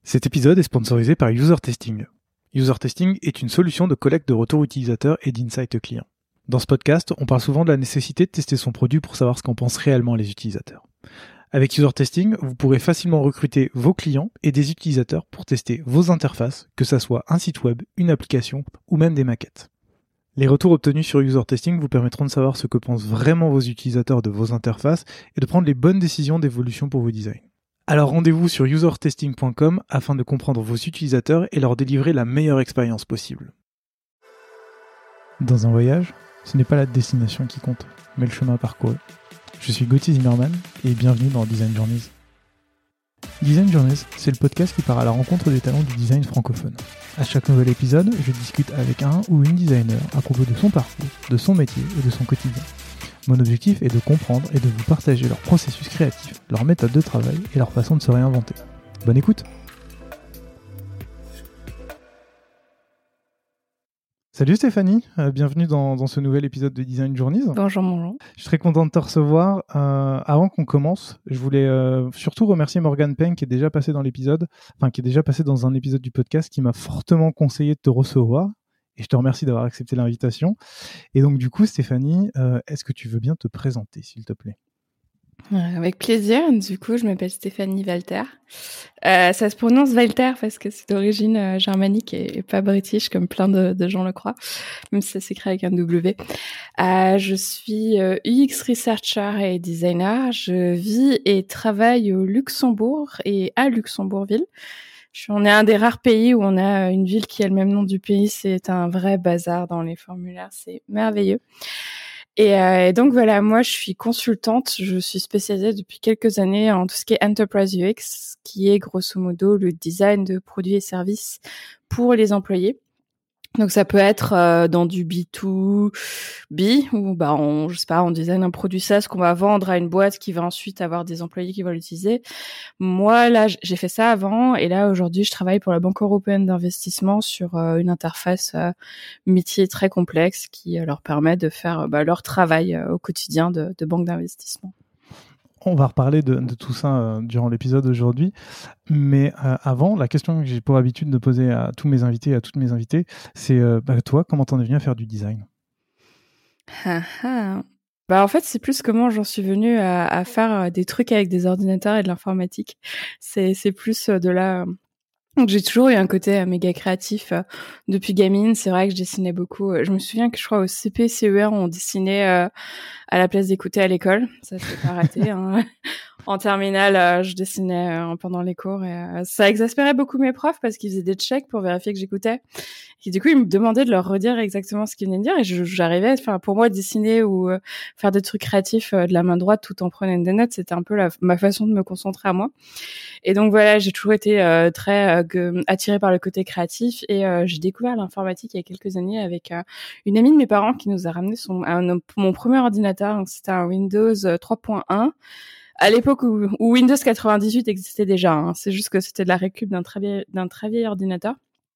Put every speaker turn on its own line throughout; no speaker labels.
Cet épisode est sponsorisé par User Testing. User Testing est une solution de collecte de retours utilisateurs et d'insights clients. Dans ce podcast, on parle souvent de la nécessité de tester son produit pour savoir ce qu'en pensent réellement les utilisateurs. Avec User Testing, vous pourrez facilement recruter vos clients et des utilisateurs pour tester vos interfaces, que ça soit un site web, une application ou même des maquettes. Les retours obtenus sur User Testing vous permettront de savoir ce que pensent vraiment vos utilisateurs de vos interfaces et de prendre les bonnes décisions d'évolution pour vos designs. Alors rendez-vous sur usertesting.com afin de comprendre vos utilisateurs et leur délivrer la meilleure expérience possible. Dans un voyage, ce n'est pas la destination qui compte, mais le chemin parcouru. Je suis Gauthier Zimmerman et bienvenue dans Design Journeys. Design Journeys, c'est le podcast qui part à la rencontre des talents du design francophone. À chaque nouvel épisode, je discute avec un ou une designer à propos de son parcours, de son métier et de son quotidien. Mon objectif est de comprendre et de vous partager leur processus créatif, leur méthode de travail et leur façon de se réinventer. Bonne écoute! Salut Stéphanie, bienvenue dans ce nouvel épisode de Design Journeys.
Bonjour.
Je suis très content de te recevoir. Avant qu'on commence, je voulais surtout remercier Morgane Peng qui est déjà passé dans l'épisode, qui est déjà passé dans un épisode du podcast qui m'a fortement conseillé de te recevoir. Et je te remercie d'avoir accepté l'invitation. Et donc du coup, Stéphanie, est-ce que tu veux bien te présenter, s'il te plaît ?
Avec plaisir. Du coup, je m'appelle Stéphanie Walter. Ça se prononce Walter parce que c'est d'origine germanique et pas british comme plein de gens le croient, même si ça s'écrit avec un W. Je suis UX researcher et designer. Je vis et travaille au Luxembourg et à Luxembourgville. On est un des rares pays où on a une ville qui a le même nom du pays. C'est un vrai bazar dans les formulaires. C'est merveilleux. Et donc voilà, moi je suis consultante, je suis spécialisée depuis quelques années en tout ce qui est Enterprise UX, qui est grosso modo le design de produits et services pour les employés. Donc ça peut être dans du B2B où on design un produit SaaS qu'on va vendre à une boîte qui va ensuite avoir des employés qui vont l'utiliser. Moi là, j'ai fait ça avant et là aujourd'hui, je travaille pour la Banque européenne d'investissement sur une interface métier très complexe qui leur permet de faire leur travail au quotidien de banque d'investissement.
On va reparler de tout ça durant l'épisode d'aujourd'hui. Mais avant, la question que j'ai pour habitude de poser à tous mes invités et à toutes mes invitées, c'est toi, comment t'en es venu à faire du design ?
En fait, c'est plus comment j'en suis venue à faire des trucs avec des ordinateurs et de l'informatique. C'est plus de là. Donc j'ai toujours eu un côté méga créatif depuis gamine. C'est vrai que je dessinais beaucoup. Je me souviens que je crois au CP, CE1, on dessinait à la place d'écouter à l'école. Ça s'est pas raté. Hein. En terminale, je dessinais pendant les cours et ça exaspérait beaucoup mes profs parce qu'ils faisaient des checks pour vérifier que j'écoutais. Et du coup, ils me demandaient de leur redire exactement ce qu'ils venaient de dire et j'arrivais, pour moi, dessiner ou faire des trucs créatifs de la main droite tout en prenant des notes, c'était un peu ma façon de me concentrer à moi. Et donc voilà, j'ai toujours été très attirée par le côté créatif et j'ai découvert l'informatique il y a quelques années avec une amie de mes parents qui nous a ramené mon premier ordinateur. Donc c'était un Windows 3.1. À l'époque où Windows 98 existait déjà, hein. C'est juste que c'était de la récup d'un très vieil ordinateur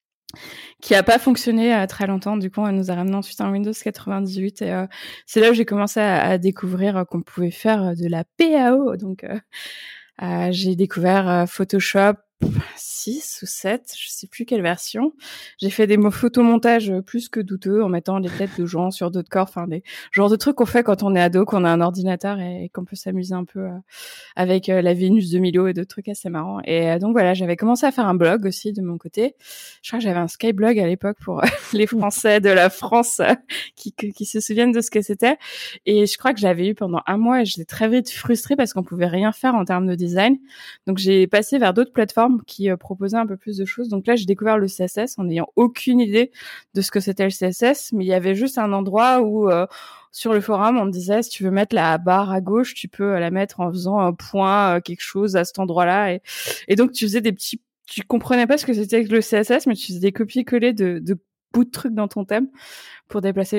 qui a pas fonctionné très longtemps. Du coup, elle nous a ramené ensuite un Windows 98 et c'est là où j'ai commencé à découvrir qu'on pouvait faire de la PAO. Donc, j'ai découvert Photoshop 6 ou 7, je sais plus quelle version. J'ai fait des photomontages plus que douteux en mettant des têtes de gens sur d'autres corps, des genres de trucs qu'on fait quand on est ado, qu'on a un ordinateur et qu'on peut s'amuser un peu avec la Vénus de Milo et d'autres trucs assez marrants. Et donc voilà, j'avais commencé à faire un blog aussi de mon côté. Je crois que j'avais un Skyblog à l'époque pour les Français de la France qui se souviennent de ce que c'était. Et je crois que j'avais eu pendant un mois et j'étais très vite frustrée parce qu'on pouvait rien faire en termes de design. Donc j'ai passé vers d'autres plateformes qui proposaient un peu plus de choses. Donc là, j'ai découvert le CSS en n'ayant aucune idée de ce que c'était le CSS, mais il y avait juste un endroit où sur le forum, on me disait si tu veux mettre la barre à gauche, tu peux la mettre en faisant un point quelque chose à cet endroit-là et donc tu faisais tu comprenais pas ce que c'était que le CSS, mais tu faisais des copier-coller de bouts de trucs dans ton thème pour déplacer.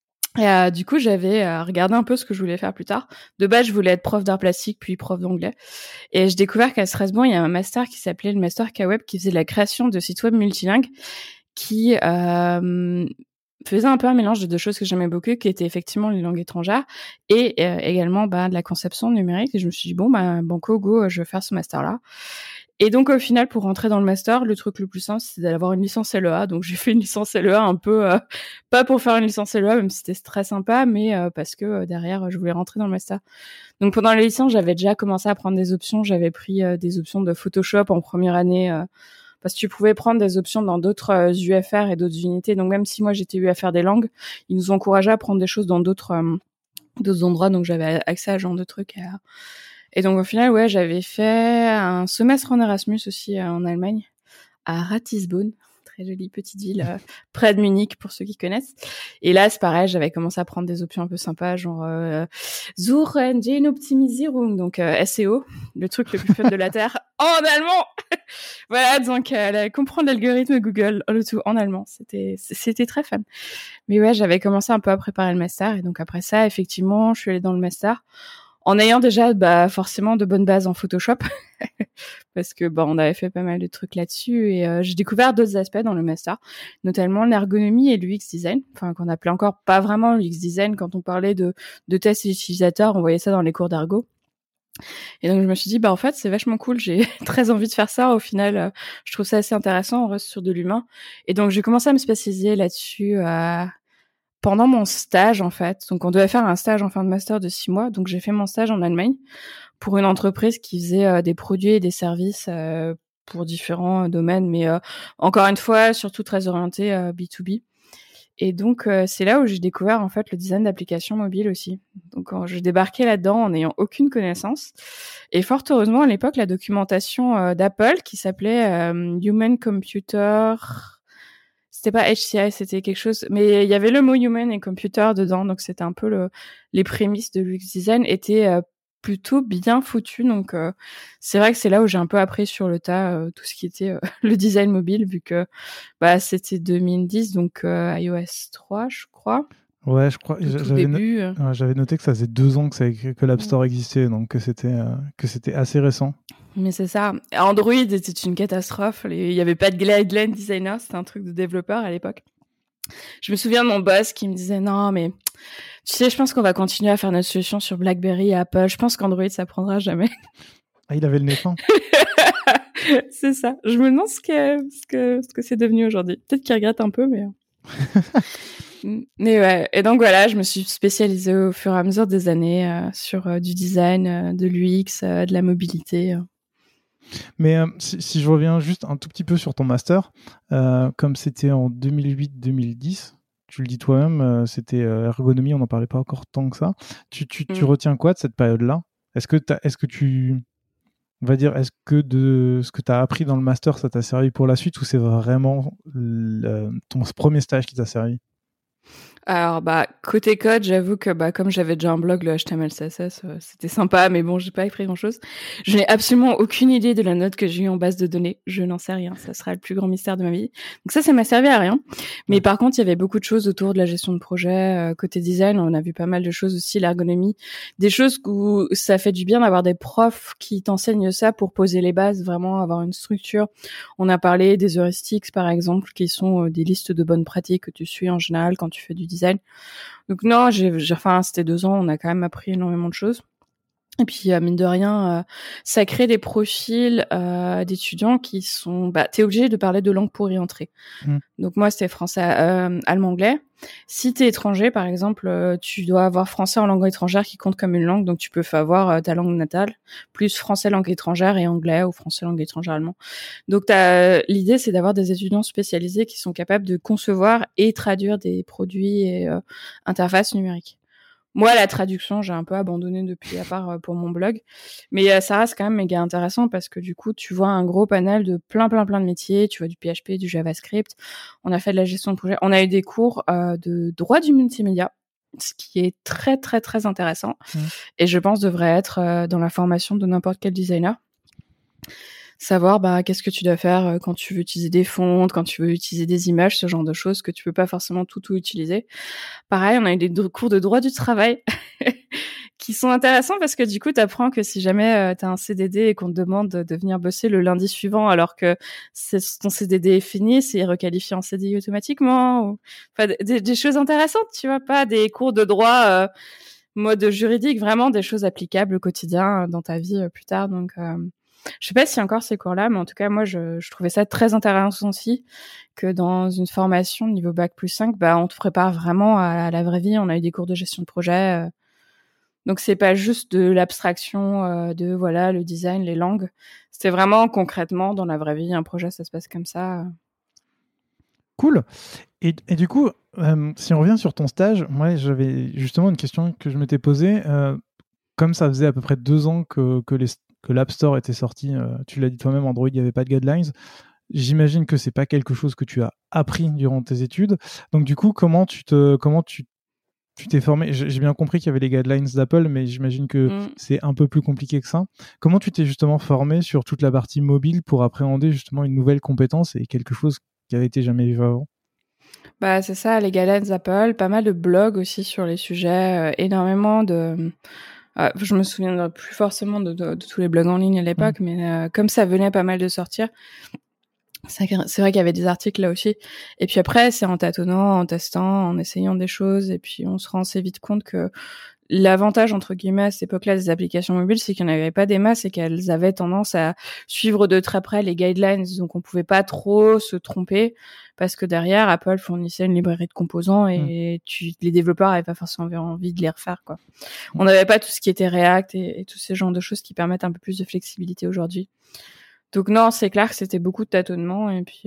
Et du coup, j'avais regardé un peu ce que je voulais faire plus tard. De base, je voulais être prof d'art plastique, puis prof d'anglais. Et j'ai découvert qu'à Strasbourg, il y a un master qui s'appelait le Master K-Web, qui faisait de la création de sites web multilingues, qui faisait un peu un mélange de deux choses que j'aimais beaucoup, qui étaient effectivement les langues étrangères et également de la conception numérique. Et je me suis dit, banco, go, je vais faire ce master-là. Et donc au final, pour rentrer dans le master, le truc le plus simple, c'est d'avoir une licence LEA. Donc j'ai fait une licence LEA un peu, pas pour faire une licence LEA, même si c'était très sympa, mais parce que derrière, je voulais rentrer dans le master. Donc pendant la licence, j'avais déjà commencé à prendre des options. J'avais pris des options de Photoshop en première année, parce que tu pouvais prendre des options dans d'autres UFR et d'autres unités. Donc même si moi j'étais UFR des langues, ils nous encourageaient à prendre des choses dans d'autres endroits. Donc j'avais accès à ce genre de trucs. Et donc au final, ouais, j'avais fait un semestre en Erasmus aussi en Allemagne, à Ratisbonne, très jolie petite ville près de Munich pour ceux qui connaissent. Et là, c'est pareil, j'avais commencé à prendre des options un peu sympas, genre Suchengehensoptimisierung, donc SEO, le truc le plus fun de la terre en allemand. Voilà, donc comprendre l'algorithme Google, le tout en allemand, c'était très fun. Mais ouais, j'avais commencé un peu à préparer le master, et donc après ça, effectivement, je suis allée dans le master en ayant déjà forcément de bonnes bases en Photoshop parce que on avait fait pas mal de trucs là-dessus, et j'ai découvert d'autres aspects dans le master, notamment l'ergonomie et l'UX design, enfin qu'on appelait encore pas vraiment l'UX design quand on parlait de tests utilisateurs, on voyait ça dans les cours d'ergo. Et donc je me suis dit en fait c'est vachement cool, j'ai très envie de faire ça. Au final, je trouve ça assez intéressant, on reste sur de l'humain, et donc j'ai commencé à me spécialiser là-dessus pendant mon stage, en fait. Donc, on devait faire un stage en fin de master de 6 mois. Donc, j'ai fait mon stage en Allemagne pour une entreprise qui faisait des produits et des services pour différents domaines. Mais encore une fois, surtout très orienté B2B. Et donc, c'est là où j'ai découvert, en fait, le design d'applications mobiles aussi. Donc, je débarquais là-dedans en n'ayant aucune connaissance. Et fort heureusement, à l'époque, la documentation d'Apple, qui s'appelait Human Computer... C'était pas HCI, c'était quelque chose, mais il y avait le mot human et computer dedans, donc c'était un peu les prémices de l'UX design étaient plutôt bien foutues. Donc c'est vrai que c'est là où j'ai un peu appris sur le tas tout ce qui était le design mobile, vu que c'était 2010, donc iOS 3, je crois.
Ouais, je crois.
Tout début.
J'avais noté que ça faisait 2 ans que l'App Store existait, donc que c'était assez récent.
Mais c'est ça. Android était une catastrophe. Il y avait pas de guideline designer, c'était un truc de développeur à l'époque. Je me souviens de mon boss qui me disait non mais tu sais, je pense qu'on va continuer à faire notre solution sur BlackBerry et Apple. Je pense qu'Android ça prendra jamais.
Ah, il avait le nez fin.
C'est ça. Je me demande ce que c'est devenu aujourd'hui. Peut-être qu'il regrette un peu, mais. Mais ouais. Et donc voilà, je me suis spécialisée au fur et à mesure des années sur du design, de l'UX, de la mobilité.
Mais si je reviens juste un tout petit peu sur ton master, comme c'était en 2008-2010, tu le dis toi-même, c'était ergonomie, on n'en parlait pas encore tant que ça. Tu retiens quoi de cette période-là ? Est-ce que de ce que tu as appris dans le master, ça t'a servi pour la suite, ou c'est vraiment ton premier stage qui t'a servi ?
Alors côté code, j'avoue que comme j'avais déjà un blog, le HTML CSS, c'était sympa, mais bon, j'ai pas appris grand-chose. Je n'ai absolument aucune idée de la note que j'ai eue en base de données. Je n'en sais rien. Ça sera le plus grand mystère de ma vie. Donc ça m'a servi à rien. Mais par contre, il y avait beaucoup de choses autour de la gestion de projet. Côté design, on a vu pas mal de choses aussi, l'ergonomie, des choses où ça fait du bien d'avoir des profs qui t'enseignent ça pour poser les bases, vraiment avoir une structure. On a parlé des heuristics, par exemple, qui sont des listes de bonnes pratiques que tu suis en général quand tu fais du design. Donc non, c'était 2 ans, on a quand même appris énormément de choses. Et puis mine de rien, ça crée des profils d'étudiants qui sont. T'es obligé de parler de langue pour y entrer. Donc moi, c'était français, allemand, anglais. Si t'es étranger, par exemple, tu dois avoir français en langue étrangère qui compte comme une langue. Donc tu peux avoir ta langue natale plus français langue étrangère et anglais, ou français langue étrangère allemand. Donc l'idée, c'est d'avoir des étudiants spécialisés qui sont capables de concevoir et traduire des produits et interfaces numériques. Moi, la traduction, j'ai un peu abandonné depuis, à part pour mon blog. Mais ça reste quand même méga intéressant parce que du coup, tu vois un gros panel de plein de métiers. Tu vois du PHP, du JavaScript. On a fait de la gestion de projet. On a eu des cours de droit du multimédia, ce qui est très, très, très intéressant. Et je pense devrait être dans la formation de n'importe quel designer. Savoir qu'est-ce que tu dois faire quand tu veux utiliser des fontes, quand tu veux utiliser des images, ce genre de choses que tu peux pas forcément tout utiliser. Pareil, on a eu des cours de droit du travail qui sont intéressants parce que du coup, t'apprends que si jamais t'as un CDD et qu'on te demande de venir bosser le lundi suivant alors que ton CDD est fini, c'est requalifié en CDI automatiquement. Enfin, des choses intéressantes, tu vois, pas des cours de droit mode juridique, vraiment des choses applicables au quotidien dans ta vie plus tard. Donc Je sais pas si encore ces cours-là, mais en tout cas, moi, je trouvais ça très intéressant aussi que dans une formation niveau bac+5, on te prépare vraiment à la vraie vie. On a eu des cours de gestion de projet. Donc, c'est pas juste de l'abstraction de, voilà, le design, les langues. C'était vraiment concrètement, dans la vraie vie, un projet, ça se passe comme ça.
Cool. Et du coup, si on revient sur ton stage, moi, j'avais justement une question que je m'étais posée. Comme ça faisait à peu près 2 ans que l'App Store était sorti, tu l'as dit toi-même, Android, il n'y avait pas de guidelines. J'imagine que c'est pas quelque chose que tu as appris durant tes études. Donc du coup, comment tu t'es formé? J'ai bien compris qu'il y avait les guidelines d'Apple, mais j'imagine que c'est un peu plus compliqué que ça. Comment tu t'es justement formé sur toute la partie mobile pour appréhender justement une nouvelle compétence et quelque chose qui avait été jamais vu avant?
C'est ça, les guidelines Apple, pas mal de blogs aussi sur les sujets, énormément de... je me souviens plus forcément de tous les blogs en ligne à l'époque, mais comme ça venait pas mal de sortir, c'est vrai qu'il y avait des articles là aussi. Et puis après, c'est en tâtonnant, en testant, en essayant des choses, et puis on se rend assez vite compte que l'avantage, entre guillemets, à cette époque-là, des applications mobiles, c'est qu'il n'y en avait pas des masses et qu'elles avaient tendance à suivre de très près les guidelines. Donc, on pouvait pas trop se tromper parce que derrière, Apple fournissait une librairie de composants et les développeurs avaient pas forcément envie de les refaire, quoi. On n'avait pas tout ce qui était React et tous ces genres de choses qui permettent un peu plus de flexibilité aujourd'hui. Donc, non, c'est clair que c'était beaucoup de tâtonnements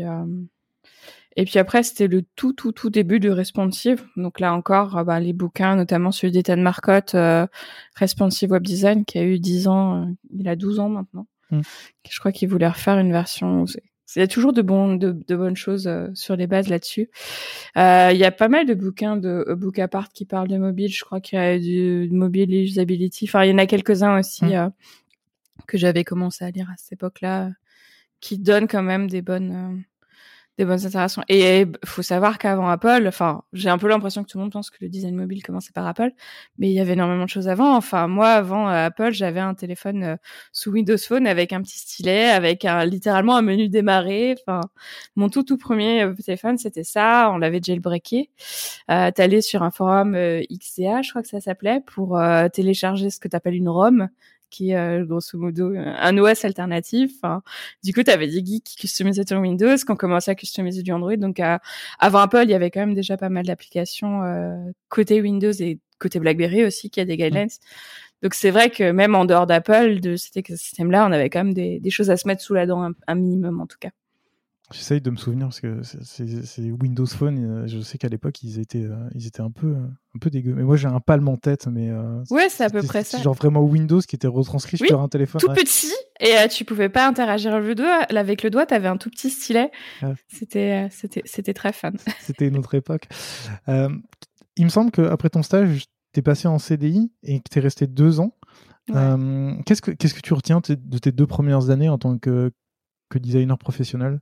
et puis après, c'était le tout début de Responsive. Donc là encore, les bouquins, notamment celui d'Ethan Marcotte, Responsive Web Design, qui a eu 10 ans, il a 12 ans maintenant. Je crois qu'il voulait refaire une version. Il y a toujours de bonnes choses sur les bases là-dessus. Il y a pas mal de bouquins de Book Apart qui parlent de mobile. Je crois qu'il y a du mobile usability. Enfin, il y en a quelques-uns aussi que j'avais commencé à lire à cette époque-là, qui donnent quand même des bonnes interactions. Et faut savoir qu'avant Apple, j'ai un peu l'impression que tout le monde pense que le design mobile commençait par Apple, mais il y avait énormément de choses avant. Moi, avant Apple, j'avais un téléphone sous Windows Phone avec un petit stylet, avec littéralement un menu démarrer. Mon tout premier téléphone, c'était ça. On l'avait jailbreaké. T'allais sur un forum XDA, je crois que ça s'appelait, pour télécharger ce que t'appelles une ROM, qui est grosso modo un OS alternatif. Du coup, tu avais des geeks qui customisaient ton Windows, qui ont commencé à customiser du Android. Donc, avant Apple, il y avait quand même déjà pas mal d'applications côté Windows et côté BlackBerry aussi, qui a des guidelines. Donc, c'est vrai que même en dehors d'Apple, de cet écosystème-là, on avait quand même des choses à se mettre sous la dent, un minimum en tout cas.
J'essaye de me souvenir parce que c'est Windows Phone. Je sais qu'à l'époque ils étaient un peu dégueux. Mais moi j'ai un Palm en tête, mais
ouais, c'est à peu près ça.
Genre vraiment Windows qui était retranscrit sur un téléphone.
Tout petit, et tu pouvais pas interagir avec le doigt. T'avais un tout petit stylet. Ouais. C'était très fun.
C'était une autre époque. Il me semble qu'après ton stage, t'es passé en CDI et que t'es resté 2 ans. Ouais. Qu'est-ce que tu retiens de tes 2 premières années en tant que designer professionnel?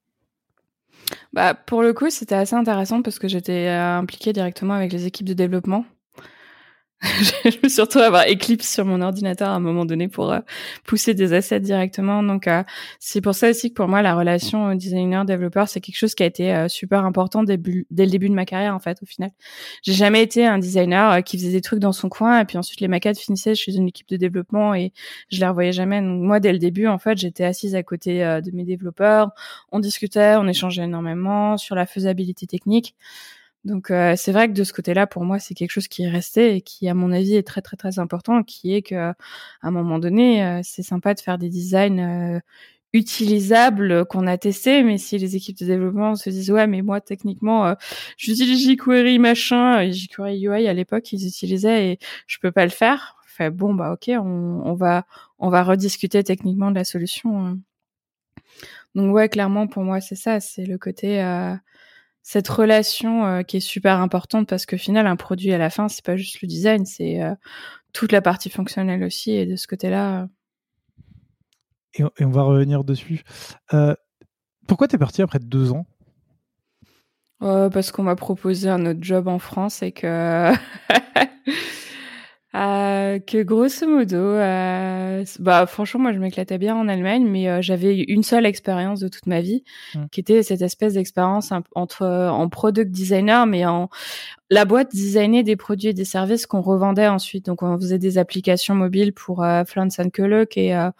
Pour le coup, c'était assez intéressant parce que j'étais impliquée directement avec les équipes de développement. Je me suis retrouvée à avoir Eclipse sur mon ordinateur à un moment donné pour pousser des assets directement. Donc, c'est pour ça aussi que pour moi, la relation designer-développeur, c'est quelque chose qui a été super important dès le début de ma carrière, en fait, au final. J'ai jamais été un designer qui faisait des trucs dans son coin et puis ensuite les maquettes finissaient chez une équipe de développement et je les revoyais jamais. Donc, moi, dès le début, en fait, j'étais assise à côté de mes développeurs. On discutait, on échangeait énormément sur la faisabilité technique. Donc c'est vrai que de ce côté-là, pour moi, c'est quelque chose qui est resté et qui, à mon avis, est très très très important, qui est que à un moment donné, c'est sympa de faire des designs utilisables qu'on a testés, mais si les équipes de développement se disent ouais, mais moi techniquement, j'utilise jQuery machin, et jQuery UI à l'époque ils utilisaient et je peux pas le faire. Bon ok, on va rediscuter techniquement de la solution. Donc ouais, clairement pour moi c'est ça, c'est le côté cette relation qui est super importante parce que final un produit à la fin c'est pas juste le design, c'est toute la partie fonctionnelle aussi et de ce côté-là.
Et on va revenir dessus. Pourquoi t'es parti après 2 ans?
Parce qu'on m'a proposé un autre job en France et que que grosso modo, franchement, moi, je m'éclatais bien en Allemagne, mais j'avais une seule expérience de toute ma vie, qui était cette espèce d'expérience en product designer, mais la boîte designait des produits et des services qu'on revendait ensuite. Donc, on faisait des applications mobiles pour Flans & Koelek et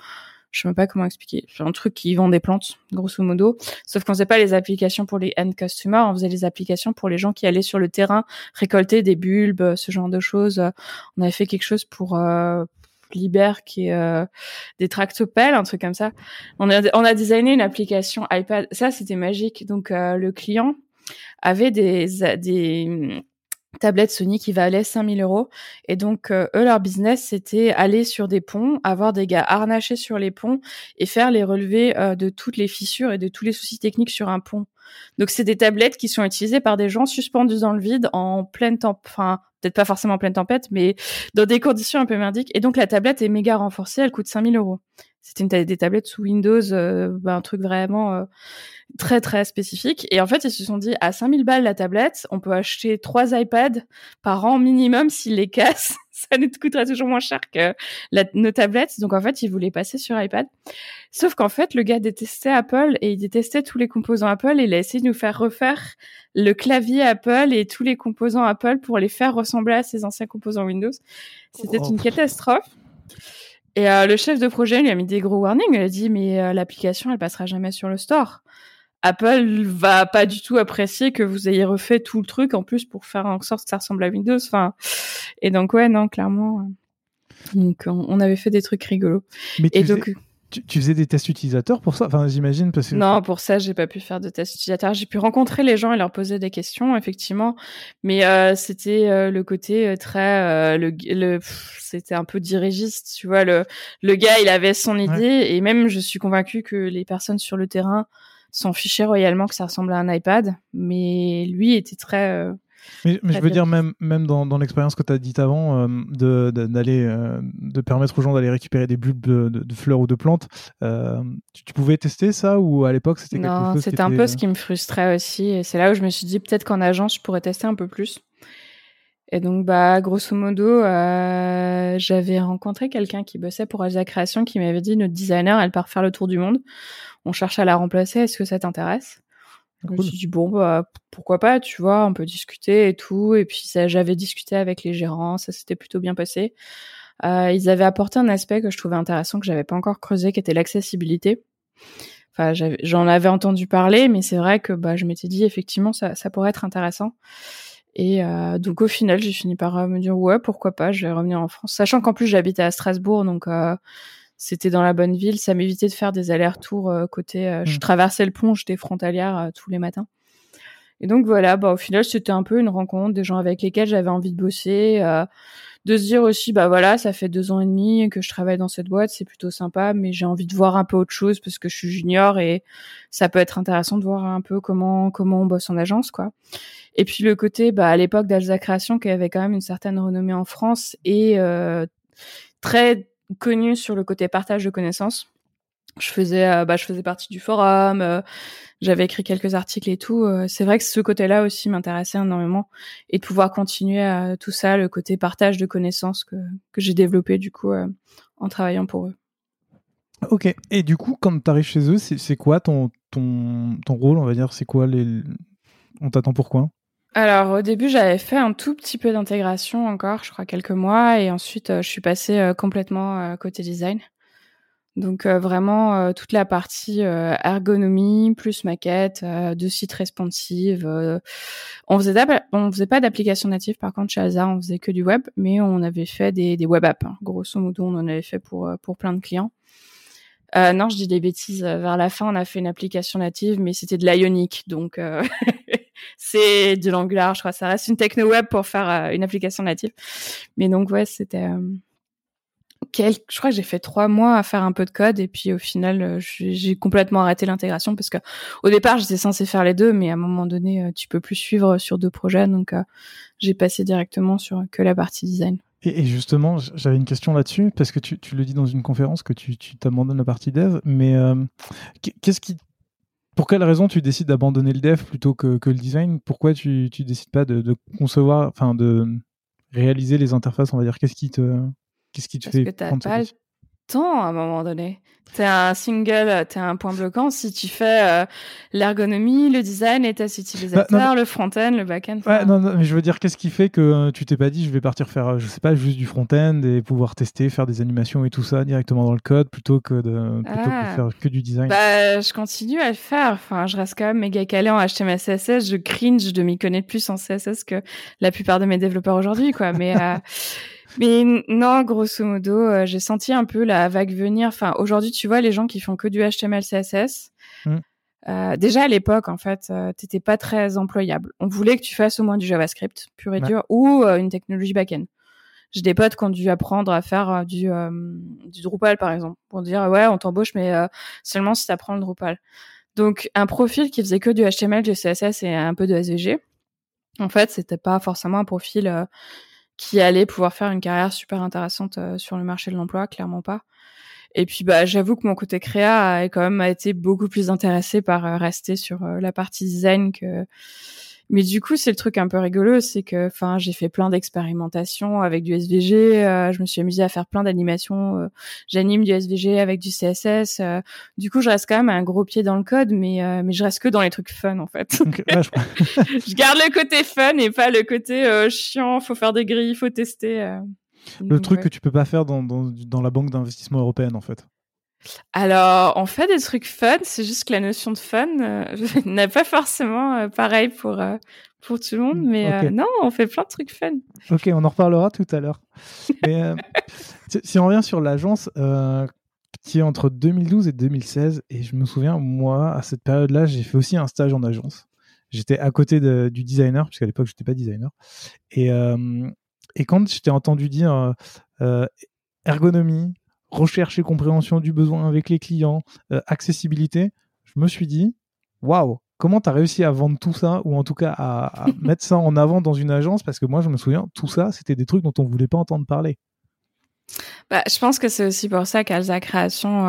je sais même pas comment expliquer. C'est un truc qui vend des plantes, grosso modo. Sauf qu'on faisait pas les applications pour les end customers, on faisait les applications pour les gens qui allaient sur le terrain récolter des bulbes, ce genre de choses. On avait fait quelque chose pour Liber, qui est des tractopelles, un truc comme ça. On a designé une application iPad. Ça, c'était magique. Donc, le client avait des tablettes Sony qui valaient 5 000 €. Et donc, eux, leur business, c'était aller sur des ponts, avoir des gars harnachés sur les ponts et faire les relevés de toutes les fissures et de tous les soucis techniques sur un pont. Donc, c'est des tablettes qui sont utilisées par des gens suspendus dans le vide en pleine tempête, enfin, peut-être pas forcément en pleine tempête, mais dans des conditions un peu merdiques. Et donc, la tablette est méga renforcée, elle coûte 5 000 €. C'était des tablettes sous Windows, un truc vraiment très très spécifique. Et en fait, ils se sont dit, à 5 000 balles la tablette, on peut acheter 3 iPads par an minimum s'ils les cassent. Ça nous coûtera toujours moins cher que nos tablettes. Donc en fait, ils voulaient passer sur iPad. Sauf qu'en fait, le gars détestait Apple et il détestait tous les composants Apple et il a essayé de nous faire refaire le clavier Apple et tous les composants Apple pour les faire ressembler à ses anciens composants Windows. C'était une catastrophe. Et le chef de projet lui a mis des gros warnings. Il a dit, mais l'application, elle passera jamais sur le store. Apple va pas du tout apprécier que vous ayez refait tout le truc en plus pour faire en sorte que ça ressemble à Windows. Enfin, et donc ouais, non, clairement. Donc on avait fait des trucs rigolos.
Mais tu faisais des tests utilisateurs pour ça? Enfin, j'imagine parce que...
Non, pour ça, j'ai pas pu faire de tests utilisateurs. J'ai pu rencontrer les gens et leur poser des questions, effectivement. Mais c'était le côté très... c'était un peu dirigiste, tu vois. Le gars, il avait son idée. Et même, je suis convaincue que les personnes sur le terrain s'en fichaient royalement que ça ressemble à un iPad. Mais lui était très...
Mais je veux dire, même dans l'expérience que tu as dite avant, de permettre aux gens d'aller récupérer des bulbes de fleurs ou de plantes, tu pouvais tester ça ou à l'époque c'était quelque chose?
Non, c'était un peu ce qui me frustrait aussi. Et c'est là où je me suis dit, peut-être qu'en agence, je pourrais tester un peu plus. Et donc, grosso modo, j'avais rencontré quelqu'un qui bossait pour Elsa Création qui m'avait dit, notre designer, elle part faire le tour du monde. On cherche à la remplacer. Est-ce que ça t'intéresse? Je me suis dit, bon, pourquoi pas, tu vois, on peut discuter et tout. Et puis, j'avais discuté avec les gérants, ça s'était plutôt bien passé. Ils avaient apporté un aspect que je trouvais intéressant, que j'avais pas encore creusé, qui était l'accessibilité. Enfin, j'en avais entendu parler, mais c'est vrai que je m'étais dit, effectivement, ça pourrait être intéressant. Et donc, au final, j'ai fini par me dire, ouais, pourquoi pas, je vais revenir en France. Sachant qu'en plus, j'habitais à Strasbourg, donc... c'était dans la bonne ville, ça m'évitait de faire des allers-retours côté... Je traversais le pont, j'étais frontalière tous les matins. Et donc voilà, au final, c'était un peu une rencontre des gens avec lesquels j'avais envie de bosser, de se dire aussi, voilà, ça fait 2 ans et demi que je travaille dans cette boîte, c'est plutôt sympa, mais j'ai envie de voir un peu autre chose parce que je suis junior et ça peut être intéressant de voir un peu comment on bosse en agence, quoi. Et puis le côté, à l'époque d'Alsa Création, qui avait quand même une certaine renommée en France et très connue sur le côté partage de connaissances. Je faisais partie du forum, j'avais écrit quelques articles et tout. C'est vrai que ce côté-là aussi m'intéressait énormément et de pouvoir continuer à tout ça, le côté partage de connaissances que j'ai développé du coup en travaillant pour eux.
Ok. Et du coup, quand tu arrives chez eux, c'est quoi ton rôle, on va dire? C'est quoi on t'attend pour quoi?
Alors au début, j'avais fait un tout petit peu d'intégration encore, je crois quelques mois, et ensuite je suis passée complètement côté design. Donc vraiment toute la partie ergonomie plus maquette de site responsive. On faisait pas d'application native par contre chez Alsa, on faisait que du web, mais on avait fait des web apps. Hein. Grosso modo, on en avait fait pour plein de clients. Non, je dis des bêtises. Vers la fin, on a fait une application native, mais c'était de l'Ionic, donc c'est de l'Angular. Je crois ça reste une techno web pour faire une application native. Mais donc ouais, c'était je crois que j'ai fait 3 mois à faire un peu de code et puis au final j'ai complètement arrêté l'intégration parce que au départ j'étais censée faire les deux, mais à un moment donné tu peux plus suivre sur 2 projets, donc j'ai passé directement sur que la partie design.
Et justement, j'avais une question là-dessus parce que tu le dis dans une conférence que tu t'abandonnes la partie dev, mais pour quelle raison tu décides d'abandonner le dev plutôt que le design? Pourquoi tu décides pas de concevoir, enfin de réaliser les interfaces, on va dire? Qu'est-ce qui te fait prendre cette décision?
temps à un moment donné. T'es un single, t'es un point bloquant si tu fais l'ergonomie, le design, les tests utilisateurs, le front-end, le back-end.
Ouais, non, mais je veux dire, qu'est-ce qui fait que tu t'es pas dit, je vais partir faire, je sais pas, juste du front-end et pouvoir tester, faire des animations et tout ça directement dans le code plutôt que de faire que du design.
Je continue à le faire. Enfin, je reste quand même méga calée en HTML, CSS. Je cringe de m'y connaître plus en CSS que la plupart de mes développeurs aujourd'hui, quoi. Mais non, grosso modo, j'ai senti un peu la vague venir. Enfin, aujourd'hui, tu vois, les gens qui font que du HTML, CSS, déjà à l'époque, en fait, t'étais pas très employable. On voulait que tu fasses au moins du JavaScript pur et dur ou une technologie back-end. J'ai des potes qui ont dû apprendre à faire du Drupal, par exemple, pour dire ouais, on t'embauche, mais seulement si t'apprends le Drupal. Donc, un profil qui faisait que du HTML, du CSS et un peu de SVG, en fait, c'était pas forcément un profil qui allait pouvoir faire une carrière super intéressante sur le marché de l'emploi, clairement pas. Et puis j'avoue que mon côté créa a quand même été beaucoup plus intéressé par rester sur la partie design que. Mais du coup, c'est le truc un peu rigolo, c'est que j'ai fait plein d'expérimentations avec du SVG, je me suis amusée à faire plein d'animations, j'anime du SVG avec du CSS. Du coup, je reste quand même un gros pied dans le code, mais je reste que dans les trucs fun en fait.
Okay,
je garde le côté fun et pas le côté chiant, faut faire des grilles, faut tester.
Le truc que tu peux pas faire dans la banque d'investissement européenne en fait.
Alors, on fait des trucs fun, c'est juste que la notion de fun n'est pas forcément pareil pour tout le monde, mais non, on fait plein de trucs fun.
Ok, on en reparlera tout à l'heure. Mais si on revient sur l'agence, qui est entre 2012 et 2016, et je me souviens, moi, à cette période-là, j'ai fait aussi un stage en agence. J'étais à côté du designer, puisqu'à l'époque, je n'étais pas designer. Et quand je t'ai entendu dire ergonomie, recherche et compréhension du besoin avec les clients, accessibilité, je me suis dit, waouh, comment tu as réussi à vendre tout ça, ou en tout cas à mettre ça en avant dans une agence? Parce que moi, je me souviens, tout ça, c'était des trucs dont on ne voulait pas entendre parler.
Je pense que c'est aussi pour ça qu'Alza Création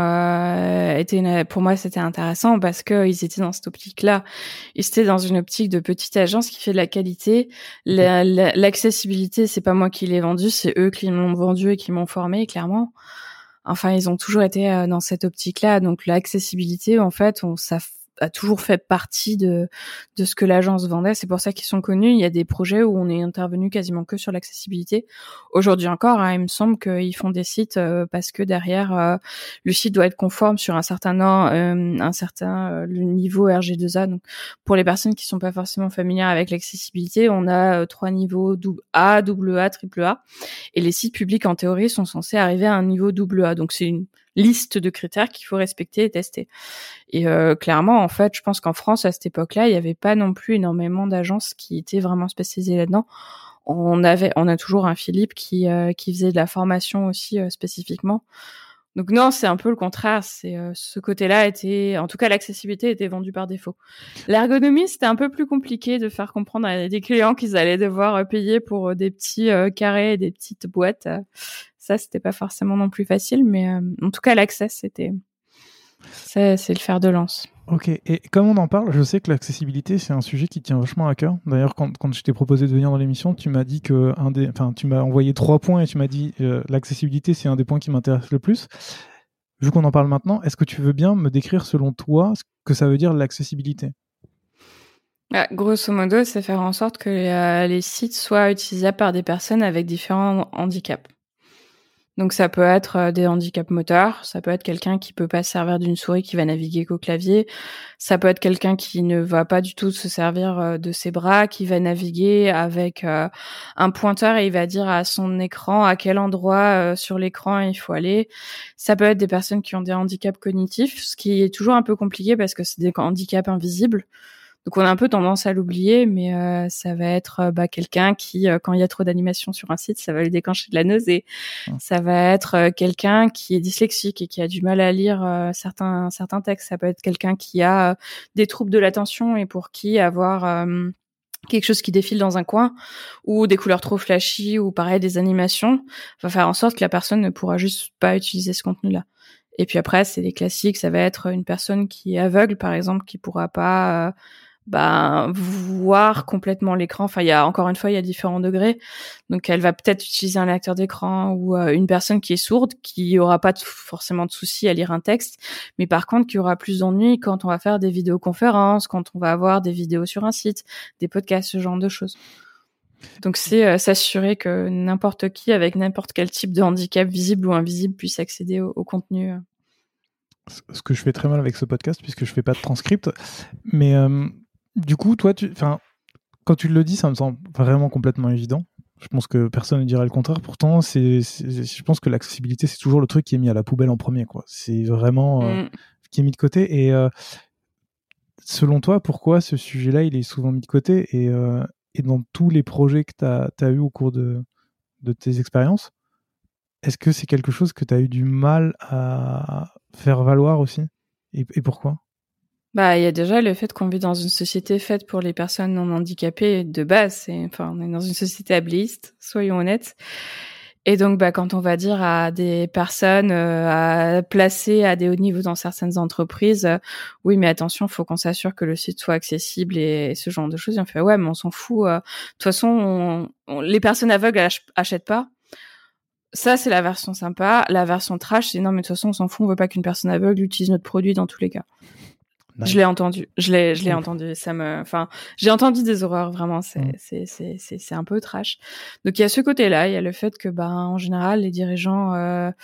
pour moi, c'était intéressant parce que ils étaient dans cette optique-là. Ils étaient dans une optique de petite agence qui fait de la qualité. L'accessibilité, c'est pas moi qui l'ai vendu, c'est eux qui m'ont vendu et qui m'ont formé, clairement. Enfin, ils ont toujours été dans cette optique-là. Donc, l'accessibilité, en fait, ça a toujours fait partie de ce que l'agence vendait. C'est pour ça qu'ils sont connus. Il y a des projets où on est intervenu quasiment que sur l'accessibilité. Aujourd'hui encore, il me semble qu'ils font des sites parce que derrière, le site doit être conforme sur un certain le niveau RG2A. Donc, pour les personnes qui sont pas forcément familières avec l'accessibilité, on a 3 niveaux A, AA, AAA. Et les sites publics, en théorie, sont censés arriver à un niveau AA. Donc, c'est une liste de critères qu'il faut respecter et tester. Et clairement, en fait, je pense qu'en France, à cette époque-là, il n'y avait pas non plus énormément d'agences qui étaient vraiment spécialisées là-dedans. On a toujours un Philippe qui faisait de la formation aussi spécifiquement. Donc non, c'est un peu le contraire. C'est ce côté-là en tout cas, l'accessibilité était vendue par défaut. L'ergonomie, c'était un peu plus compliqué de faire comprendre à des clients qu'ils allaient devoir payer pour des petits carrés et des petites boîtes. Ça, c'était pas forcément non plus facile, mais en tout cas, l'accès, c'est le fer de lance.
Ok, et comme on en parle, je sais que l'accessibilité, c'est un sujet qui tient vachement à cœur. D'ailleurs, quand je t'ai proposé de venir dans l'émission, tu m'as dit que tu m'as envoyé 3 points et tu m'as dit l'accessibilité, c'est un des points qui m'intéresse le plus. Vu qu'on en parle maintenant, est-ce que tu veux bien me décrire selon toi ce que ça veut dire l'accessibilité ?
Grosso modo, c'est faire en sorte que les sites soient utilisables par des personnes avec différents handicaps. Donc ça peut être des handicaps moteurs, ça peut être quelqu'un qui peut pas se servir d'une souris, qui va naviguer qu'au clavier, ça peut être quelqu'un qui ne va pas du tout se servir de ses bras, qui va naviguer avec un pointeur et il va dire à son écran à quel endroit sur l'écran il faut aller. Ça peut être des personnes qui ont des handicaps cognitifs, ce qui est toujours un peu compliqué parce que c'est des handicaps invisibles. Donc on a un peu tendance à l'oublier, mais ça va être quelqu'un qui, quand il y a trop d'animation sur un site, ça va lui déclencher de la nausée. Ça va être quelqu'un qui est dyslexique et qui a du mal à lire certains textes. Ça peut être quelqu'un qui a des troubles de l'attention et pour qui avoir quelque chose qui défile dans un coin ou des couleurs trop flashy ou pareil des animations va faire en sorte que la personne ne pourra juste pas utiliser ce contenu-là. Et puis après, c'est des classiques. Ça va être une personne qui est aveugle, par exemple, qui pourra pas voir complètement l'écran. Enfin, il y a différents degrés. Donc, elle va peut-être utiliser un lecteur d'écran ou une personne qui est sourde, qui aura pas forcément de souci à lire un texte, mais par contre, qui aura plus d'ennuis quand on va faire des vidéoconférences, quand on va avoir des vidéos sur un site, des podcasts, ce genre de choses. Donc, c'est s'assurer que n'importe qui, avec n'importe quel type de handicap, visible ou invisible, puisse accéder au contenu.
Ce que je fais très mal avec ce podcast, puisque je fais pas de transcript. Mais du coup, toi, quand tu le dis, ça me semble vraiment complètement évident. Je pense que personne ne dirait le contraire. Pourtant, je pense que l'accessibilité, c'est toujours le truc qui est mis à la poubelle en premier, quoi. C'est vraiment qui est mis de côté. Et selon toi, pourquoi ce sujet-là, il est souvent mis de côté et dans tous les projets que tu as eu au cours de tes expériences, est-ce que c'est quelque chose que tu as eu du mal à faire valoir aussi ? Et pourquoi ?
Il y a déjà le fait qu'on vit dans une société faite pour les personnes non handicapées de base. On est dans une société abléiste, soyons honnêtes. Et donc, quand on va dire à des personnes à placer à des hauts niveaux dans certaines entreprises, oui, mais attention, faut qu'on s'assure que le site soit accessible et ce genre de choses. Et on fait, ouais, mais on s'en fout. De toute façon, les personnes aveugles achètent pas. Ça, c'est la version sympa. La version trash, c'est non, mais de toute façon, on s'en fout. On veut pas qu'une personne aveugle utilise notre produit dans tous les cas. Nice. Je l'ai entendu. Entendu. J'ai entendu des horreurs, vraiment. C'est un peu trash. Donc, il y a ce côté-là. Il y a le fait que, en général, les dirigeants,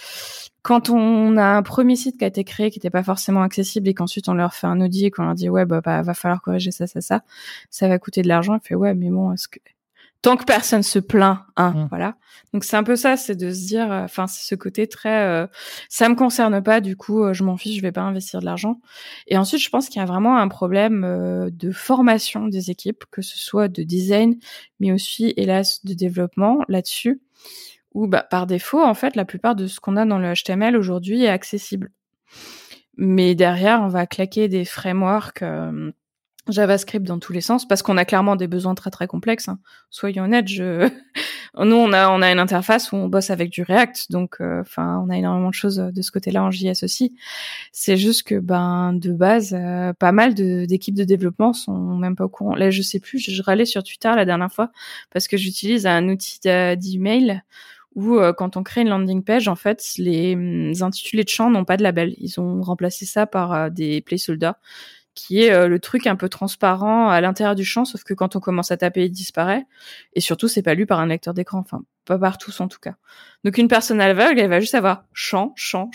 quand on a un premier site qui a été créé, qui n'était pas forcément accessible et qu'ensuite on leur fait un audit et qu'on leur dit, ouais, va falloir corriger ça va coûter de l'argent. Ils fait, ouais, mais bon, tant que personne se plaint, voilà. Donc c'est un peu ça, c'est de se dire, c'est ce côté très, ça me concerne pas, du coup, je m'en fiche, je vais pas investir de l'argent. Et ensuite, je pense qu'il y a vraiment un problème de formation des équipes, que ce soit de design, mais aussi, hélas, de développement là-dessus, où par défaut, en fait, la plupart de ce qu'on a dans le HTML aujourd'hui est accessible. Mais derrière, on va claquer des frameworks JavaScript dans tous les sens, parce qu'on a clairement des besoins très très complexes. Soyons honnêtes, nous on a une interface où on bosse avec du React, donc on a énormément de choses de ce côté-là en JS aussi. C'est juste que de base, pas mal d'équipes de développement sont même pas au courant. Là, je sais plus, je râlais sur Twitter la dernière fois parce que j'utilise un outil d'email où quand on crée une landing page, en fait, les intitulés de champs n'ont pas de label. Ils ont remplacé ça par des placeholders, qui est le truc un peu transparent à l'intérieur du champ, sauf que quand on commence à taper, il disparaît. Et surtout, c'est pas lu par un lecteur d'écran. Enfin, pas par tous, en tout cas. Donc, une personne aveugle, elle va juste avoir champ,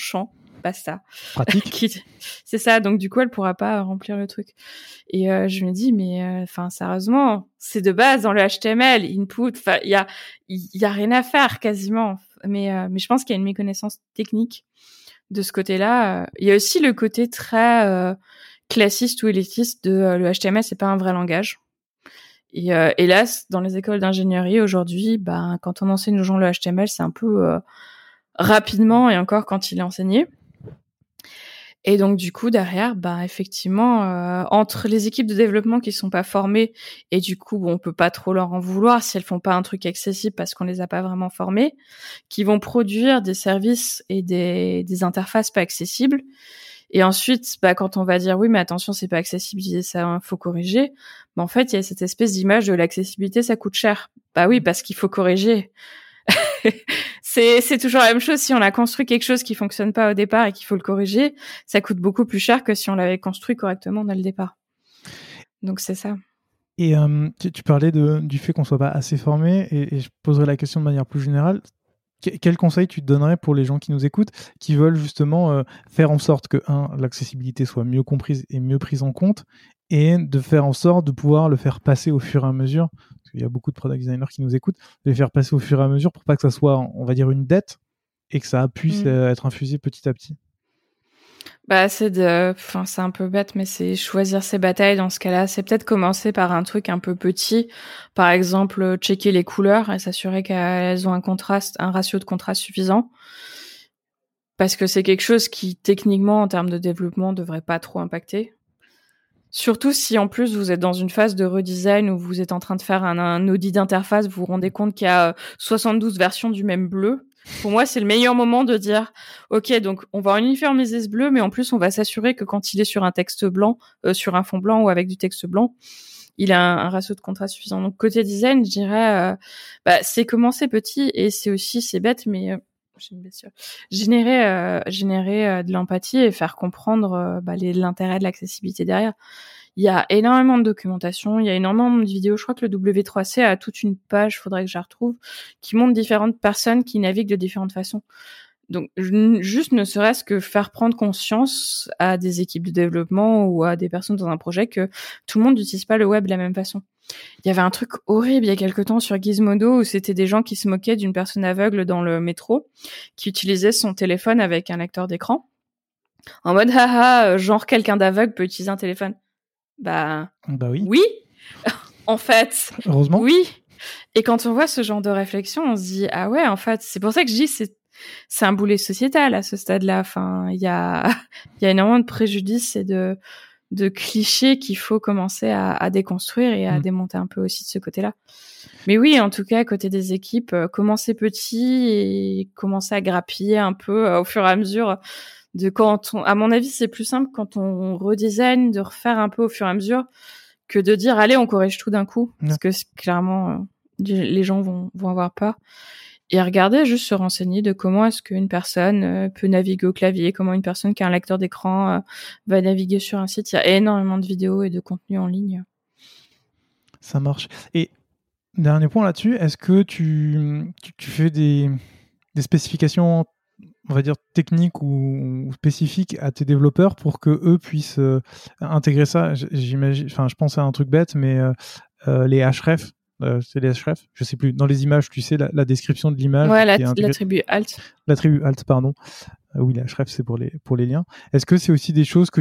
basta.
Pratique.
C'est ça. Donc, du coup, elle pourra pas remplir le truc. Et je me dis, mais sérieusement, c'est de base dans le HTML, input. Enfin, il y a rien à faire quasiment. Mais je pense qu'il y a une méconnaissance technique de ce côté-là. Il y a aussi le côté très classiste ou élitiste de le HTML, c'est pas un vrai langage. Et hélas, dans les écoles d'ingénierie aujourd'hui, quand on enseigne aux gens le HTML, c'est un peu rapidement, et encore quand il est enseigné. Et donc du coup derrière, effectivement, entre les équipes de développement qui sont pas formées, et du coup on peut pas trop leur en vouloir si elles font pas un truc accessible parce qu'on les a pas vraiment formées, qui vont produire des services et des interfaces pas accessibles. Et ensuite, quand on va dire oui, mais attention, c'est pas accessible, ça faut corriger. En fait, il y a cette espèce d'image de l'accessibilité, ça coûte cher. Oui, parce qu'il faut corriger. c'est toujours la même chose. Si on a construit quelque chose qui fonctionne pas au départ et qu'il faut le corriger, ça coûte beaucoup plus cher que si on l'avait construit correctement dès le départ. Donc c'est ça.
Et tu parlais du fait qu'on soit pas assez formé, et je poserai la question de manière plus générale. Quel conseil tu te donnerais pour les gens qui nous écoutent, qui veulent justement faire en sorte que, l'accessibilité soit mieux comprise et mieux prise en compte, et de faire en sorte de pouvoir le faire passer au fur et à mesure, parce qu'il y a beaucoup de product designers qui nous écoutent, de les faire passer au fur et à mesure pour pas que ça soit, on va dire, une dette, et que ça puisse être infusé petit à petit.
C'est un peu bête, mais c'est choisir ses batailles dans ce cas-là. C'est peut-être commencer par un truc un peu petit. Par exemple, checker les couleurs et s'assurer qu'elles ont un ratio de contraste suffisant. Parce que c'est quelque chose qui, techniquement, en termes de développement, devrait pas trop impacter. Surtout si, en plus, vous êtes dans une phase de redesign où vous êtes en train de faire un audit d'interface, vous vous rendez compte qu'il y a 72 versions du même bleu. Pour moi, c'est le meilleur moment de dire, OK, donc on va uniformiser ce bleu, mais en plus, on va s'assurer que quand il est sur un texte blanc, sur un fond blanc ou avec du texte blanc, il a un ratio de contraste suffisant. Donc côté design, je dirais, c'est commencer petit et c'est bête, mais j'ai une blessure. Générer de l'empathie et faire comprendre l'intérêt de l'accessibilité derrière. Il y a énormément de documentation, il y a énormément de vidéos. Je crois que le W3C a toute une page, faudrait que je la retrouve, qui montre différentes personnes qui naviguent de différentes façons. Donc, juste ne serait-ce que faire prendre conscience à des équipes de développement ou à des personnes dans un projet que tout le monde n'utilise pas le web de la même façon. Il y avait un truc horrible il y a quelque temps sur Gizmodo où c'était des gens qui se moquaient d'une personne aveugle dans le métro qui utilisait son téléphone avec un lecteur d'écran. En mode, haha, genre quelqu'un d'aveugle peut utiliser un téléphone. Bah
oui.
Oui, en fait.
Heureusement.
Oui. Et quand on voit ce genre de réflexion, on se dit ah ouais, en fait, c'est pour ça que je dis c'est un boulet sociétal à ce stade-là. Enfin, il y a énormément de préjudices et de clichés qu'il faut commencer à déconstruire et à démonter un peu aussi de ce côté-là. Mais oui, en tout cas, à côté des équipes, commencer petit et commencer à grappiller un peu au fur et à mesure. À mon avis, c'est plus simple quand on redesign, de refaire un peu au fur et à mesure que de dire allez, on corrige tout d'un coup, parce que clairement les gens vont avoir peur. Et regarder, juste se renseigner de comment est-ce qu'une personne peut naviguer au clavier, comment une personne qui a un lecteur d'écran va naviguer sur un site. Il y a énormément de vidéos et de contenus en ligne.
Ça marche. Et dernier point là-dessus, est-ce que tu fais des spécifications, on va dire techniques ou spécifiques à tes développeurs pour que eux puissent intégrer ça? J'imagine, enfin, je pense à un truc bête, mais les href, c'est les href, je sais plus. Dans les images, tu sais, la description de l'image.
Ouais, l'attribut alt.
L'attribut alt, pardon. Oui, la href, c'est pour les liens. Est-ce que c'est aussi des choses que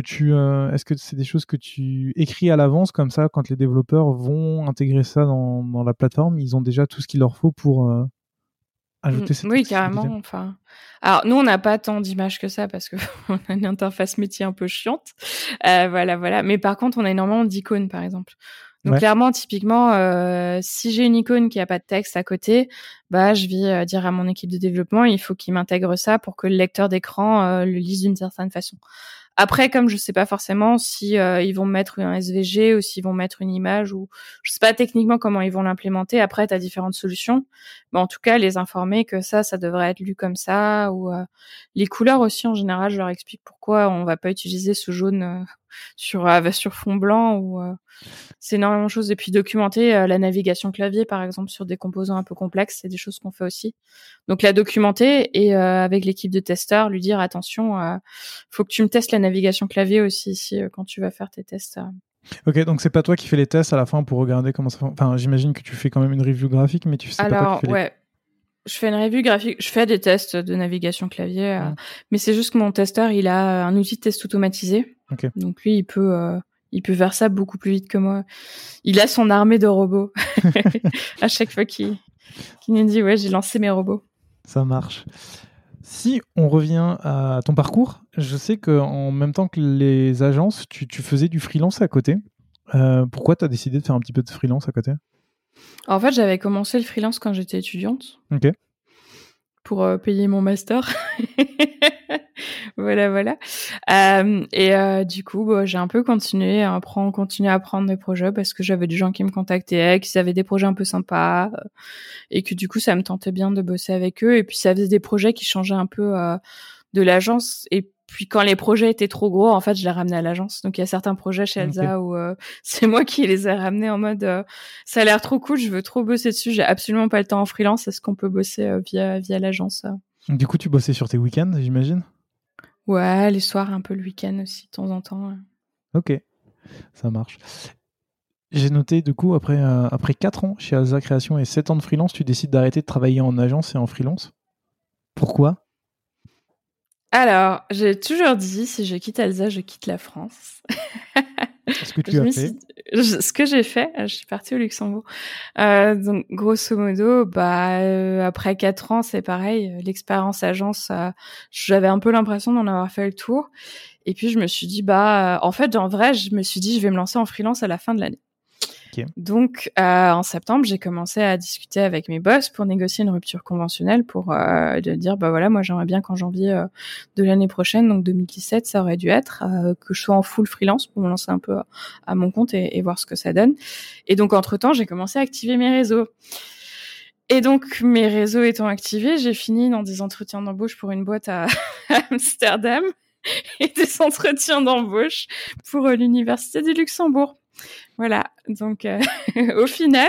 tu écris à l'avance, comme ça, quand les développeurs vont intégrer ça dans la plateforme, ils ont déjà tout ce qu'il leur faut pour ajouter cette
Oui, carrément. Enfin, alors nous, on n'a pas tant d'images que ça parce que on a une interface métier un peu chiante. Voilà. Mais par contre, on a énormément d'icônes, par exemple. Donc clairement, typiquement, si j'ai une icône qui a pas de texte à côté, je vais dire à mon équipe de développement, il faut qu'ils m'intègrent ça pour que le lecteur d'écran le lise d'une certaine façon. Après, comme je sais pas forcément si ils vont mettre un SVG ou s'ils vont mettre une image, ou je sais pas techniquement comment ils vont l'implémenter. Après, tu as différentes solutions. Mais en tout cas, les informer que ça devrait être lu comme ça, ou les couleurs aussi, en général, je leur explique pourquoi on va pas utiliser ce jaune sur fond blanc, ou c'est énormément de choses. Et puis documenter la navigation clavier, par exemple, sur des composants un peu complexes, c'est des choses qu'on fait aussi. Donc la documenter et avec l'équipe de testeurs, lui dire attention, faut que tu me testes la navigation clavier aussi quand tu vas faire tes tests.
Ok, donc c'est pas toi qui fais les tests à la fin pour regarder comment ça fait. Enfin, j'imagine que tu fais quand même une review graphique, mais tu sais pas toi qui fais les...
Je fais une review graphique, je fais des tests de navigation clavier, mais c'est juste que mon testeur, il a un outil de test automatisé.
Okay.
Donc lui, il peut faire ça beaucoup plus vite que moi. Il a son armée de robots. À chaque fois qu'il nous dit ouais, j'ai lancé mes robots.
Ça marche. Si on revient à ton parcours, je sais qu'en même temps que les agences, tu faisais du freelance à côté. Pourquoi tu as décidé de faire un petit peu de freelance à côté ?
En fait, j'avais commencé le freelance quand j'étais étudiante.
Ok.
Pour payer mon master. Voilà. Du coup, j'ai un peu continué à prendre des projets parce que j'avais des gens qui me contactaient, qui avaient des projets un peu sympas, et que du coup, ça me tentait bien de bosser avec eux. Et puis, ça faisait des projets qui changeaient un peu de l'agence. Et puis, quand les projets étaient trop gros, en fait, je les ramenais à l'agence. Donc, il y a certains projets chez Elsa où c'est moi qui les ai ramenés en mode ça a l'air trop cool, je veux trop bosser dessus, j'ai absolument pas le temps en freelance, est-ce qu'on peut bosser via l'agence
Du coup, tu bossais sur tes week-ends, j'imagine ?
Ouais, les soirs, un peu le week-end aussi, de temps en temps.
Ok, ça marche. J'ai noté, du coup, après 4 ans chez Alza Création et 7 ans de freelance, tu décides d'arrêter de travailler en agence et en freelance. Pourquoi ?
Alors, j'ai toujours dit, si je quitte Alza, je quitte la France.
Ce que tu as fait.
Ce que j'ai fait, je suis partie au Luxembourg. Donc, grosso modo, après 4 ans, c'est pareil. L'expérience agence, j'avais un peu l'impression d'en avoir fait le tour. Et puis, je me suis dit, en fait, en vrai, je me suis dit, je vais me lancer en freelance à la fin de l'année.
Okay.
Donc, en septembre, j'ai commencé à discuter avec mes boss pour négocier une rupture conventionnelle pour de dire, bah voilà, moi j'aimerais bien qu'en janvier de l'année prochaine, donc 2017, ça aurait dû être, que je sois en full freelance pour me lancer un peu à mon compte et voir ce que ça donne. Et donc, entre-temps, j'ai commencé à activer mes réseaux. Et donc, mes réseaux étant activés, j'ai fini dans des entretiens d'embauche pour une boîte à Amsterdam et des entretiens d'embauche pour l'Université du Luxembourg. Voilà, donc au final,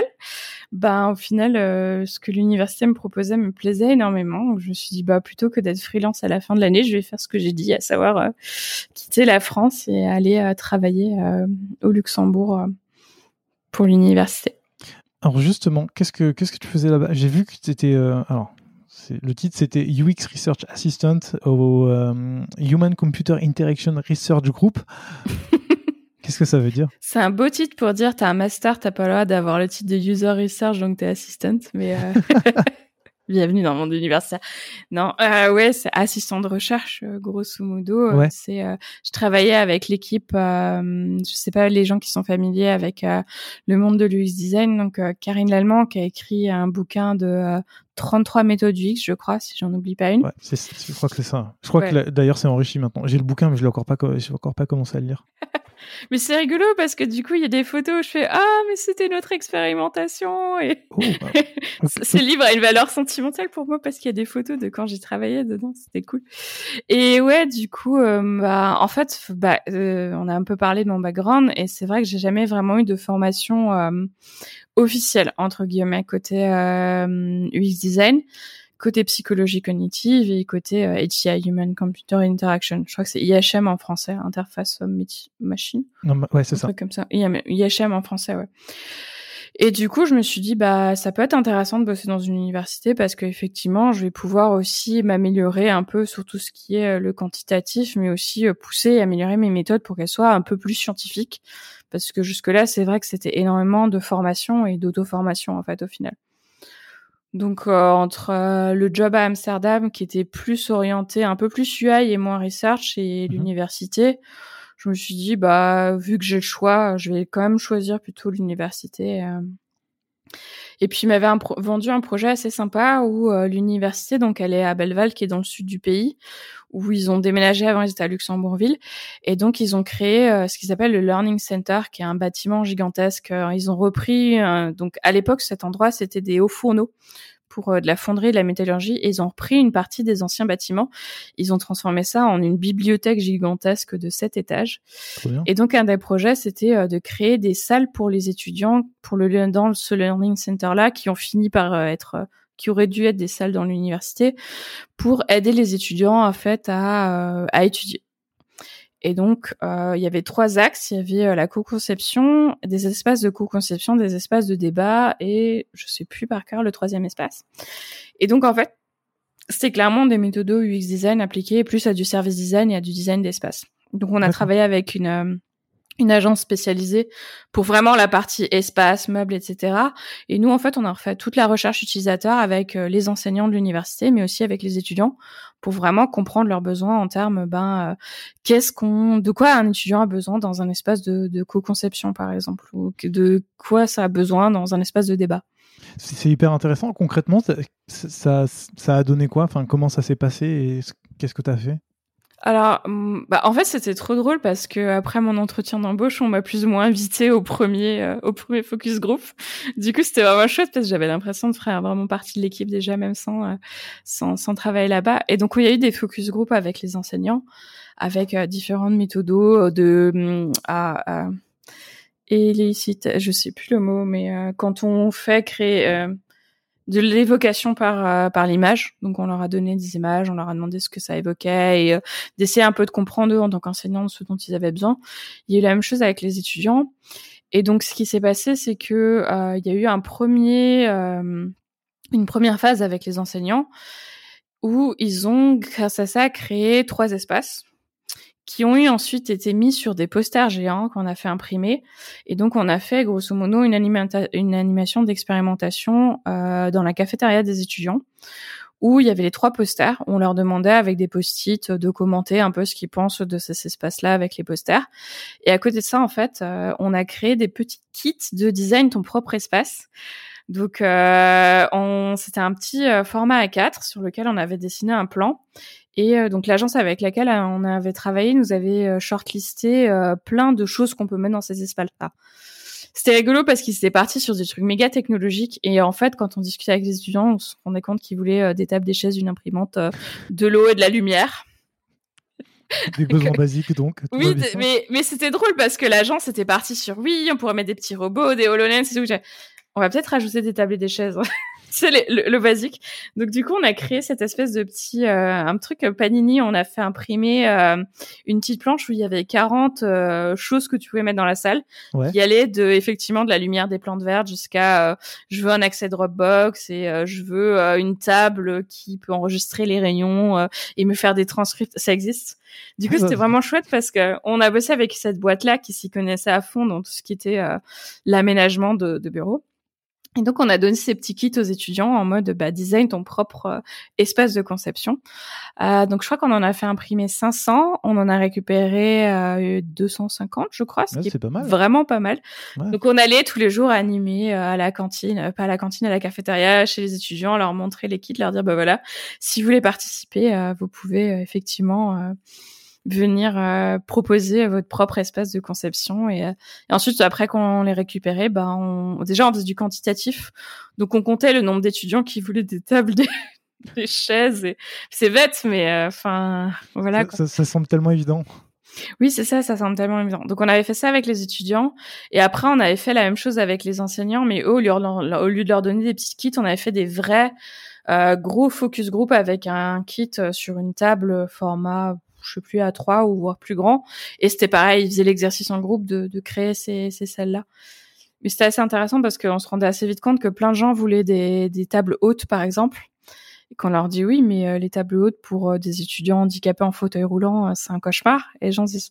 ce que l'université me proposait me plaisait énormément. Donc, je me suis dit, plutôt que d'être freelance à la fin de l'année, je vais faire ce que j'ai dit, à savoir quitter la France et aller travailler au Luxembourg pour l'université.
Alors justement, qu'est-ce que tu faisais là-bas? J'ai vu que tu étais... le titre, c'était UX Research Assistant au Human Computer Interaction Research Group. Qu'est-ce que ça veut dire?
C'est un beau titre pour dire t'as un master, t'as pas le droit d'avoir le titre de user research, donc t'es assistant, mais bienvenue dans le monde universitaire. Non, ouais, c'est assistant de recherche, grosso modo.
Ouais.
Je travaillais avec l'équipe, je sais pas, les gens qui sont familiers avec le monde de l'UX design. Donc Karine Lallemand qui a écrit un bouquin de 33 méthodes UX, je crois, si j'en oublie pas une.
Ouais, je crois que c'est ça. Je crois que d'ailleurs c'est enrichi maintenant. J'ai le bouquin, mais je n'ai encore pas commencé à le lire.
Mais c'est rigolo parce que du coup, il y a des photos où je fais « Ah, mais c'était notre expérimentation !» et ce livre a une valeur sentimentale pour moi parce qu'il y a des photos de quand j'y travaillais dedans, c'était cool. Et ouais, du coup, en fait, on a un peu parlé de mon background et c'est vrai que j'ai jamais vraiment eu de formation officielle, entre guillemets, côté UX design, côté psychologie cognitive et côté HCI, Human Computer Interaction. Je crois que c'est IHM en français, interface homme-machine.
Ouais, c'est ça.
Un truc comme ça. IHM en français, ouais. Et du coup, je me suis dit, ça peut être intéressant de bosser dans une université parce qu'effectivement, je vais pouvoir aussi m'améliorer un peu sur tout ce qui est le quantitatif, mais aussi pousser et améliorer mes méthodes pour qu'elles soient un peu plus scientifiques. Parce que jusque-là, c'est vrai que c'était énormément de formation et d'auto-formation, en fait, au final. Donc, entre le job à Amsterdam, qui était plus orienté, un peu plus UI et moins research, et l'université, je me suis dit, vu que j'ai le choix, je vais quand même choisir plutôt l'université. Et puis, il m'avait vendu un projet assez sympa où l'université, donc elle est à Belleval, qui est dans le sud du pays, où ils ont déménagé. Avant, ils étaient à Luxembourgville. Et donc, ils ont créé ce qu'ils appellent le Learning Center, qui est un bâtiment gigantesque. Ils ont repris... donc, à l'époque, cet endroit, c'était des hauts fourneaux pour de la fonderie et de la métallurgie, et ils ont repris une partie des anciens bâtiments. Ils ont transformé ça en une bibliothèque gigantesque de 7 étages.
Trop bien.
Et donc, un des projets, c'était de créer des salles pour les étudiants dans ce Learning Center-là, qui ont fini par qui auraient dû être des salles dans l'université, pour aider les étudiants, en fait, à étudier. Et donc, il y avait 3 axes. Il y avait la co-conception, des espaces de co-conception, des espaces de débat et je sais plus par cœur le 3e espace. Et donc, en fait, c'était clairement des méthodes UX design appliquées plus à du service design et à du design d'espace. Donc, on a travaillé avec une agence spécialisée pour vraiment la partie espace, meubles, etc. Et nous, en fait, on a refait toute la recherche utilisateur avec les enseignants de l'université, mais aussi avec les étudiants, pour vraiment comprendre leurs besoins en termes, de quoi un étudiant a besoin dans un espace de co-conception, par exemple, ou de quoi ça a besoin dans un espace de débat.
C'est hyper intéressant. Concrètement, ça a donné quoi? Enfin, comment ça s'est passé et qu'est-ce que tu as fait?
Alors, en fait, c'était trop drôle parce que après mon entretien d'embauche, on m'a plus ou moins invité au premier focus group. Du coup, c'était vraiment chouette parce que j'avais l'impression de faire vraiment partie de l'équipe déjà, même sans travailler là-bas. Et donc, il y a eu des focus group avec les enseignants, avec différentes méthodos je sais plus le mot, mais quand on fait créer de l'évocation par l'image. Donc, on leur a donné des images, on leur a demandé ce que ça évoquait et d'essayer un peu de comprendre eux en tant qu'enseignants ce dont ils avaient besoin. Il y a eu la même chose avec les étudiants. Et donc, ce qui s'est passé, c'est que il y a eu une première phase avec les enseignants où ils ont, grâce à ça, créé 3 espaces qui ont ensuite été mis sur des posters géants qu'on a fait imprimer. Et donc, on a fait, grosso modo, une animation d'expérimentation dans la cafétéria des étudiants, où il y avait les 3 posters. On leur demandait avec des post-it de commenter un peu ce qu'ils pensent de ces espaces-là avec les posters. Et à côté de ça, en fait, on a créé des petits kits de design ton propre espace. Donc, c'était un petit format A4 sur lequel on avait dessiné un plan. Et donc, l'agence avec laquelle on avait travaillé nous avait shortlisté plein de choses qu'on peut mettre dans ces espaces-là. C'était rigolo parce qu'ils étaient partis sur des trucs méga technologiques. Et en fait, quand on discutait avec les étudiants, on se rendait compte qu'ils voulaient des tables, des chaises, une imprimante, de l'eau et de la lumière.
Des besoins basiques, donc.
Oui, mais c'était drôle parce que l'agence était partie sur on pourrait mettre des petits robots, des HoloLens et tout. On va peut-être rajouter des tables et des chaises. C'est le basique. Donc du coup, on a créé cette espèce de petit un truc Panini. On a fait imprimer une petite planche où il y avait 40 choses que tu pouvais mettre dans la salle, qui allaient effectivement de la lumière des plantes vertes jusqu'à je veux un accès Dropbox et je veux une table qui peut enregistrer les réunions et me faire des transcripts. Ça existe. Du coup, c'était vraiment chouette parce que on a bossé avec cette boîte-là qui s'y connaissait à fond dans tout ce qui était l'aménagement de bureau. Et donc, on a donné ces petits kits aux étudiants en mode design ton propre espace de conception. Donc, je crois qu'on en a fait imprimer 500. On en a récupéré 250, je crois, ce qui est vraiment pas mal. Ouais. Donc, on allait tous les jours animer à la cantine, pas à la cantine, à la cafétéria, chez les étudiants, leur montrer les kits, leur dire, voilà, si vous voulez participer, vous pouvez effectivement... venir proposer votre propre espace de conception et ensuite après qu'on les récupérait déjà on faisait du quantitatif, donc on comptait le nombre d'étudiants qui voulaient des tables, des chaises, et c'est bête mais voilà
ça semble tellement évident.
Oui, c'est ça semble tellement évident. Donc on avait fait ça avec les étudiants et après on avait fait la même chose avec les enseignants, mais eux, au lieu de leur donner des petits kits, on avait fait des vrais gros focus group avec un kit sur une table format, je sais plus, A3 ou voire plus grand. Et c'était pareil, ils faisaient l'exercice en groupe de créer ces salles-là. Mais c'était assez intéressant parce qu'on se rendait assez vite compte que plein de gens voulaient des tables hautes, par exemple. Et qu'on leur dit oui, mais les tables hautes pour des étudiants handicapés en fauteuil roulant, c'est un cauchemar. Et les gens disent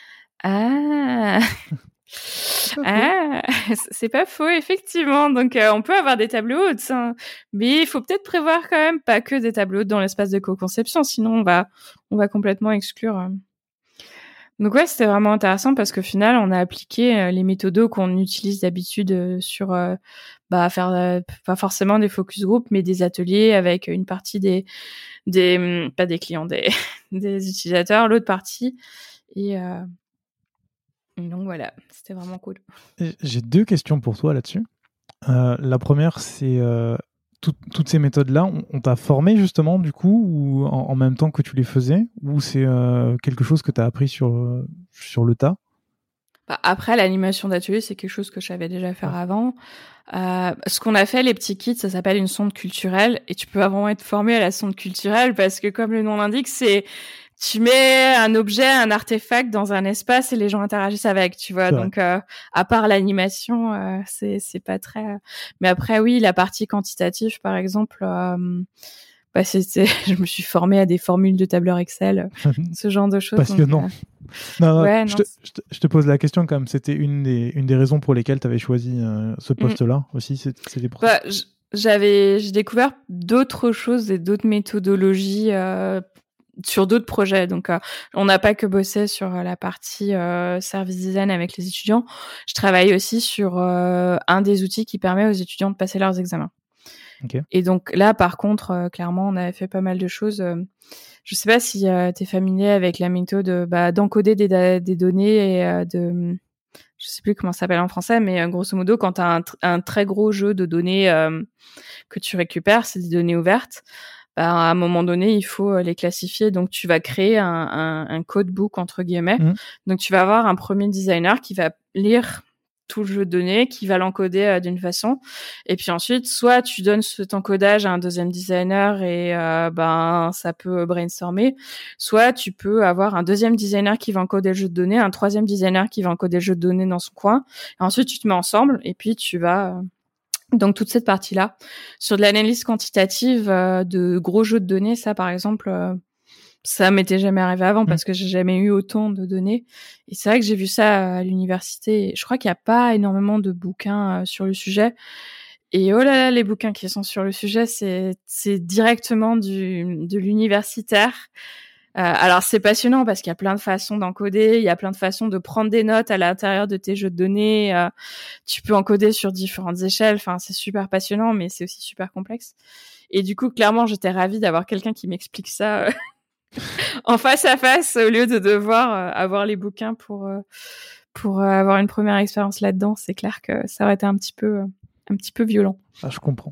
c'est pas faux, effectivement. Donc, on peut avoir des tables hautes, hein. Mais il faut peut-être prévoir quand même pas que des tables hautes dans l'espace de co-conception, sinon on va complètement exclure. Donc ouais, c'était vraiment intéressant parce qu'au final, on a appliqué les méthodos qu'on utilise d'habitude sur faire pas forcément des focus group, mais des ateliers avec une partie des pas des clients, des utilisateurs, l'autre partie et donc voilà, c'était vraiment cool.
J'ai 2 questions pour toi là-dessus. La première, c'est toutes ces méthodes-là, on t'a formé justement du coup, ou en même temps que tu les faisais, ou c'est quelque chose que tu as appris sur le tas?
Après, l'animation d'atelier, c'est quelque chose que je savais déjà faire avant. Ce qu'on a fait, les petits kits, ça s'appelle une sonde culturelle, et tu peux vraiment être formé à la sonde culturelle parce que, comme le nom l'indique, c'est tu mets un objet, un artefact dans un espace et les gens interagissent avec, tu vois. Donc, à part l'animation, c'est pas très... Mais après, oui, la partie quantitative, par exemple, je me suis formée à des formules de tableur Excel, ce genre de choses.
Passionnant. Donc, non, je te pose la question quand même. C'était une des raisons pour lesquelles tu avais choisi ce poste-là aussi. C'était pour ça.
J'ai découvert d'autres choses et d'autres méthodologies sur d'autres projets. Donc, on n'a pas que bossé sur la partie service design avec les étudiants. Je travaille aussi sur un des outils qui permet aux étudiants de passer leurs examens.
Okay.
Et donc là, par contre, clairement, on avait fait pas mal de choses. Je sais pas si tu es familier avec la méthode d'encoder des données et je sais plus comment ça s'appelle en français, mais grosso modo, quand tu as un très gros jeu de données que tu récupères, c'est des données ouvertes. À un moment donné, il faut les classifier. Donc, tu vas créer un codebook, entre guillemets. Donc, tu vas avoir un premier designer qui va lire tout le jeu de données, qui va l'encoder d'une façon. Et puis ensuite, soit tu donnes cet encodage à un deuxième designer et ça peut brainstormer. Soit tu peux avoir un deuxième designer qui va encoder le jeu de données, un troisième designer qui va encoder le jeu de données dans son coin. Et ensuite, tu te mets ensemble et puis tu vas... Donc, toute cette partie-là. Sur de l'analyse quantitative de gros jeux de données, ça, par exemple, ça m'était jamais arrivé avant parce que j'ai jamais eu autant de données. Et c'est vrai que j'ai vu ça à l'université. Je crois qu'il n'y a pas énormément de bouquins sur le sujet. Et oh là là, les bouquins qui sont sur le sujet, c'est directement de l'universitaire. Alors c'est passionnant parce qu'il y a plein de façons d'encoder, il y a plein de façons de prendre des notes à l'intérieur de tes jeux de données. Tu peux encoder sur différentes échelles. Enfin, c'est super passionnant, mais c'est aussi super complexe. Et du coup, clairement, j'étais ravie d'avoir quelqu'un qui m'explique ça en face à face au lieu de devoir avoir les bouquins pour avoir une première expérience là-dedans. C'est clair que ça aurait été un petit peu violent.
Ah, je comprends.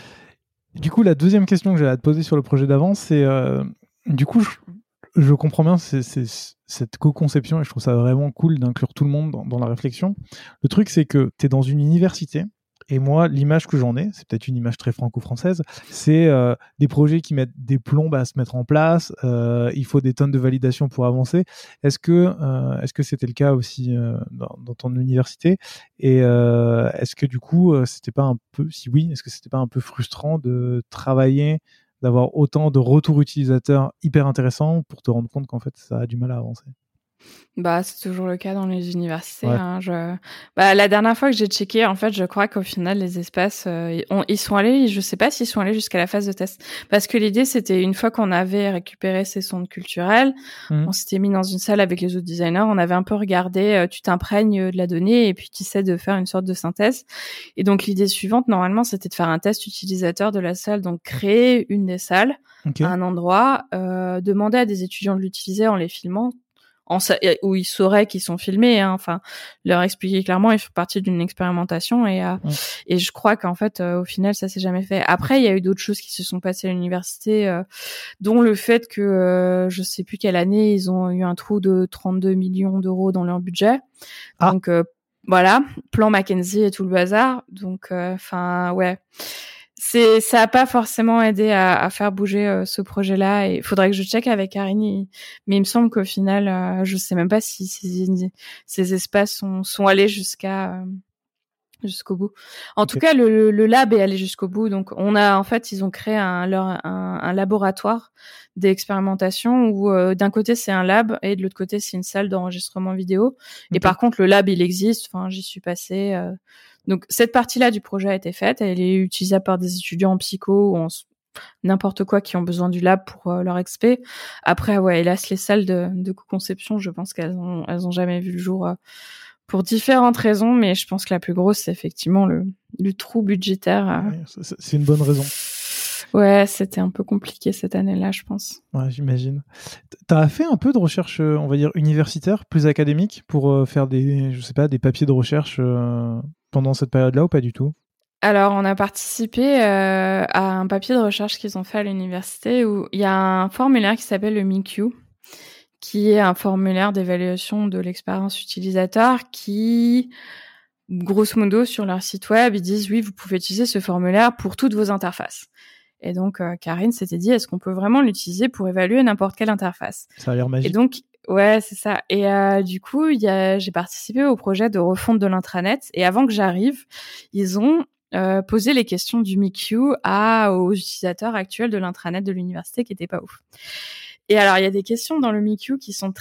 Du coup, la deuxième question que j'allais à te poser sur le projet d'avant, c'est du coup, je comprends bien cette co-conception et je trouve ça vraiment cool d'inclure tout le monde dans la réflexion. Le truc, c'est que tu es dans une université et moi, l'image que j'en ai, c'est peut-être une image très franco-française, c'est des projets qui mettent des plombes à se mettre en place, il faut des tonnes de validation pour avancer. Est-ce que c'était le cas aussi dans ton université? Et est-ce que du coup, c'était pas un peu, si oui, est-ce que c'était pas un peu frustrant de travailler, d'avoir autant de retours utilisateurs hyper intéressants pour te rendre compte qu'en fait, ça a du mal à avancer?
Bah, c'est toujours le cas dans les universités.
Ouais.
Hein. La dernière fois que j'ai checké, en fait, je crois qu'au final, les espaces, ils sont allés. Je sais pas s'ils sont allés jusqu'à la phase de test, parce que l'idée, c'était une fois qu'on avait récupéré ces centres culturels, on s'était mis dans une salle avec les autres designers, on avait un peu regardé. Tu t'imprègnes de la donnée et puis tu essaies de faire une sorte de synthèse. Et donc l'idée suivante, normalement, c'était de faire un test utilisateur de la salle, donc créer une des salles à un endroit, demander à des étudiants de l'utiliser en les filmant. Où ils sauraient qu'ils sont filmés, hein. Enfin, leur expliquer clairement, ils font partie d'une expérimentation et je crois qu'en fait, au final, ça s'est jamais fait. Après, il y a eu d'autres choses qui se sont passées à l'université, dont le fait que je sais plus quelle année ils ont eu un trou de 32 millions d'euros dans leur budget. Donc voilà, plan McKinsey et tout le bazar. Donc enfin ouais. Ça a pas forcément aidé à faire bouger ce projet-là, et il faudrait que je check avec Karine, mais il me semble qu'au final, je sais même pas si ces espaces sont allés jusqu'au bout. En tout cas, le lab est allé jusqu'au bout. Donc, ils ont créé un laboratoire d'expérimentation où d'un côté c'est un lab et de l'autre côté c'est une salle d'enregistrement vidéo. Et par contre, le lab il existe. Enfin, j'y suis passée. Donc, cette partie-là du projet a été faite. Elle est utilisable par des étudiants en psycho ou en n'importe quoi qui ont besoin du lab pour leur expé. Après, ouais, hélas, les salles de co-conception, je pense qu'elles ont jamais vu le jour. Pour différentes raisons, mais je pense que la plus grosse, c'est effectivement le trou budgétaire.
Ouais, c'est une bonne raison.
Ouais, c'était un peu compliqué cette année-là, je pense.
Ouais, j'imagine. T'as fait un peu de recherche, on va dire, universitaire, plus académique, pour faire des papiers de recherche pendant cette période-là ou pas du tout?
Alors, on a participé à un papier de recherche qu'ils ont fait à l'université où il y a un formulaire qui s'appelle le MIQ, qui est un formulaire d'évaluation de l'expérience utilisateur qui, grosso modo, sur leur site web, ils disent oui, vous pouvez utiliser ce formulaire pour toutes vos interfaces. Et donc, Karine s'était dit, est-ce qu'on peut vraiment l'utiliser pour évaluer n'importe quelle interface?
Ça a l'air magique.
Et donc, ouais, c'est ça. Et du coup, j'ai participé au projet de refonte de l'intranet. Et avant que j'arrive, ils ont posé les questions du MIQ aux utilisateurs actuels de l'intranet de l'université qui étaient pas ouf. Et alors, il y a des questions dans le MIQ qui sont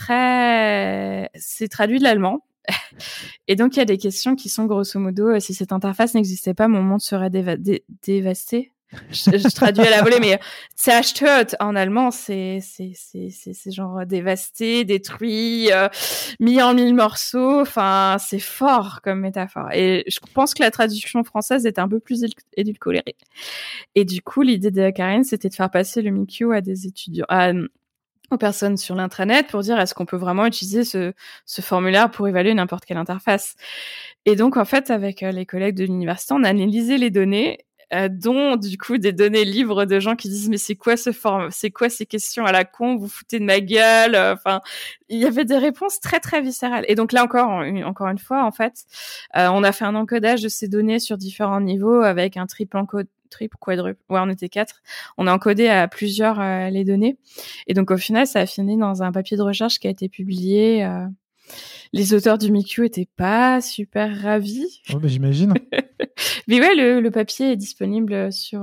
c'est traduit de l'allemand. Et donc, il y a des questions qui sont grosso modo, si cette interface n'existait pas, mon monde serait dévasté. Je traduis à la volée, mais zerstört en allemand, c'est genre dévasté, détruit, mis en 1000 morceaux. Enfin, c'est fort comme métaphore. Et je pense que la traduction française était un peu plus édulcorée. Et du coup, l'idée de Karine, c'était de faire passer le MIQ à des étudiants, aux personnes sur l'intranet pour dire est-ce qu'on peut vraiment utiliser ce formulaire pour évaluer n'importe quelle interface. Et donc, en fait, avec les collègues de l'université, on a analysé les données, dont du coup des données libres de gens qui disent mais c'est quoi ces questions à la con, vous foutez de ma gueule. Enfin, il y avait des réponses très très viscérales. Et donc là encore une fois, en fait, on a fait un encodage de ces données sur différents niveaux avec un triple, quadruple. Ouais, on était 4. On a encodé à plusieurs les données. Et donc au final, ça a fini dans un papier de recherche qui a été publié. Les auteurs du MIQ étaient pas super ravis.
Oh, bah, j'imagine.
Mais ouais, le papier est disponible sur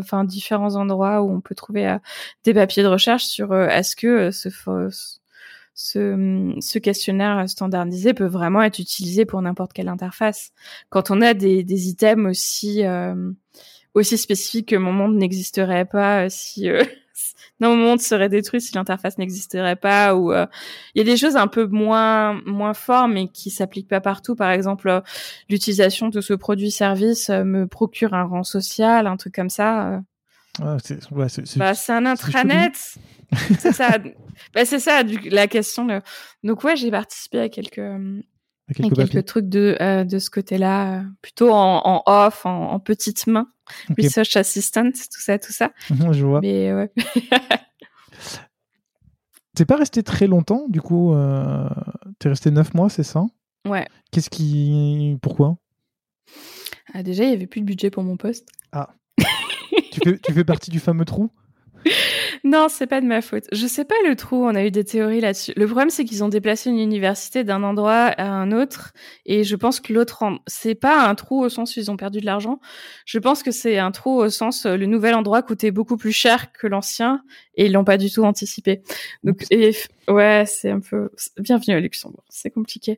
différents endroits où on peut trouver des papiers de recherche sur est-ce que ce questionnaire standardisé peut vraiment être utilisé pour n'importe quelle interface. Quand on a des items aussi spécifiques que mon monde n'existerait pas si non, mon monde serait détruit si l'interface n'existerait pas, ou il y a des choses un peu moins fortes mais qui s'appliquent pas partout. Par exemple, l'utilisation de ce produit-service me procure un rang social, un truc comme ça. C'est un intranet. C'est ça. C'est ça la question. Donc ouais, j'ai participé à quelques trucs de ce côté-là, plutôt en off, en petite main. Okay. Research assistant, tout ça.
Je vois.
Mais ouais.
T'es pas resté très longtemps, du coup. T'es resté 9 mois, c'est ça?
Ouais.
Pourquoi?
Déjà, il y avait plus de budget pour mon poste.
Ah. tu fais partie du fameux trou?
Non, c'est pas de ma faute. Je sais pas le trou, on a eu des théories là-dessus. Le problème, c'est qu'ils ont déplacé une université d'un endroit à un autre, et je pense que c'est pas un trou au sens où ils ont perdu de l'argent. Je pense que c'est un trou au sens le nouvel endroit coûtait beaucoup plus cher que l'ancien, et ils l'ont pas du tout anticipé. Donc, ouais, c'est un peu... Bienvenue à Luxembourg, c'est compliqué.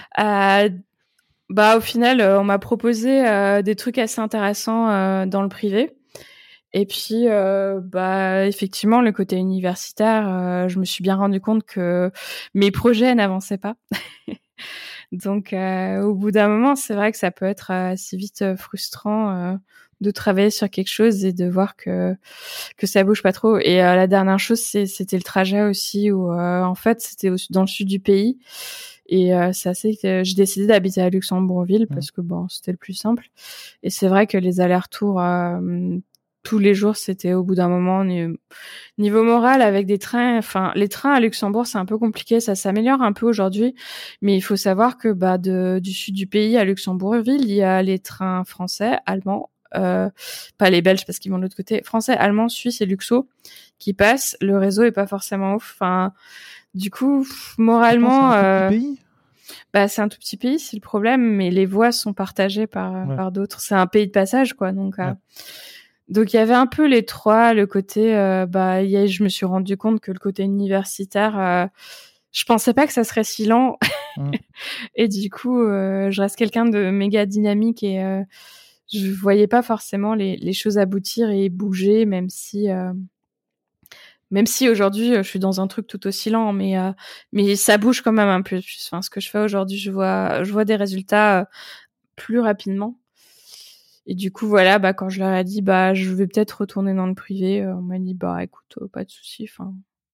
Au final, on m'a proposé des trucs assez intéressants dans le privé. Et puis, effectivement, le côté universitaire, je me suis bien rendu compte que mes projets n'avançaient pas. Donc, au bout d'un moment, c'est vrai que ça peut être assez vite frustrant de travailler sur quelque chose et de voir que ça bouge pas trop. Et la dernière chose, c'était le trajet aussi, où en fait, c'était dans le sud du pays. Et c'est assez que j'ai décidé d'habiter à Luxembourgville parce que c'était le plus simple. Et c'est vrai que les allers-retours tous les jours, c'était au bout d'un moment niveau moral avec des trains. Enfin, les trains à Luxembourg, c'est un peu compliqué. Ça s'améliore un peu aujourd'hui, mais il faut savoir que du sud du pays à Luxembourgville, il y a les trains français, allemands, pas les Belges parce qu'ils vont de l'autre côté, français, allemands, suisses et luxo qui passent. Le réseau est pas forcément ouf. Enfin, du coup, moralement,
c'est un tout petit pays.
C'est un tout petit pays, c'est le problème, mais les voies sont partagées par d'autres. C'est un pays de passage, quoi. Donc il y avait un peu les trois, le côté je me suis rendu compte que le côté universitaire, je pensais pas que ça serait si lent. Et du coup, je reste quelqu'un de méga dynamique et je voyais pas forcément les choses aboutir et bouger, même si aujourd'hui je suis dans un truc tout aussi lent, mais ça bouge quand même un peu plus. Enfin, ce que je fais aujourd'hui, je vois des résultats plus rapidement. Et du coup, voilà, quand je leur ai dit, je vais peut-être retourner dans le privé, on m'a dit, écoute, pas de souci. Enfin,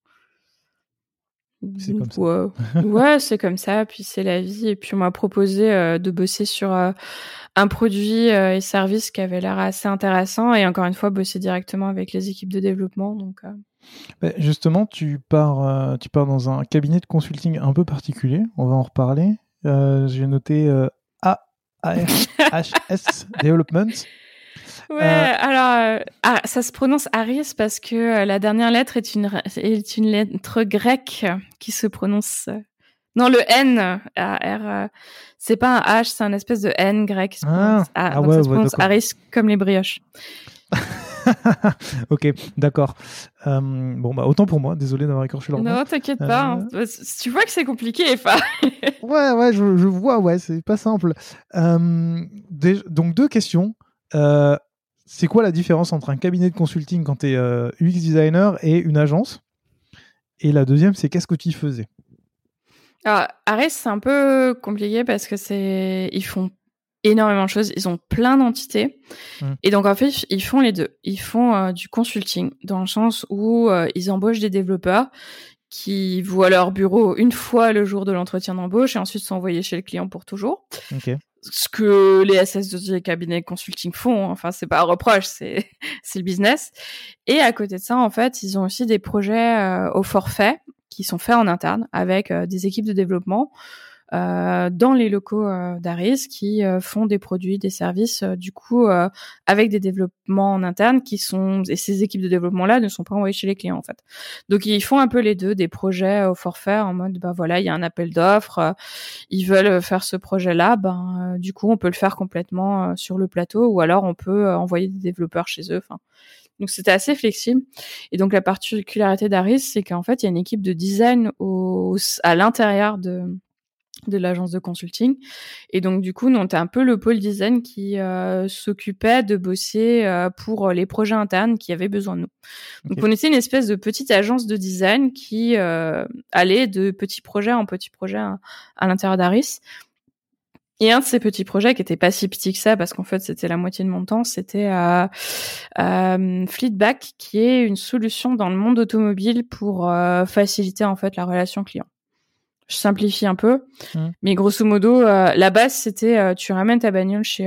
c'est comme ça.
Ouais, c'est comme ça. Puis c'est la vie. Et puis on m'a proposé de bosser sur un produit et service qui avait l'air assez intéressant. Et encore une fois, bosser directement avec les équipes de développement. Donc.
Justement, tu pars dans un cabinet de consulting un peu particulier. On va en reparler. J'ai noté ARHS Development.
Ouais, alors ça se prononce Aris parce que la dernière lettre est une lettre grecque qui se prononce. Non, le N, R, c'est pas un H, c'est un espèce de N grec qui se prononce. Donc ça se prononce Aris comme les brioches.
Ok, d'accord. Autant pour moi, désolé d'avoir écorché leur nom.
Non, t'inquiète pas. Tu vois que c'est compliqué, enfin.
Ouais, je vois, c'est pas simple. Donc, deux questions. C'est quoi la différence entre un cabinet de consulting quand t'es UX designer et une agence? Et la deuxième, c'est qu'est-ce que tu y faisais?
Alors, Ares, c'est un peu compliqué parce que ils font énormément de choses. Ils ont plein d'entités. Et donc, en fait, ils font les deux. Ils font du consulting dans le sens où ils embauchent des développeurs qui voient leur bureau une fois le jour de l'entretien d'embauche et ensuite sont envoyés chez le client pour toujours.
Okay.
Ce que les SS2I et cabinets de consulting font. Enfin, c'est pas un reproche, c'est le business. Et à côté de ça, en fait, ils ont aussi des projets au forfait qui sont faits en interne avec des équipes de développement dans les locaux d'Aris qui font des produits, des services, avec des développements en interne et ces équipes de développement-là ne sont pas envoyées chez les clients, en fait. Donc, ils font un peu les deux, des projets au forfait en mode, il y a un appel d'offres, ils veulent faire ce projet-là, du coup, on peut le faire complètement sur le plateau ou alors on peut envoyer des développeurs chez eux. Enfin, Donc c'était assez flexible. Et donc la particularité d'Aris, c'est qu'en fait il y a une équipe de design à l'intérieur de l'agence de consulting. Et donc, du coup, nous, on était un peu le pôle design qui s'occupait de bosser pour les projets internes qui avaient besoin de nous. Donc, on était une espèce de petite agence de design qui allait de petit projet en petit projet à l'intérieur d'Aris. Et un de ces petits projets qui était pas si petit que ça, parce qu'en fait, c'était la moitié de mon temps, c'était Fleetback, qui est une solution dans le monde automobile pour faciliter, en fait, la relation client. Je simplifie un peu, mais grosso modo, la base c'était tu ramènes ta bagnole chez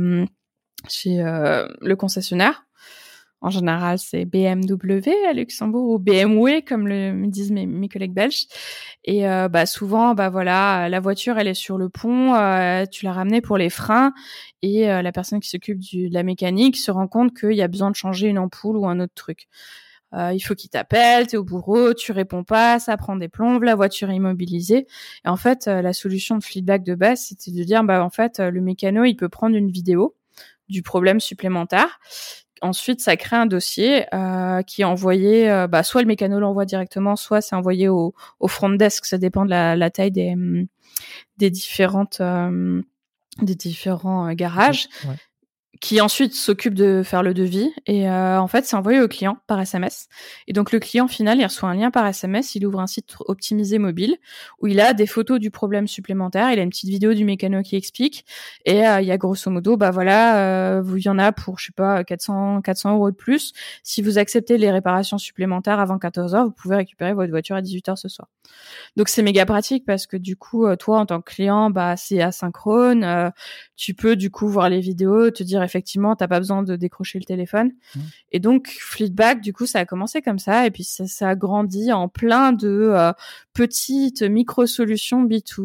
le concessionnaire. En général, c'est BMW à Luxembourg ou BMW comme me disent mes collègues belges. Et souvent, voilà, la voiture elle est sur le pont, tu l'as ramenée pour les freins et la personne qui s'occupe de la mécanique se rend compte qu'il y a besoin de changer une ampoule ou un autre truc. Il faut qu'il t'appelle, t'es au bureau, tu réponds pas, ça prend des plombes, la voiture est immobilisée. Et en fait, la solution de Fleetback de base, c'était de dire, en fait, le mécano, il peut prendre une vidéo du problème supplémentaire. Ensuite, ça crée un dossier qui est envoyé, soit le mécano l'envoie directement, soit c'est envoyé au front desk. Ça dépend de la taille des différents garages. Ouais. Qui ensuite s'occupe de faire le devis et en fait c'est envoyé au client par SMS et donc le client final il reçoit un lien par SMS, il ouvre un site optimisé mobile où il a des photos du problème supplémentaire, il a une petite vidéo du mécano qui explique et il y a grosso modo il y en a pour je sais pas 400 € de plus, si vous acceptez les réparations supplémentaires avant 14h, vous pouvez récupérer votre voiture à 18h ce soir. Donc c'est méga pratique parce que du coup toi en tant que client c'est asynchrone, tu peux du coup voir les vidéos, te dire effectivement t'as pas besoin de décrocher le téléphone. Et donc Fleetback du coup ça a commencé comme ça et puis ça a grandi en plein de petites micro-solutions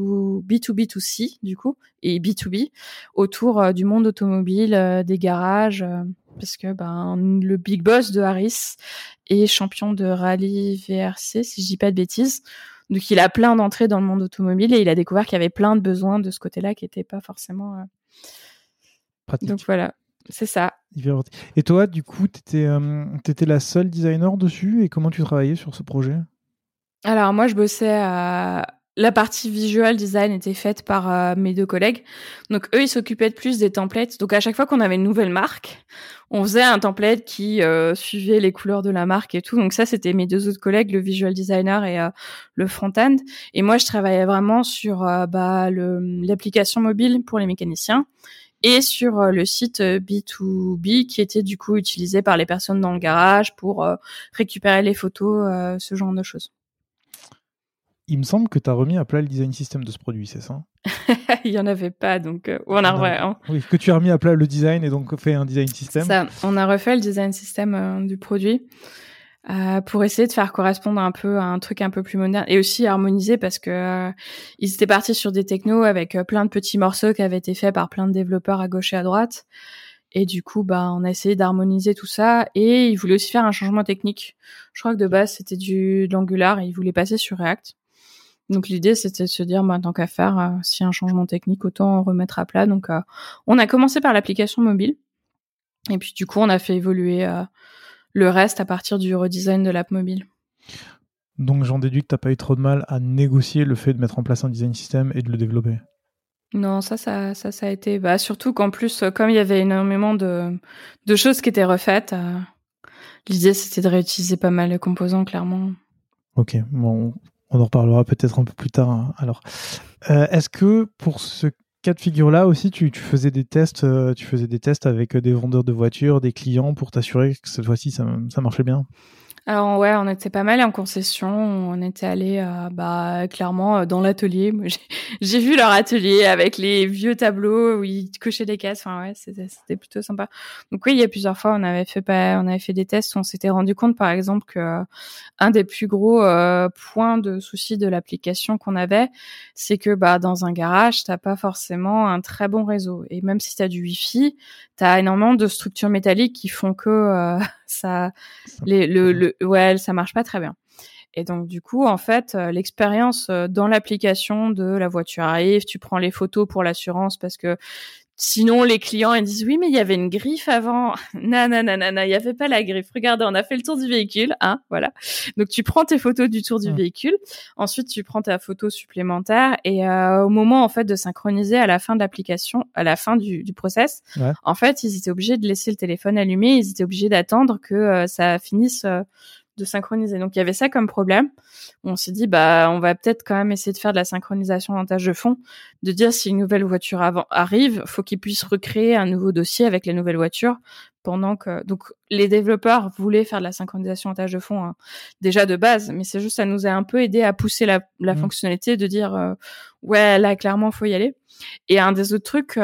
B2B2C du coup et B2B autour du monde automobile, des garages parce que le big boss de Harris est champion de rallye VRC si je dis pas de bêtises. Donc il a plein d'entrées dans le monde automobile et il a découvert qu'il y avait plein de besoins de ce côté-là qui n'étaient pas forcément
pratique.
Donc voilà, c'est ça.
Et toi, du coup, t'étais la seule designer dessus et comment tu travaillais sur ce projet ?
Alors moi, je bossais la partie visual design était faite par mes deux collègues. Donc eux, ils s'occupaient de plus des templates. Donc à chaque fois qu'on avait une nouvelle marque, on faisait un template qui suivait les couleurs de la marque et tout. Donc ça, c'était mes deux autres collègues, le visual designer et le front-end. Et moi, je travaillais vraiment sur l'application mobile pour les mécaniciens et sur le site B2B qui était du coup utilisé par les personnes dans le garage pour récupérer les photos, ce genre de choses.
Il me semble que tu as remis à plat le design system de ce produit, c'est ça ?
Il n'y en avait pas, donc on a refait.
Oui, que tu as remis à plat le design et donc fait un design system.
C'est ça, on a refait le design system du produit pour essayer de faire correspondre un peu à un truc un peu plus moderne et aussi harmoniser parce que ils étaient partis sur des technos avec plein de petits morceaux qui avaient été faits par plein de développeurs à gauche et à droite. Et du coup, on a essayé d'harmoniser tout ça et ils voulaient aussi faire un changement technique. Je crois que de base, c'était de l'Angular et ils voulaient passer sur React. Donc l'idée, c'était de se dire, tant qu'à faire, s'il y a un changement technique, autant remettre à plat. Donc on a commencé par l'application mobile. Et puis du coup, on a fait évoluer le reste à partir du redesign de l'app mobile.
Donc j'en déduis que tu n'as pas eu trop de mal à négocier le fait de mettre en place un design system et de le développer.
Non, ça a été... surtout qu'en plus, comme il y avait énormément de choses qui étaient refaites, l'idée, c'était de réutiliser pas mal de composants, clairement.
Ok, bon... On en reparlera peut-être un peu plus tard. Hein. Alors, est-ce que pour ce cas de figure-là aussi, tu faisais des tests, avec des vendeurs de voitures, des clients, pour t'assurer que cette fois-ci, ça marchait bien ?
Alors ouais, on était pas mal en concession. On était allé clairement dans l'atelier. Moi, j'ai vu leur atelier avec les vieux tableaux où ils cochaient des cases. Enfin ouais, c'était plutôt sympa. Donc oui, il y a plusieurs fois on avait fait des tests où on s'était rendu compte par exemple que un des plus gros points de souci de l'application qu'on avait, c'est que dans un garage, t'as pas forcément un très bon réseau et même si t'as du Wi-Fi, t'as énormément de structures métalliques qui font que ça marche pas très bien. Et donc du coup en fait l'expérience dans l'application de la voiture arrive, tu prends les photos pour l'assurance parce que Sinon, les clients, ils disent oui, mais il y avait une griffe avant. Non, il y avait pas la griffe. Regardez, on a fait le tour du véhicule, hein, voilà. Donc, tu prends tes photos du tour du véhicule. Ensuite, tu prends ta photo supplémentaire et au moment, en fait, de synchroniser à la fin de l'application, à la fin du process, en fait, ils étaient obligés de laisser le téléphone allumé. Ils étaient obligés d'attendre que ça finisse de synchroniser. Donc, il y avait ça comme problème. On s'est dit, on va peut-être quand même essayer de faire de la synchronisation en tâche de fond, de dire si une nouvelle voiture arrive, faut qu'ils puissent recréer un nouveau dossier avec la nouvelle voiture pendant que, donc, les développeurs voulaient faire de la synchronisation en tâche de fond, hein, déjà de base, mais c'est juste, ça nous a un peu aidé à pousser la fonctionnalité de dire, ouais, là, clairement, faut y aller. Et un des autres trucs,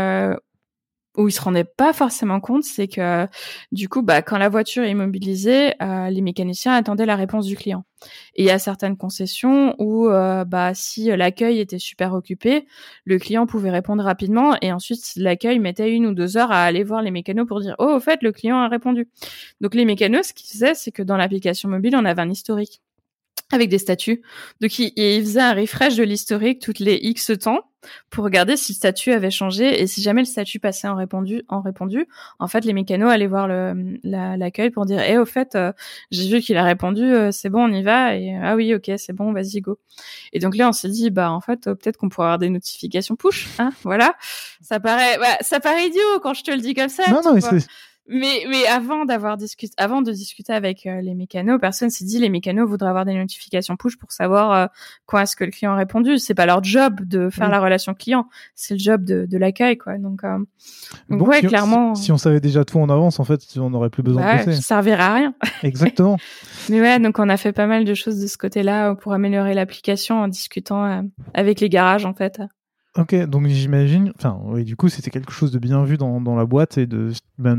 où ils se rendaient pas forcément compte, c'est que du coup, quand la voiture est immobilisée, les mécaniciens attendaient la réponse du client. Et il y a certaines concessions où, si l'accueil était super occupé, le client pouvait répondre rapidement et ensuite l'accueil mettait 1 ou 2 heures à aller voir les mécanos pour dire « Oh, au fait, le client a répondu ». Donc les mécanos, ce qu'ils faisaient, c'est que dans l'application mobile, on avait un historique avec des statuts. Donc, il faisait un refresh de l'historique toutes les X temps pour regarder si le statut avait changé et si jamais le statut passait en répondu, en fait, les mécanos allaient voir l'accueil pour dire, au fait, j'ai vu qu'il a répondu, c'est bon, on y va, et ah oui, ok, c'est bon, vas-y, go. Et donc là, on s'est dit, en fait, peut-être qu'on pourrait avoir des notifications push, hein, voilà. Ça paraît idiot quand je te le dis comme ça.
Non, mais c'est...
Mais avant de discuter avec les mécanos, personne s'est dit les mécanos voudraient avoir des notifications push pour savoir quand est-ce que le client a répondu. C'est pas leur job de faire la relation client, c'est le job de l'accueil, quoi. Donc ouais, clairement.
Si on savait déjà tout en avance, en fait, on n'aurait plus besoin de bosser.
Ça servirait à rien.
Exactement.
Mais ouais, donc on a fait pas mal de choses de ce côté-là pour améliorer l'application en discutant avec les garages, en fait.
Ok, donc j'imagine, oui, du coup, c'était quelque chose de bien vu dans la boîte et que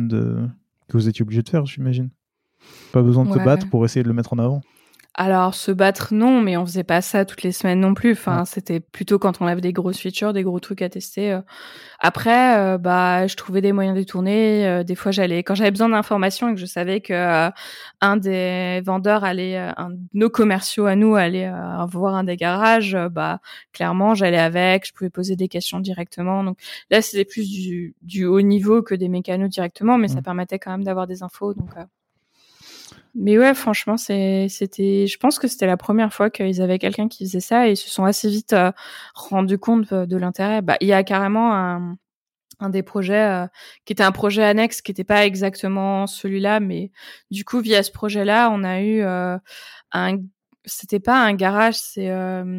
vous étiez obligé de faire, j'imagine. Pas besoin de se battre pour essayer de le mettre en avant.
Alors, se battre, non, mais on faisait pas ça toutes les semaines non plus. Enfin, c'était plutôt quand on avait des grosses features, des gros trucs à tester. Après, je trouvais des moyens de détourner. Des fois, quand j'avais besoin d'informations et que je savais que un des vendeurs un de nos commerciaux à nous allait voir un des garages, clairement, j'allais avec. Je pouvais poser des questions directement. Donc là, c'était plus du haut niveau que des mécanos directement, mais ça permettait quand même d'avoir des infos. Donc mais ouais, franchement, je pense que c'était la première fois qu'ils avaient quelqu'un qui faisait ça et ils se sont assez vite rendus compte de l'intérêt. Il y a carrément un des projets qui était un projet annexe qui n'était pas exactement celui-là, mais du coup, via ce projet-là, on a eu c'était pas un garage, c'est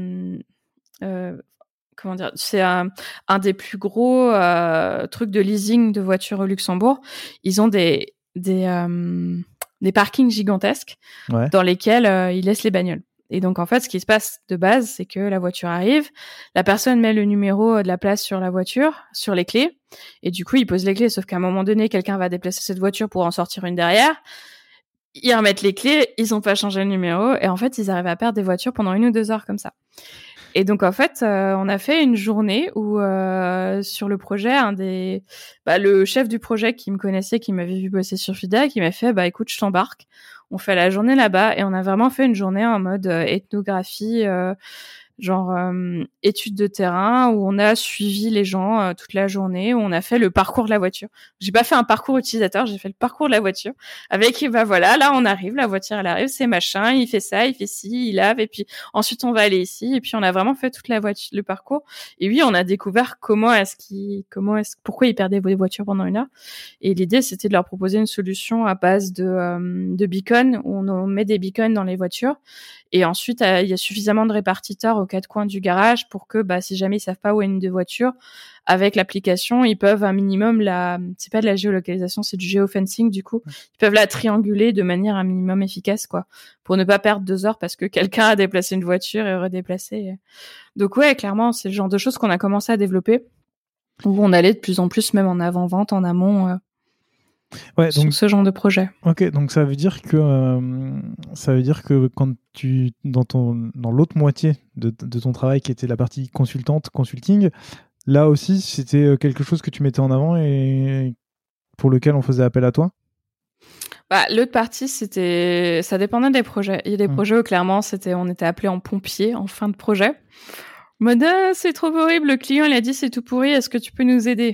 comment dire, c'est un des plus gros trucs de leasing de voitures au Luxembourg. Ils ont des parkings gigantesques dans lesquels ils laissent les bagnoles. Et donc, en fait, ce qui se passe de base, c'est que la voiture arrive, la personne met le numéro de la place sur la voiture, sur les clés, et du coup, il pose les clés, sauf qu'à un moment donné, quelqu'un va déplacer cette voiture pour en sortir une derrière. Ils remettent les clés, ils ont pas changé le numéro, et en fait, ils arrivent à perdre des voitures pendant 1 ou 2 heures comme ça. Et donc, en fait, on a fait une journée où, sur le projet, le chef du projet qui me connaissait, qui m'avait vu bosser sur FIDA, qui m'a fait, écoute, je t'embarque. On fait la journée là-bas et on a vraiment fait une journée en mode ethnographie, études de terrain où on a suivi les gens toute la journée, où on a fait le parcours de la voiture. J'ai pas fait un parcours utilisateur, j'ai fait le parcours de la voiture avec voilà, là on arrive, la voiture elle arrive, c'est machin, il fait ça, il fait ci, il lave et puis ensuite on va aller ici et puis on a vraiment fait toute la voiture, le parcours. Et oui, on a découvert pourquoi ils perdaient des voitures pendant 1 heure. Et l'idée c'était de leur proposer une solution à base de beacons où on met des beacons dans les voitures. Et ensuite, il y a suffisamment de répartiteurs aux 4 coins du garage pour que, si jamais ils savent pas où est une des voitures, avec l'application, ils peuvent un minimum c'est pas de la géolocalisation, c'est du géofencing, du coup. Ils peuvent la trianguler de manière un minimum efficace, quoi. Pour ne pas perdre 2 heures parce que quelqu'un a déplacé une voiture et redéplacé. Donc ouais, clairement, c'est le genre de choses qu'on a commencé à développer, où on allait de plus en plus, même en avant-vente, en amont, donc ce genre de projet.
Ok, donc ça veut dire que quand dans l'autre moitié de ton travail qui était la partie consulting, là aussi c'était quelque chose que tu mettais en avant et pour lequel on faisait appel à toi.
L'autre partie, ça dépendait des projets. Il y a des projets où clairement on était appelé en pompier en fin de projet. Mode, c'est trop horrible, le client il a dit c'est tout pourri, est-ce que tu peux nous aider?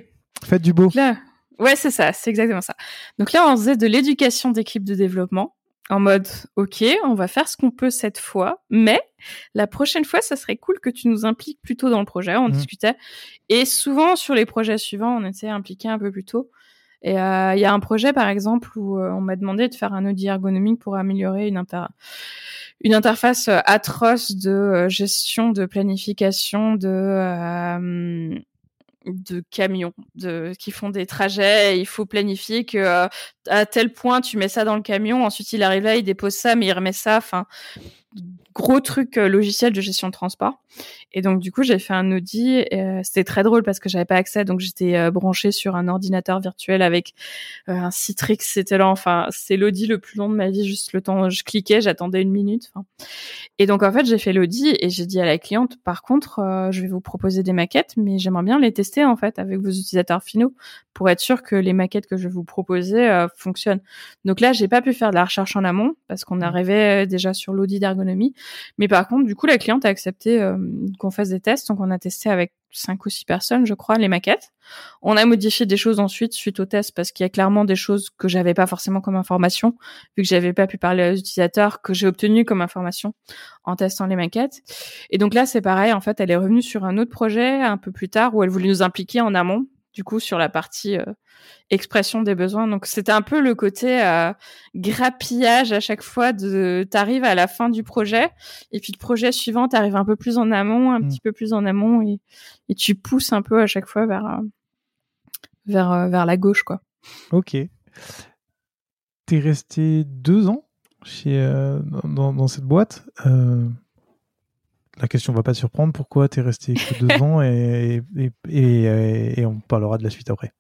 Faites du beau.
Là, ouais, c'est ça, c'est exactement ça. Donc là, on faisait de l'éducation d'équipe de développement en mode, OK, on va faire ce qu'on peut cette fois, mais la prochaine fois, ça serait cool que tu nous impliques plus tôt dans le projet. On discutait. Et souvent, sur les projets suivants, on était impliqués un peu plus tôt. Et il y a un projet, par exemple, où on m'a demandé de faire un audit ergonomique pour améliorer une interface atroce de gestion, de planification de camions qui font des trajets. Il faut planifier que à tel point tu mets ça dans le camion, ensuite il arrive là, il dépose ça, mais il remet ça. Enfin, gros truc logiciel de gestion de transport. Et donc du coup j'ai fait un audit. C'était très drôle parce que j'avais pas accès, donc j'étais branchée sur un ordinateur virtuel avec un Citrix. C'était là, enfin c'est l'audit le plus long de ma vie. Juste le temps, je cliquais, j'attendais 1 minute. Enfin. Et donc en fait j'ai fait l'audit et j'ai dit à la cliente, par contre je vais vous proposer des maquettes, mais j'aimerais bien les tester en fait avec vos utilisateurs finaux pour être sûr que les maquettes que je vais vous proposer fonctionnent. Donc là j'ai pas pu faire de la recherche en amont parce qu'on arrivait déjà sur l'audit d'ergonomie. Mais par contre, du coup, la cliente a accepté qu'on fasse des tests. Donc, on a testé avec 5 ou 6 personnes, je crois, les maquettes. On a modifié des choses ensuite suite au test parce qu'il y a clairement des choses que j'avais pas forcément comme information, vu que j'avais pas pu parler aux utilisateurs, que j'ai obtenu comme information en testant les maquettes. Et donc là, c'est pareil. En fait, elle est revenue sur un autre projet un peu plus tard où elle voulait nous impliquer en amont, du coup, sur la partie expression des besoins. Donc c'était un peu le côté grappillage à chaque fois t'arrives à la fin du projet et puis le projet suivant t'arrives un peu plus en amont, un petit peu plus en amont et tu pousses un peu à chaque fois vers la gauche, quoi.
Ok. T'es resté 2 ans dans cette boîte. La question va pas te surprendre. Pourquoi t'es resté que 2 ans et on parlera de la suite après.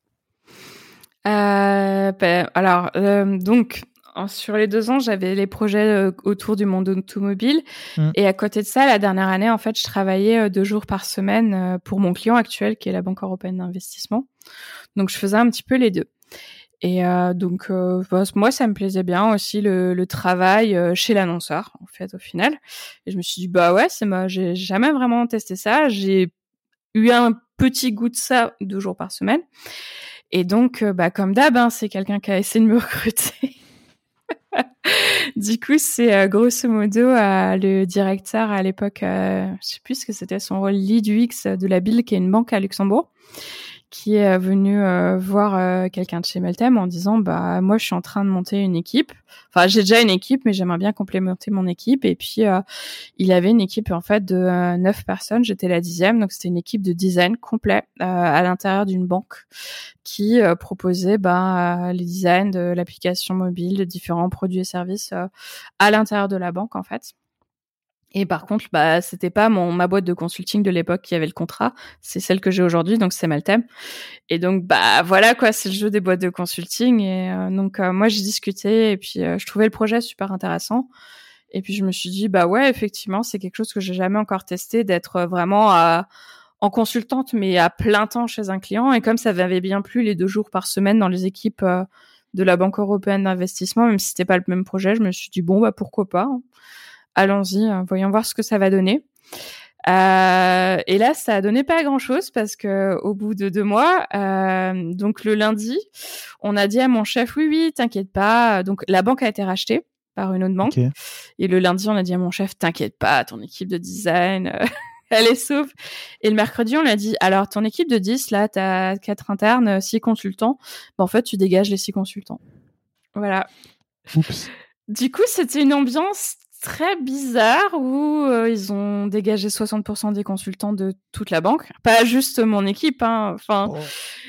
Donc, sur les 2 ans, j'avais les projets autour du monde automobile. Et à côté de ça, la dernière année, en fait, je travaillais 2 jours par semaine pour mon client actuel, qui est la Banque européenne d'investissement. Donc, je faisais un petit peu les deux. Et donc, moi, ça me plaisait bien aussi le travail chez l'annonceur, en fait, au final. Et je me suis dit, bah ouais, j'ai jamais vraiment testé ça. J'ai eu un petit goût de ça 2 jours par semaine. Et donc, comme d'hab, c'est quelqu'un qui a essayé de me recruter. Du coup, c'est grosso modo le directeur à l'époque, je sais plus ce que c'était son rôle, lead UX de la BIL, qui est une banque à Luxembourg, qui est venu voir quelqu'un de chez Meltem en disant moi je suis en train de monter une équipe. Enfin, j'ai déjà une équipe, mais j'aimerais bien complémenter mon équipe. Et puis il avait une équipe en fait de 9 personnes. J'étais la 10e, donc c'était une équipe de design complet à l'intérieur d'une banque qui proposait les designs de l'application mobile, de différents produits et services à l'intérieur de la banque en fait. Et par contre, c'était pas ma boîte de consulting de l'époque qui avait le contrat, c'est celle que j'ai aujourd'hui, donc c'est Meltem. Et donc voilà quoi, c'est le jeu des boîtes de consulting. Et donc moi j'ai discuté et puis je trouvais le projet super intéressant. Et puis je me suis dit ouais, effectivement, c'est quelque chose que j'ai jamais encore testé, d'être vraiment en consultante mais à plein temps chez un client. Et comme ça m'avait bien plu les 2 jours par semaine dans les équipes de la Banque européenne d'investissement, même si c'était pas le même projet, je me suis dit pourquoi pas. Allons-y, voyons voir ce que ça va donner. Et là, ça a donné pas grand-chose parce que au bout de 2 mois, donc le lundi, on a dit à mon chef oui, t'inquiète pas. Donc la banque a été rachetée par une autre banque. Okay. Et le lundi, on a dit à mon chef, t'inquiète pas, ton équipe de design, elle est sauve. Et le mercredi, on a dit, alors ton équipe de 10, là, t'as 4 internes, 6 consultants. En fait, tu dégages les 6 consultants. Voilà.
Oups.
Du coup, c'était une ambiance très bizarre où ils ont dégagé 60% des consultants de toute la banque, pas juste mon équipe, enfin. Oh.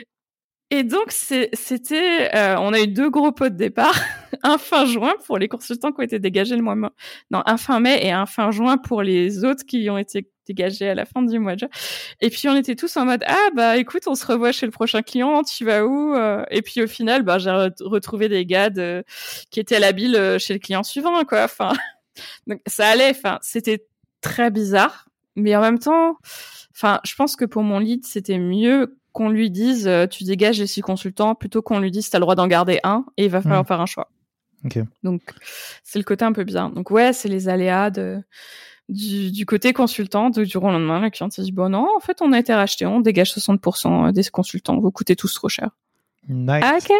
Et donc c'était, on a eu 2 gros pots de départ, un fin juin pour les consultants qui ont été dégagés un fin mai et un fin juin pour les autres qui ont été dégagés à la fin du mois de juin. Et puis on était tous en mode écoute, on se revoit chez le prochain client, tu vas où? Et puis au final, j'ai retrouvé des gars qui étaient à la BIL chez le client suivant, quoi. Enfin. Donc ça allait, c'était très bizarre, mais en même temps, je pense que pour mon lead, c'était mieux qu'on lui dise tu dégages les 6 consultants plutôt qu'on lui dise t'as le droit d'en garder un et il va falloir faire un choix.
Okay.
Donc c'est le côté un peu bizarre. Donc ouais, c'est les aléas de du côté consultant. Du jour au lendemain, le client s'est dit bon non, en fait, on a été racheté, on dégage 60% des consultants, vous coûtez tous trop cher.
Nice.
Ah, ok.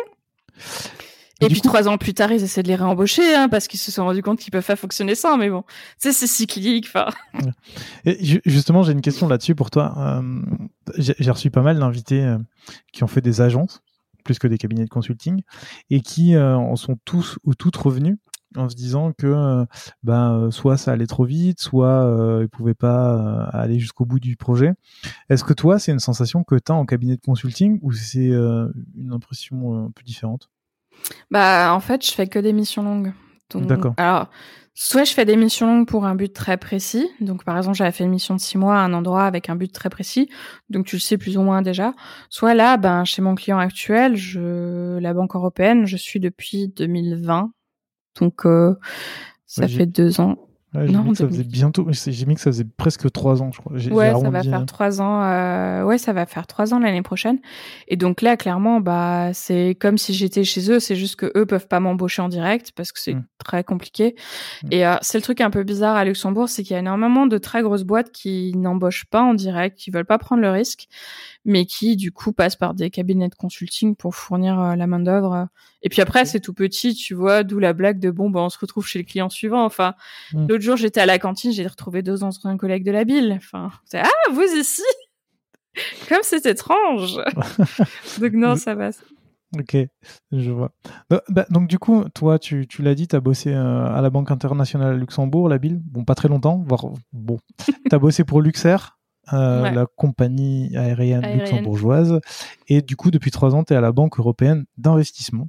Et puis 3 ans plus tard, ils essaient de les réembaucher parce qu'ils se sont rendus compte qu'ils peuvent pas fonctionner sans. Mais bon, tu sais, c'est cyclique.
Et justement, j'ai une question là-dessus pour toi. J'ai reçu pas mal d'invités qui ont fait des agences plus que des cabinets de consulting et qui en sont tous ou toutes revenus en se disant que soit ça allait trop vite, soit ils pouvaient pas aller jusqu'au bout du projet. Est-ce que toi, c'est une sensation que tu as en cabinet de consulting ou c'est une impression un peu différente?
En fait, je fais que des missions longues. Donc,
d'accord.
Alors, soit je fais des missions longues pour un but très précis. Donc, par exemple, j'avais fait une mission de 6 mois à un endroit avec un but très précis. Donc, tu le sais plus ou moins déjà. Soit là, chez mon client actuel, la Banque européenne, je suis depuis 2020. Donc, ça fait 2 ans.
Ouais, j'ai mis que ça faisait bientôt. J'ai mis que ça faisait presque 3 ans, je crois.
Ça va faire 3 ans. Ça va faire 3 ans l'année prochaine. Et donc là, clairement, c'est comme si j'étais chez eux. C'est juste que eux peuvent pas m'embaucher en direct parce que c'est très compliqué. Et c'est le truc un peu bizarre à Luxembourg, c'est qu'il y a énormément de très grosses boîtes qui n'embauchent pas en direct, qui veulent pas prendre le risque, mais qui du coup passent par des cabinets de consulting pour fournir la main d'œuvre. Et puis après, c'est tout petit, tu vois, d'où la blague de on se retrouve chez le client suivant. Enfin, l'autre jour, j'étais à la cantine, j'ai retrouvé 2 anciens collègues de la BIL. Enfin, c'est vous ici, comme c'est étrange. Donc non, ça va.
Ok, je vois. Donc du coup, toi, tu l'as dit, tu as bossé à la Banque internationale à Luxembourg, la BIL. Bon, pas très longtemps, voire bon. Tu as bossé pour Luxair. La compagnie aérienne luxembourgeoise. Et du coup, depuis 3 ans, tu es à la Banque européenne d'investissement.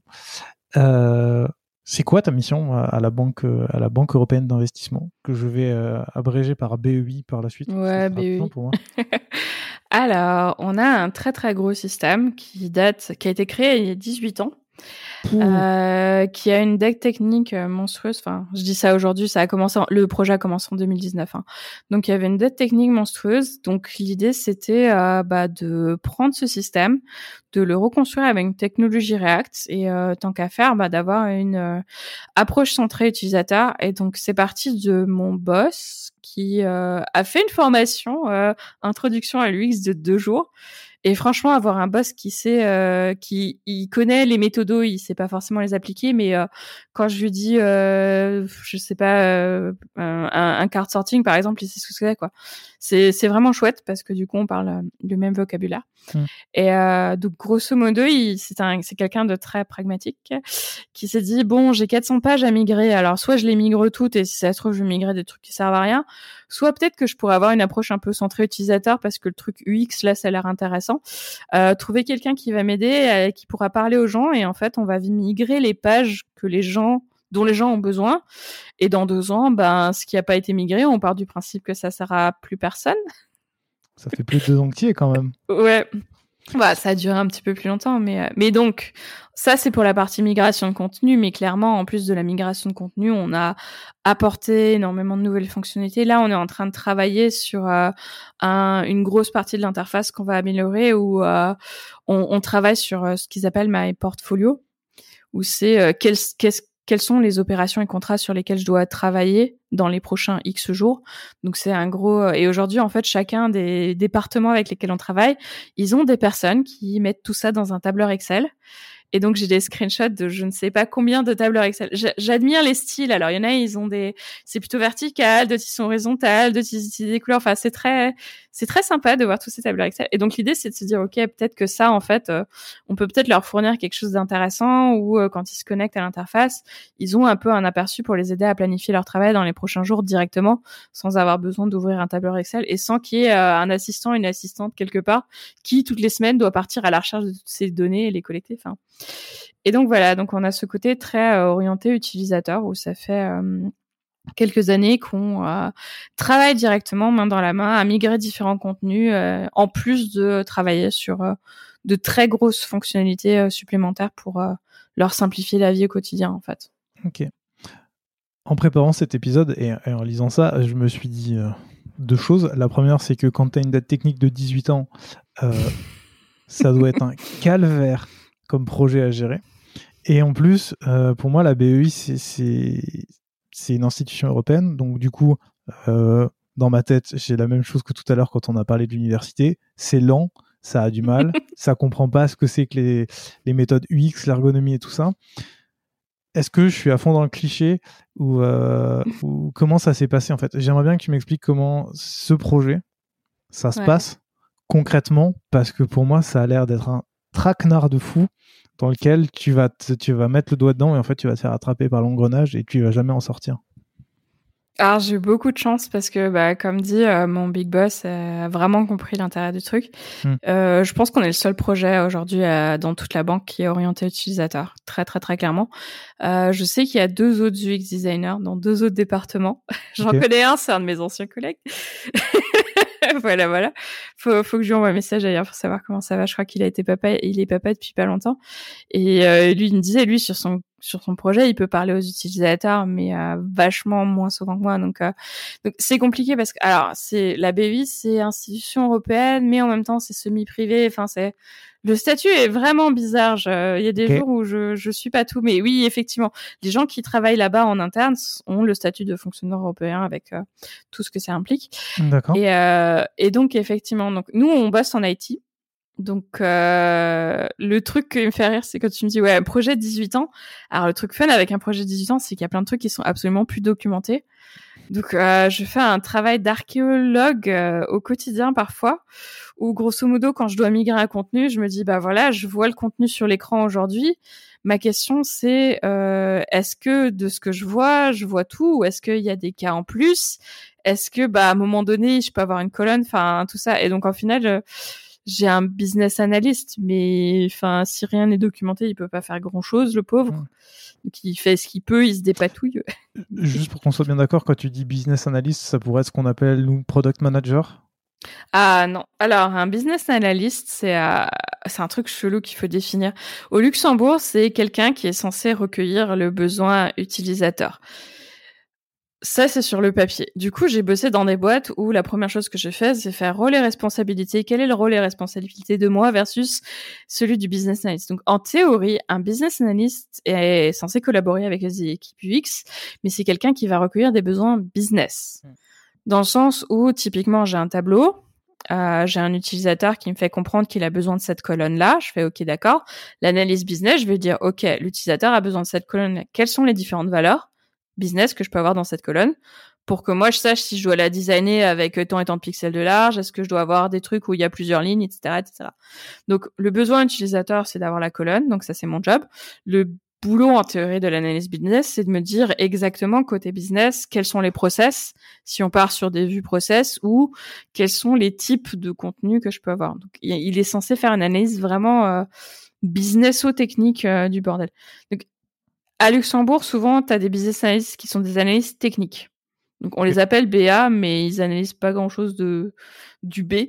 C'est quoi ta mission à la Banque européenne d'investissement, que je vais abréger par BEI par la suite?
Ouais, BEI.
Pour moi.
Alors, on a un très très gros système qui a été créé il y a 18 ans. Qui a une dette technique monstrueuse. Enfin, je dis ça aujourd'hui, le projet a commencé en 2019. Donc, il y avait une dette technique monstrueuse. Donc, l'idée, c'était de prendre ce système, de le reconstruire avec une technologie React et tant qu'à faire, d'avoir une approche centrée utilisateur. Et donc, c'est parti de mon boss qui a fait une formation introduction à l'UX de 2 jours. Et franchement, avoir un boss qui sait, il connaît les méthodos, il sait pas forcément les appliquer, mais quand je lui dis, je sais pas, un card sorting par exemple, il sait ce que c'est quoi. C'est vraiment chouette parce que du coup, on parle le même vocabulaire. Et donc grosso modo, c'est quelqu'un de très pragmatique qui s'est dit j'ai 400 pages à migrer. Alors soit je les migre toutes et si ça se trouve je vais migrer des trucs qui servent à rien, soit peut-être que je pourrais avoir une approche un peu centrée utilisateur parce que le truc UX là ça a l'air intéressant. Trouver quelqu'un qui va m'aider, qui pourra parler aux gens et en fait on va migrer les pages dont les gens ont besoin. Et dans 2 ans, ce qui n'a pas été migré, on part du principe que ça sert à plus personne.
Ça fait plus de 2 ans que tu y es quand même.
Ouais. Ça a duré un petit peu plus longtemps, mais donc, ça, c'est pour la partie migration de contenu, mais clairement, en plus de la migration de contenu, on a apporté énormément de nouvelles fonctionnalités. Là, on est en train de travailler sur une grosse partie de l'interface qu'on va améliorer, où on travaille sur ce qu'ils appellent My Portfolio, où c'est quelles sont les opérations et contrats sur lesquels je dois travailler dans les prochains X jours. Donc, c'est un gros... Et aujourd'hui, en fait, chacun des départements avec lesquels on travaille, ils ont des personnes qui mettent tout ça dans un tableur Excel. Et donc, j'ai des screenshots de je ne sais pas combien de tableurs Excel. J'admire les styles. Alors, il y en a, c'est plutôt vertical, d'autres, ils sont horizontales, d'autres, ils utilisent des couleurs. Enfin, c'est très sympa de voir tous ces tableurs Excel. Et donc, l'idée, c'est de se dire, OK, peut-être que ça, en fait, on peut peut-être leur fournir quelque chose d'intéressant ou quand ils se connectent à l'interface, ils ont un peu un aperçu pour les aider à planifier leur travail dans les prochains jours directement sans avoir besoin d'ouvrir un tableur Excel et sans qu'il y ait un assistant, une assistante quelque part qui, toutes les semaines, doit partir à la recherche de toutes ces données et les collecter. Enfin, et donc voilà, donc on a ce côté très orienté utilisateur où ça fait quelques années qu'on travaille directement main dans la main à migrer différents contenus en plus de travailler sur de très grosses fonctionnalités supplémentaires pour leur simplifier la vie au quotidien en fait.
Ok. En préparant cet épisode et en lisant ça, je me suis dit 2 choses. La première, c'est que quand tu as une date technique de 18 ans, ça doit être un calvaire comme projet à gérer. Et en plus, pour moi, la BEI, c'est une institution européenne. Donc, du coup, Dans ma tête, j'ai la même chose que tout à l'heure quand on a parlé de l'université. C'est lent, ça a du mal, ça comprend pas ce que c'est que les méthodes UX, l'ergonomie et tout ça. Est-ce que je suis à fond dans le cliché ou comment ça s'est passé en fait? J'aimerais bien que tu m'expliques comment ce projet, ça se passe concrètement, parce que pour moi, ça a l'air d'être un traquenard de fou dans lequel tu vas mettre le doigt dedans et en fait, tu vas te faire attraper par l'engrenage et tu vas jamais en sortir.
Alors j'ai eu beaucoup de chance parce que, comme dit, mon big boss a vraiment compris l'intérêt du truc. Je pense qu'on est le seul projet aujourd'hui dans toute la banque qui est orienté utilisateur, très très très clairement. Je sais qu'il y a 2 autres UX designers dans 2 autres départements. J'en connais un, c'est un de mes anciens collègues. Voilà. Faut que je lui envoie un message d'ailleurs pour savoir comment ça va. Je crois qu'il est papa depuis pas longtemps. Et lui, il me disait, lui, sur son projet, il peut parler aux utilisateurs, mais vachement moins souvent que moi. Donc c'est compliqué parce que, alors, la BI, c'est institution européenne, mais en même temps, c'est semi-privé. Enfin, le statut est vraiment bizarre. Il y a des jours où je suis pas tout, mais oui, effectivement, les gens qui travaillent là-bas en interne ont le statut de fonctionnaire européen avec tout ce que ça implique.
D'accord.
Et donc effectivement, donc nous on bosse en IT. Donc le truc qui me fait rire, c'est quand tu me dis un projet de 18 ans. Alors le truc fun avec un projet de 18 ans, c'est qu'il y a plein de trucs qui sont absolument plus documentés. Donc je fais un travail d'archéologue au quotidien parfois, où grosso modo quand je dois migrer un contenu, je me dis voilà, je vois le contenu sur l'écran aujourd'hui. Ma question c'est est-ce que de ce que je vois tout, ou est-ce qu'il y a des cas en plus? Est-ce que à un moment donné, je peux avoir une colonne, enfin tout ça. Et donc en final, j'ai un business analyst, mais enfin si rien n'est documenté, il peut pas faire grand-chose, le pauvre. Donc il fait ce qu'il peut, il se dépatouille.
Juste pour qu'on soit bien d'accord, quand tu dis business analyst, ça pourrait être ce qu'on appelle nous product manager?
Ah non. Alors un business analyst, c'est un truc chelou qu'il faut définir. Au Luxembourg, c'est quelqu'un qui est censé recueillir le besoin utilisateur. Ça, c'est sur le papier. Du coup, j'ai bossé dans des boîtes où la première chose que j'ai fait, c'est faire rôle et responsabilité. Quel est le rôle et responsabilité de moi versus celui du business analyst? Donc, en théorie, un business analyst est censé collaborer avec les équipes UX, mais c'est quelqu'un qui va recueillir des besoins business. Dans le sens où, typiquement, j'ai un tableau, j'ai un utilisateur qui me fait comprendre qu'il a besoin de cette colonne-là. Je fais OK, d'accord. L'analyse business, je vais dire OK, l'utilisateur a besoin de cette colonne. Quelles sont les différentes valeurs business que je peux avoir dans cette colonne pour que moi je sache si je dois la designer avec tant et tant de pixels de large, est-ce que je dois avoir des trucs où il y a plusieurs lignes, etc., etc. Donc le besoin utilisateur, c'est d'avoir la colonne, donc ça c'est mon job. Le boulot en théorie de l'analyse business, c'est de me dire exactement côté business quels sont les process, si on part sur des vues process, ou quels sont les types de contenus que je peux avoir. Donc il est censé faire une analyse vraiment business-o-technique du bordel. Donc à Luxembourg, souvent, tu as des business analysts qui sont des analystes techniques. Donc, on les appelle BA, mais ils analysent pas grand-chose du B.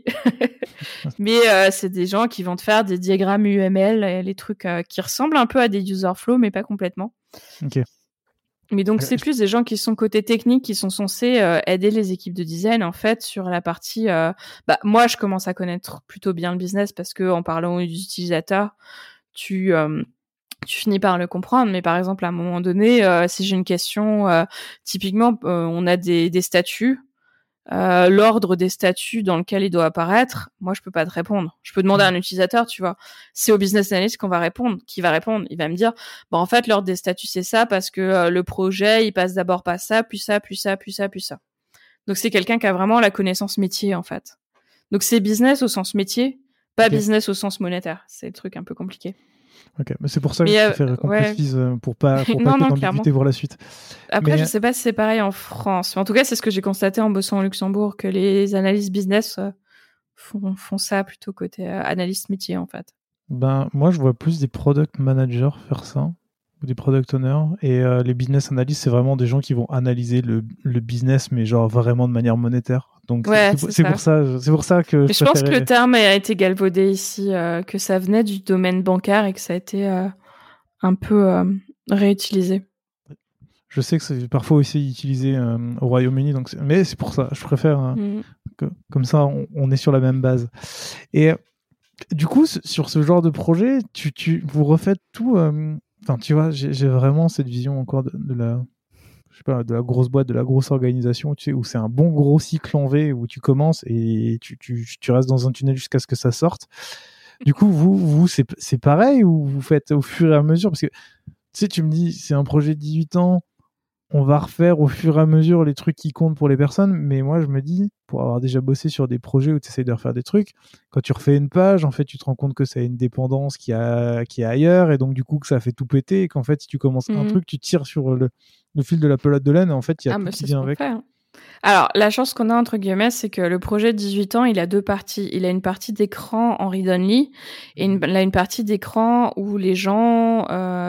Mais c'est des gens qui vont te faire des diagrammes UML, les trucs qui ressemblent un peu à des user flow, mais pas complètement.
Ok.
Mais donc, c'est plus des gens qui sont côté technique, qui sont censés aider les équipes de design, en fait, sur la partie... moi, je commence à connaître plutôt bien le business parce que en parlant aux utilisateurs, tu finis par le comprendre, mais par exemple, à un moment donné, si j'ai une question, typiquement, on a des statuts, l'ordre des statuts dans lequel il doit apparaître, moi, je peux pas te répondre. Je peux demander à un utilisateur, tu vois. C'est au business analyst qui va répondre. Il va me dire, en fait, l'ordre des statuts, c'est ça, parce que le projet, il passe d'abord par ça, puis ça, puis ça, puis ça, puis ça. Donc, c'est quelqu'un qui a vraiment la connaissance métier, en fait. Donc, c'est business au sens métier, pas business au sens monétaire. C'est le truc un peu compliqué.
Ok, mais c'est pour ça que je préfère qu'on précise pour pas qu'il y ait d'ambiguïté pour la suite.
Après, je sais pas si c'est pareil en France. Mais en tout cas, c'est ce que j'ai constaté en bossant au Luxembourg, que les analystes business font ça plutôt côté analyste métier, en fait.
Moi, je vois plus des product managers faire ça, ou des product owners, et les business analysts, c'est vraiment des gens qui vont analyser le business, mais genre vraiment de manière monétaire. Donc c'est pour ça que
mais je pense que le terme a été galvaudé ici, que ça venait du domaine bancaire et que ça a été un peu réutilisé.
Je sais que c'est parfois aussi utilisé au Royaume-Uni, mais c'est pour ça. Je préfère comme ça, on est sur la même base. Et du coup, sur ce genre de projet, vous refaites tout. Enfin, tu vois, j'ai vraiment cette vision encore de la. je sais pas, de la grosse boîte, de la grosse organisation, tu sais, où c'est un bon gros cycle en V où tu commences et tu restes dans un tunnel jusqu'à ce que ça sorte. Du coup, vous c'est pareil ou vous faites au fur et à mesure? Parce que, tu sais, tu me dis, c'est un projet de 18 ans, on va refaire au fur et à mesure les trucs qui comptent pour les personnes, mais moi, je me dis, pour avoir déjà bossé sur des projets où tu essayes de refaire des trucs, quand tu refais une page, en fait, tu te rends compte que ça a une dépendance qui est ailleurs, et donc, du coup, que ça fait tout péter, et qu'en fait, si tu commences un truc, tu tires sur le fil de la pelote de laine, et en fait, il y a tout qui vient avec.
Fait, hein. Alors, la chance qu'on a, entre guillemets, c'est que le projet de 18 ans, il a deux parties. Il a une partie d'écran en read-only et il a une partie d'écran où les gens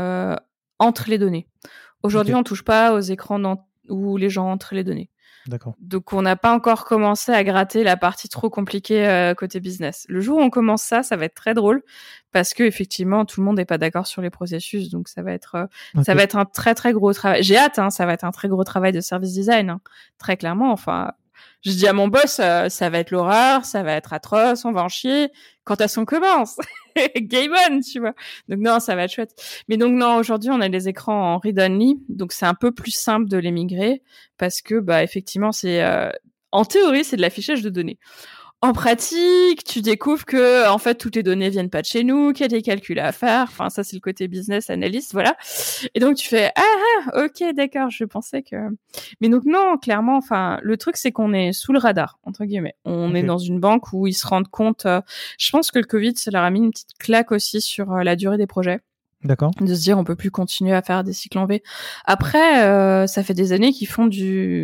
entrent les données. Aujourd'hui, on touche pas aux écrans où les gens entrent les données.
D'accord.
Donc, on n'a pas encore commencé à gratter la partie trop compliquée côté business. Le jour où on commence ça va être très drôle parce que effectivement, tout le monde n'est pas d'accord sur les processus. Donc, ça va être un très très gros travail. J'ai hâte, hein, ça va être un très gros travail de service design, hein, très clairement. Enfin, je dis à mon boss, ça va être l'horreur, ça va être atroce, on va en chier. Quand est-ce qu'on commence? Game on, tu vois. Donc non, ça va être chouette. Mais donc non, aujourd'hui, on a les écrans en read-only, donc c'est un peu plus simple de les migrer parce que bah effectivement, c'est en théorie, c'est de l'affichage de données. En pratique, tu découvres que en fait toutes les données viennent pas de chez nous, qu'il y a des calculs à faire. Enfin, ça c'est le côté business analyst, voilà. Et donc tu fais ok, d'accord, je pensais que. Mais donc non, clairement, enfin, le truc c'est qu'on est sous le radar entre guillemets. On est dans une banque où ils se rendent compte. Je pense que le Covid, ça leur a mis une petite claque aussi sur la durée des projets.
D'accord.
De se dire on peut plus continuer à faire des cycles en V. Après, ça fait des années qu'ils font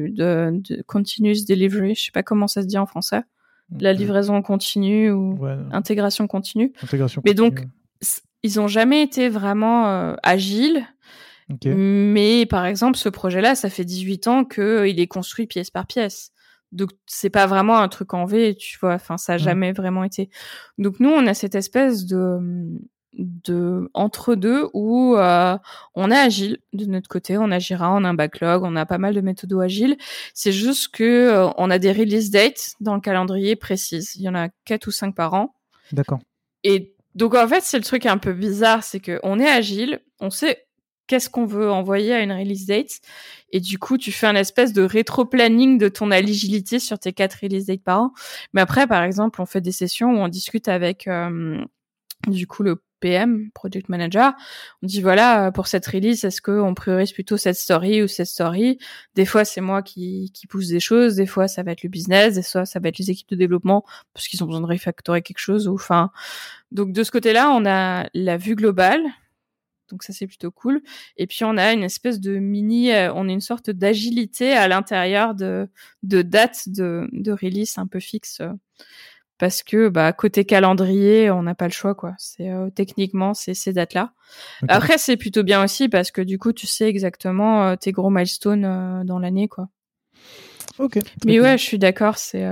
de continuous delivery. Je sais pas comment ça se dit en français. La livraison continue ou intégration continue. Mais donc, ils ont jamais été vraiment agiles. Mais par exemple, ce projet-là, ça fait 18 ans qu'il est construit pièce par pièce. Donc, c'est pas vraiment un truc en V, tu vois. Enfin, ça a jamais vraiment été. Donc, nous, on a cette espèce de entre-deux où on est agile de notre côté, on agira, on a un backlog, on a pas mal de méthodos agiles. C'est juste que on a des release dates dans le calendrier précises. Il y en a 4 ou 5 par an.
D'accord.
Et donc en fait, c'est le truc un peu bizarre, c'est que on est agile, on sait qu'est-ce qu'on veut envoyer à une release date, et du coup, tu fais un espèce de rétro-planning de ton agilité sur tes 4 release dates par an. Mais après, par exemple, on fait des sessions où on discute avec du coup le PM, Project Manager, on dit voilà, pour cette release, est-ce qu'on priorise plutôt cette story ou cette story? Des fois, c'est moi qui pousse des choses, des fois, ça va être le business, des fois, ça va être les équipes de développement, parce qu'ils ont besoin de refactorer quelque chose, ou enfin... Donc, de ce côté-là, on a la vue globale, donc ça, c'est plutôt cool. Et puis, on a une espèce de on a une sorte d'agilité à l'intérieur de dates de release un peu fixes, parce que bah côté calendrier, on n'a pas le choix quoi. C'est techniquement c'est ces dates-là. Okay. Après c'est plutôt bien aussi parce que du coup tu sais exactement tes gros milestones dans l'année quoi.
OK.
Mais ouais, je suis d'accord, c'est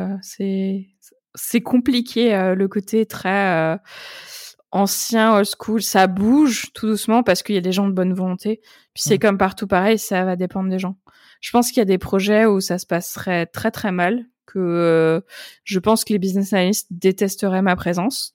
compliqué le côté très ancien old school, ça bouge tout doucement parce qu'il y a des gens de bonne volonté. Puis c'est comme partout pareil, ça va dépendre des gens. Je pense qu'il y a des projets où ça se passerait très très mal. Que je pense que les business analysts détesteraient ma présence.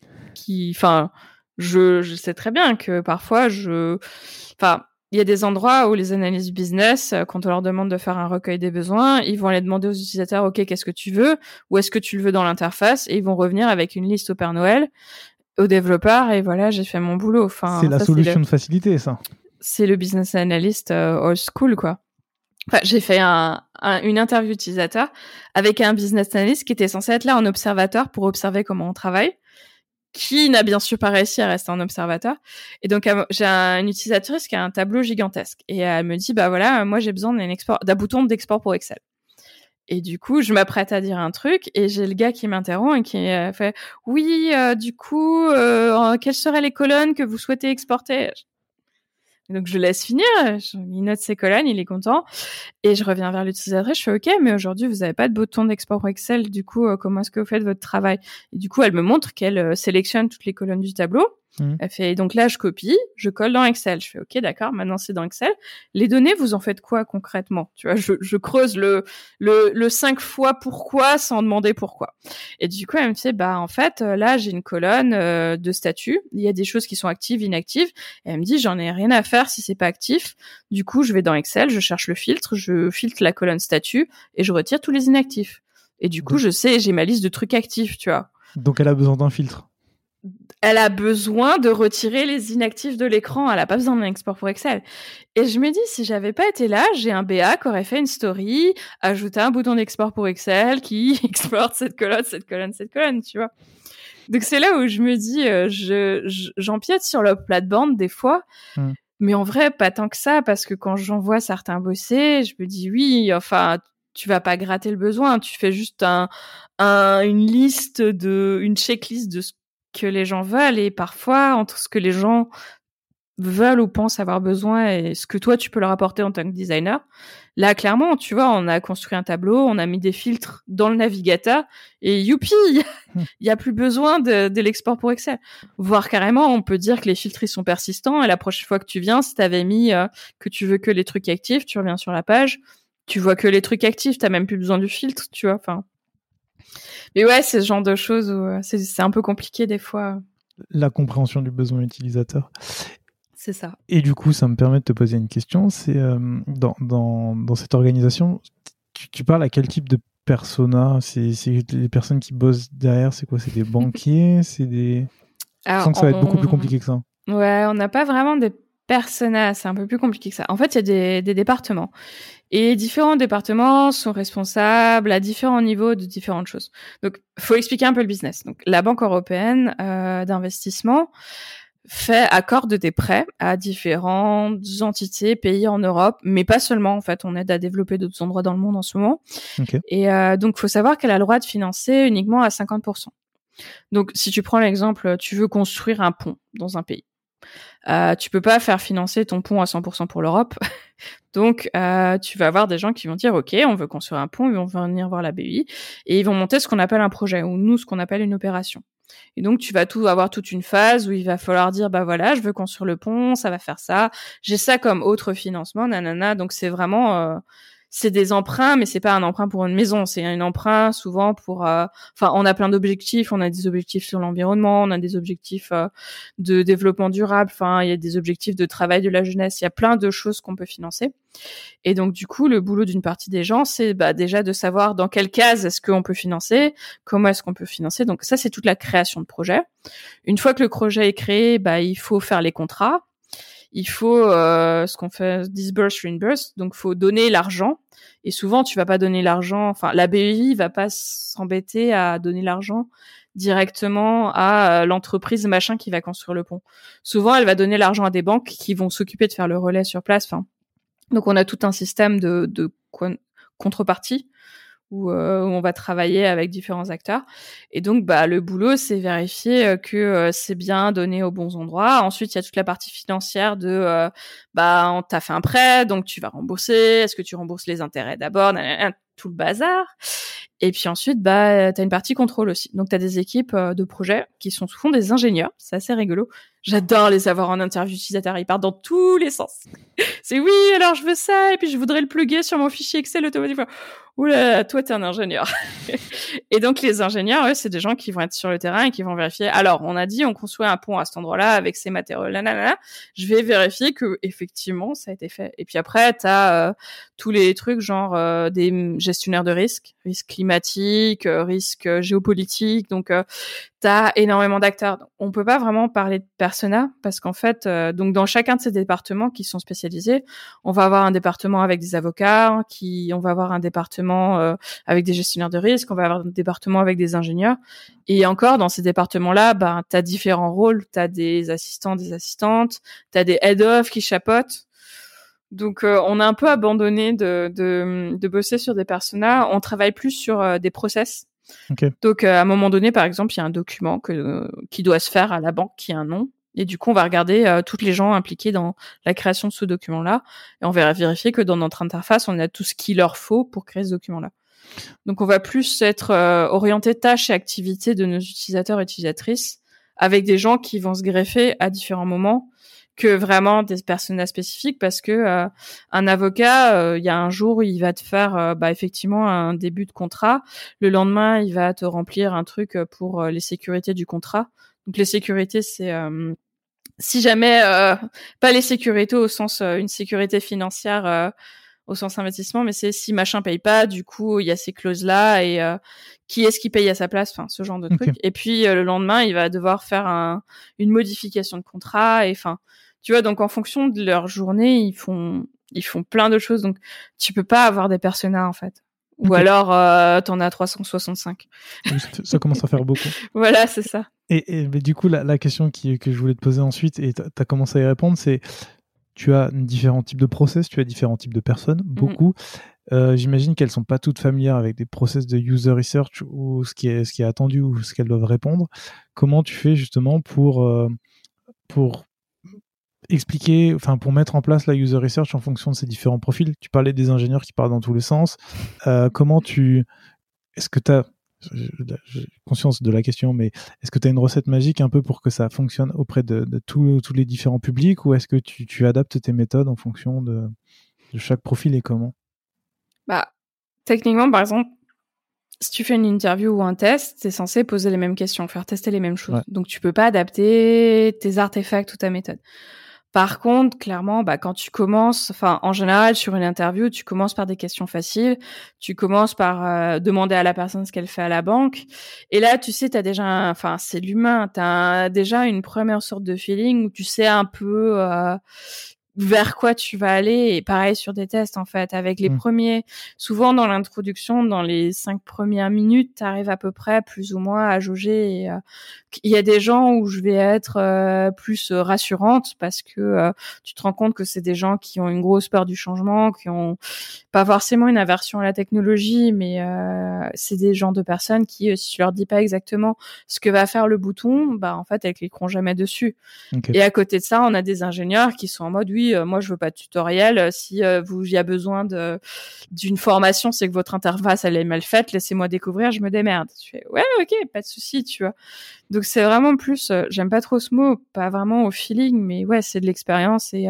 Je sais très bien que parfois il y a des endroits où les analystes business, quand on leur demande de faire un recueil des besoins, ils vont aller demander aux utilisateurs, OK, qu'est-ce que tu veux? Ou est-ce que tu le veux dans l'interface? Et ils vont revenir avec une liste au Père Noël, aux développeurs, et voilà, j'ai fait mon boulot. Enfin,
c'est la solution de facilité, ça.
C'est le business analyst old school, quoi. Enfin, j'ai fait une interview utilisateur avec un business analyst qui était censé être là en observateur pour observer comment on travaille, qui n'a bien sûr pas réussi à rester en observateur. Et donc, j'ai une utilisatrice qui a un tableau gigantesque. Et elle me dit, bah voilà, moi j'ai besoin d'un bouton d'export pour Excel. Et du coup, je m'apprête à dire un truc et j'ai le gars qui m'interrompt et qui fait, oui, du coup, quelles seraient les colonnes que vous souhaitez exporter? Donc, je laisse finir, il note ses colonnes, il est content. Et je reviens vers l'utilisatrice, je fais OK, mais aujourd'hui, vous n'avez pas de bouton d'export pour Excel. Du coup, comment est-ce que vous faites votre travail? Et du coup, elle me montre qu'elle sélectionne toutes les colonnes du tableau. Elle fait, donc là, je copie, je colle dans Excel. Je fais, OK, d'accord, maintenant c'est dans Excel. Les données, vous en faites quoi concrètement? Tu vois, je creuse le 5 fois pourquoi sans demander pourquoi. Et du coup, elle me fait, bah, en fait, là, j'ai une colonne de statuts. Il y a des choses qui sont actives, inactives. Et elle me dit, j'en ai rien à faire si c'est pas actif. Du coup, je vais dans Excel, je cherche le filtre, je filtre la colonne statut et je retire tous les inactifs. Et du coup, je sais, j'ai ma liste de trucs actifs, tu vois.
Donc, elle a besoin d'un filtre.
Elle a besoin de retirer les inactifs de l'écran. Elle a pas besoin d'un export pour Excel. Et je me dis, si j'avais pas été là, j'ai un BA qui aurait fait une story, ajouté un bouton d'export pour Excel qui exporte cette colonne, tu vois. Donc c'est là où je me dis, j'empiète sur le plate-bande des fois, mais en vrai, pas tant que ça, parce que quand j'en vois certains bosser, je me dis, oui, enfin, tu vas pas gratter le besoin, tu fais juste une checklist de ce que les gens veulent, et parfois, entre ce que les gens veulent ou pensent avoir besoin et ce que toi tu peux leur apporter en tant que designer, là clairement, tu vois, on a construit un tableau, on a mis des filtres dans le navigateur et youpi, il y a plus besoin de l'export pour Excel. Voire carrément, on peut dire que les filtres ils sont persistants et la prochaine fois que tu viens, si t'avais mis que tu veux que les trucs actifs, tu reviens sur la page, tu vois que les trucs actifs, t'as même plus besoin du filtre, tu vois. Enfin, mais ouais, c'est ce genre de choses où c'est un peu compliqué des fois.
La compréhension du besoin utilisateur.
C'est ça.
Et du coup, ça me permet de te poser une question. C'est dans cette organisation, tu parles à quel type de persona? C'est les personnes qui bossent derrière, c'est quoi? C'est des banquiers? C'est des...
Alors,
je sens que ça va être beaucoup plus compliqué que ça.
Ouais, on n'a pas vraiment des personas, c'est un peu plus compliqué que ça. En fait, il y a des départements. Et différents départements sont responsables à différents niveaux de différentes choses. Donc, faut expliquer un peu le business. Donc, la Banque européenne d'investissement accorde des prêts à différentes entités, pays en Europe, mais pas seulement. En fait, on aide à développer d'autres endroits dans le monde en ce moment.
Okay.
Et donc, faut savoir qu'elle a le droit de financer uniquement à 50%. Donc, si tu prends l'exemple, tu veux construire un pont dans un pays. Tu peux pas faire financer ton pont à 100% pour l'Europe. Donc, tu vas avoir des gens qui vont dire, OK, on veut construire un pont, ils vont venir voir la BEI et ils vont monter ce qu'on appelle un projet ou nous, ce qu'on appelle une opération. Et donc, tu vas avoir toute une phase où il va falloir dire, bah voilà, je veux construire le pont, ça va faire ça. J'ai ça comme autre financement, nanana. Donc, c'est vraiment... c'est des emprunts, mais c'est pas un emprunt pour une maison, c'est un emprunt souvent pour... Enfin, on a plein d'objectifs, on a des objectifs sur l'environnement, on a des objectifs de développement durable, enfin, il y a des objectifs de travail de la jeunesse, il y a plein de choses qu'on peut financer. Et donc, du coup, le boulot d'une partie des gens, c'est déjà de savoir dans quelle case est-ce qu'on peut financer, comment est-ce qu'on peut financer. Donc, ça, c'est toute la création de projet. Une fois que le projet est créé, il faut faire les contrats. Il faut ce qu'on fait disburse, reimburse, donc faut donner l'argent. Et souvent, tu vas pas donner l'argent. Enfin, la BEI va pas s'embêter à donner l'argent directement à l'entreprise machin qui va construire le pont. Souvent, elle va donner l'argent à des banques qui vont s'occuper de faire le relais sur place. Enfin, donc on a tout un système de contrepartie où on va travailler avec différents acteurs. Et donc, le boulot, c'est vérifier que c'est bien donné aux bons endroits. Ensuite, il y a toute la partie financière de, on t'a fait un prêt, donc tu vas rembourser. Est-ce que tu rembourses les intérêts d'abord? Tout le bazar. Et puis ensuite, t'as une partie contrôle aussi. Donc, t'as des équipes de projet qui sont souvent des ingénieurs. C'est assez rigolo. J'adore les avoir en interview utilisateur. Ils partent dans tous les sens. C'est oui, alors je veux ça, et puis je voudrais le plugger sur mon fichier Excel automatiquement. Oula, toi, t'es un ingénieur. Et donc, les ingénieurs, eux, c'est des gens qui vont être sur le terrain et qui vont vérifier. Alors, on a dit, on construit un pont à cet endroit-là avec ces matériaux, là. Je vais vérifier que, effectivement, ça a été fait. Et puis après, t'as tous les trucs, genre des gestionnaires de risques climatiques, risques géopolitiques. Donc, t'as énormément d'acteurs. On peut pas vraiment parler de persona parce qu'en fait, donc dans chacun de ces départements qui sont spécialisés, on va avoir un département avec des avocats, on va avoir un département avec des gestionnaires de risque, on va avoir un département avec des ingénieurs. Et encore, dans ces départements-là, t'as différents rôles. T'as des assistants, des assistantes, t'as des head-off qui chapeautent. Donc, on a un peu abandonné de bosser sur des personas. On travaille plus sur des process.
Okay.
Donc, à un moment donné, par exemple, il y a un document qui doit se faire à la banque qui a un nom. Et du coup, on va regarder toutes les gens impliqués dans la création de ce document-là. Et on va vérifier que dans notre interface, on a tout ce qu'il leur faut pour créer ce document-là. Donc, on va plus être orienté tâches et activités de nos utilisateurs et utilisatrices avec des gens qui vont se greffer à différents moments que vraiment des personnages spécifiques, parce que un avocat, il y a un jour où il va te faire effectivement un début de contrat, le lendemain il va te remplir un truc pour les sécurités du contrat. Donc les sécurités, c'est si jamais pas les sécurités au sens une sécurité financière au sens investissement, mais c'est si machin paye pas, du coup il y a ces clauses là et qui est-ce qui paye à sa place, enfin ce genre de truc. Et puis le lendemain il va devoir faire une modification de contrat, et enfin tu vois, donc en fonction de leur journée ils font plein de choses, donc tu peux pas avoir des personas en fait. Ou alors t'en as 365.
Ça commence à faire beaucoup.
Voilà, c'est ça.
Et mais du coup la question que je voulais te poser ensuite, et t'as commencé à y répondre, c'est tu as différents types de process, tu as différents types de personnes, beaucoup. J'imagine qu'elles sont pas toutes familières avec des process de user research ou ce qui est attendu ou ce qu'elles doivent répondre. Comment tu fais justement pour expliquer, enfin pour mettre en place la user research en fonction de ces différents profils? Tu parlais des ingénieurs qui partent dans tous les sens. Est-ce que tu as j'ai conscience de la question, mais est-ce que tu as une recette magique un peu pour que ça fonctionne auprès de tous les différents publics, ou est-ce que tu adaptes tes méthodes en fonction de chaque profil et comment?
Techniquement, par exemple, si tu fais une interview ou un test, t'es censé poser les mêmes questions, faire tester les mêmes choses. Ouais. Donc tu peux pas adapter tes artefacts ou ta méthode. Par contre, clairement, quand tu commences, en général, sur une interview, tu commences par des questions faciles. Tu commences par demander à la personne ce qu'elle fait à la banque. Et là, tu sais, t'as déjà, c'est l'humain. T'as déjà une première sorte de feeling où tu sais un peu vers quoi tu vas aller. Et pareil sur des tests, en fait, avec les premiers, souvent dans l'introduction, dans les 5 premières minutes, t'arrives à peu près plus ou moins à jauger. Et il y a des gens où je vais être plus rassurante, parce que tu te rends compte que c'est des gens qui ont une grosse peur du changement, qui ont pas forcément une aversion à la technologie, mais c'est des genres de personnes qui, si tu leur dis pas exactement ce que va faire le bouton, en fait, elles cliqueront jamais dessus. Okay. Et à côté de ça, on a des ingénieurs qui sont en mode moi je veux pas de tutoriel, si il y a besoin d'une formation, c'est que votre interface elle est mal faite, laissez-moi découvrir, je me démerde. Tu fais ouais, OK, pas de souci, tu vois. Donc c'est vraiment plus j'aime pas trop ce mot, pas vraiment au feeling, mais ouais, c'est de l'expérience, et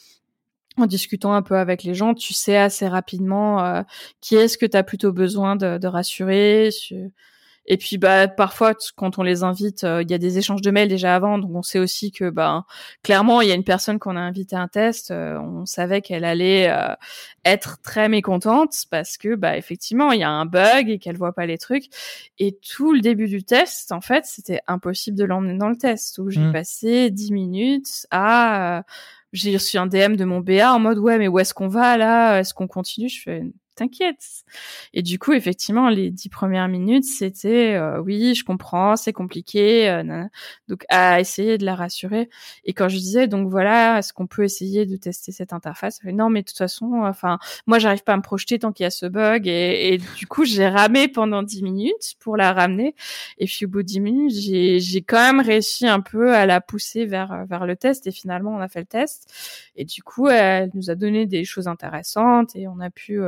en discutant un peu avec les gens, tu sais assez rapidement qui est-ce que tu as plutôt besoin de rassurer. Et puis parfois quand on les invite, il y a des échanges de mails déjà avant, donc on sait aussi que clairement il y a une personne qu'on a invitée à un test, on savait qu'elle allait être très mécontente parce que effectivement il y a un bug et qu'elle voit pas les trucs, et tout le début du test en fait c'était impossible de l'emmener dans le test, où j'ai passé 10 minutes à j'ai reçu un DM de mon BA en mode ouais mais où est-ce qu'on va là, est-ce qu'on continue? Je fais t'inquiète. Et du coup, effectivement, les 10 premières minutes, c'était oui, je comprends, c'est compliqué, donc à essayer de la rassurer. Et quand je disais donc voilà, est-ce qu'on peut essayer de tester cette interface? Elle fait, non, mais de toute façon, moi, j'arrive pas à me projeter tant qu'il y a ce bug. Et du coup, j'ai ramé pendant 10 minutes pour la ramener. Et puis au bout de 10 minutes, j'ai quand même réussi un peu à la pousser vers le test. Et finalement, on a fait le test. Et du coup, elle nous a donné des choses intéressantes, et on a pu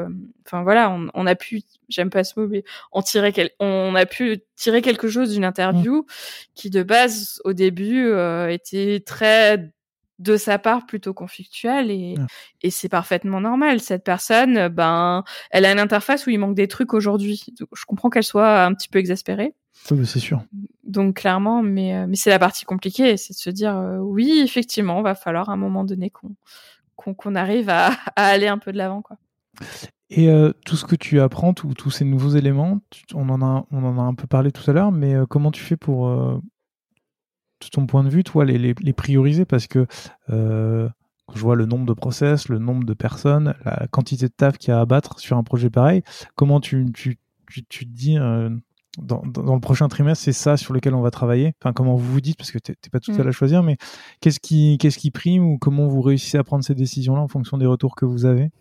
on a pu, j'aime pas ce mot, mais on a pu tirer quelque chose d'une interview qui de base au début était très de sa part plutôt conflictuelle, et c'est parfaitement normal. Cette personne, elle a une interface où il manque des trucs aujourd'hui. Donc, je comprends qu'elle soit un petit peu exaspérée.
Oui, c'est sûr.
Donc clairement, mais c'est la partie compliquée, c'est de se dire oui, effectivement, va falloir à un moment donné qu'on arrive à aller un peu de l'avant, quoi.
Et tout ce que tu apprends, tous ces nouveaux éléments, on en a un peu parlé tout à l'heure, mais comment tu fais pour, de ton point de vue, toi, les prioriser? Parce que quand je vois le nombre de process, le nombre de personnes, la quantité de taf qu'il y a à abattre sur un projet pareil, comment tu te dis dans le prochain trimestre, c'est ça sur lequel on va travailler? Enfin, comment vous vous dites, parce que t'es pas tout seul à choisir, mais qu'est-ce qui prime, ou comment vous réussissez à prendre ces décisions-là en fonction des retours que vous avez?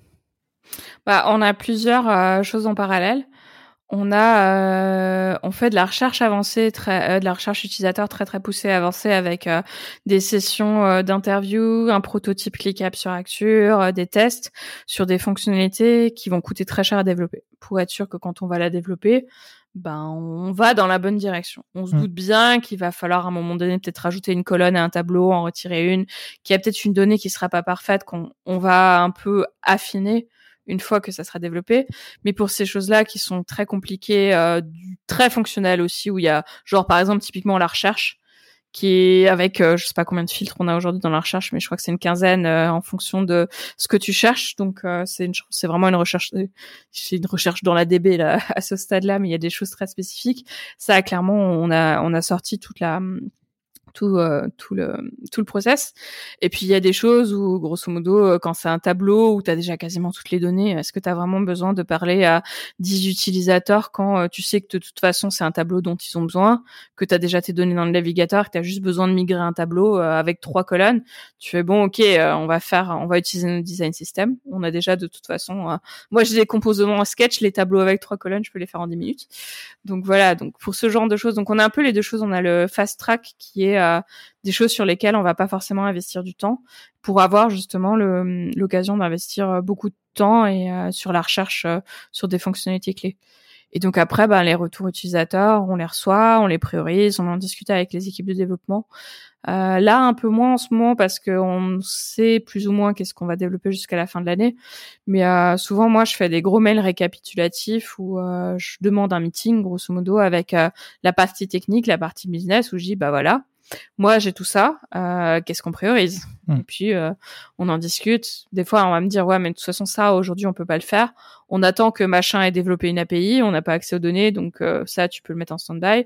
On a plusieurs choses en parallèle. On fait de la recherche avancée, de la recherche utilisateur très très poussée, avancée, avec des sessions d'interview, un prototype cliquable sur Acture, des tests sur des fonctionnalités qui vont coûter très cher à développer, pour être sûr que quand on va la développer, ben on va dans la bonne direction. On se doute bien qu'il va falloir à un moment donné peut-être rajouter une colonne à un tableau, en retirer une, qu'il y a peut-être une donnée qui sera pas parfaite, qu'on va un peu affiner une fois que ça sera développé. Mais pour ces choses-là qui sont très compliquées, très fonctionnelles aussi, où il y a genre par exemple typiquement la recherche, qui est avec je sais pas combien de filtres on a aujourd'hui dans la recherche, mais je crois que c'est une quinzaine en fonction de ce que tu cherches. Donc c'est vraiment une recherche, c'est une recherche dans la DB là à ce stade-là, mais il y a des choses très spécifiques. Ça clairement on a sorti tout le process. Et puis il y a des choses où grosso modo quand c'est un tableau où tu as déjà quasiment toutes les données, est-ce que tu as vraiment besoin de parler à 10 utilisateurs quand tu sais que de toute façon c'est un tableau dont ils ont besoin, que tu as déjà tes données dans le navigateur, que tu as juste besoin de migrer un tableau avec 3 colonnes. Tu fais bon OK, on va utiliser notre design system. On a déjà de toute façon moi j'ai des composants en Sketch, les tableaux avec 3 colonnes, je peux les faire en 10 minutes. Donc voilà, donc pour ce genre de choses, donc on a un peu les deux choses, on a le fast track qui est des choses sur lesquelles on va pas forcément investir du temps pour avoir justement l'occasion d'investir beaucoup de temps et sur la recherche sur des fonctionnalités clés. Et donc après, les retours utilisateurs, on les reçoit, on les priorise, on en discute avec les équipes de développement. Là, un peu moins en ce moment parce qu'on sait plus ou moins qu'est-ce qu'on va développer jusqu'à la fin de l'année. Mais souvent, moi, je fais des gros mails récapitulatifs où je demande un meeting, grosso modo, avec la partie technique, la partie business, où je dis, voilà, moi, j'ai tout ça. Qu'est-ce qu'on priorise ? Et puis, on en discute. Des fois, on va me dire, ouais, mais de toute façon, ça, aujourd'hui, on peut pas le faire. On attend que machin ait développé une API. On n'a pas accès aux données. Donc, ça, tu peux le mettre en stand-by.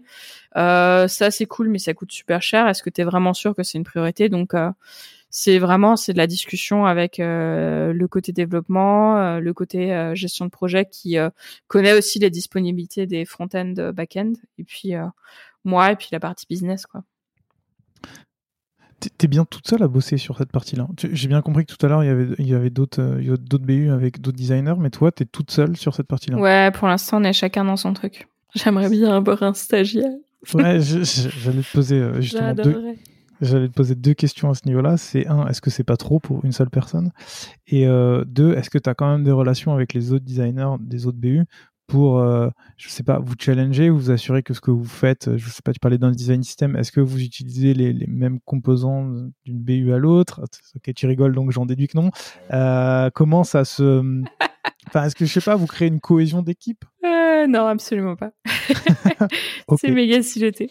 Ça, c'est cool, mais ça coûte super cher. Est-ce que tu es vraiment sûr que c'est une priorité ? Donc, c'est de la discussion avec le côté développement, le côté gestion de projet qui connaît aussi les disponibilités des front-end, back-end. Et puis, moi, et puis la partie business, quoi.
T'es bien toute seule à bosser sur cette partie-là. J'ai bien compris que tout à l'heure, il y avait d'autres BU avec d'autres designers, mais toi, t'es toute seule sur cette partie-là.
Ouais, pour l'instant, on est chacun dans son truc. J'aimerais bien avoir un stagiaire.
Ouais, j'allais te poser justement j'allais te poser 2 questions à ce niveau-là. C'est 1, est-ce que c'est pas trop pour une seule personne ? Et 2, est-ce que tu as quand même des relations avec les autres designers des autres BU pour, je sais pas, vous challenger, vous assurer que ce que vous faites, je sais pas, tu parlais d'un design system, est-ce que vous utilisez les mêmes composants d'une BU à l'autre ? Ok, tu rigoles, donc j'en déduis que non. Comment ça se... Enfin, est-ce que, je sais pas, vous créez une cohésion d'équipe ?
Non, absolument pas.
Okay.
C'est méga siloté.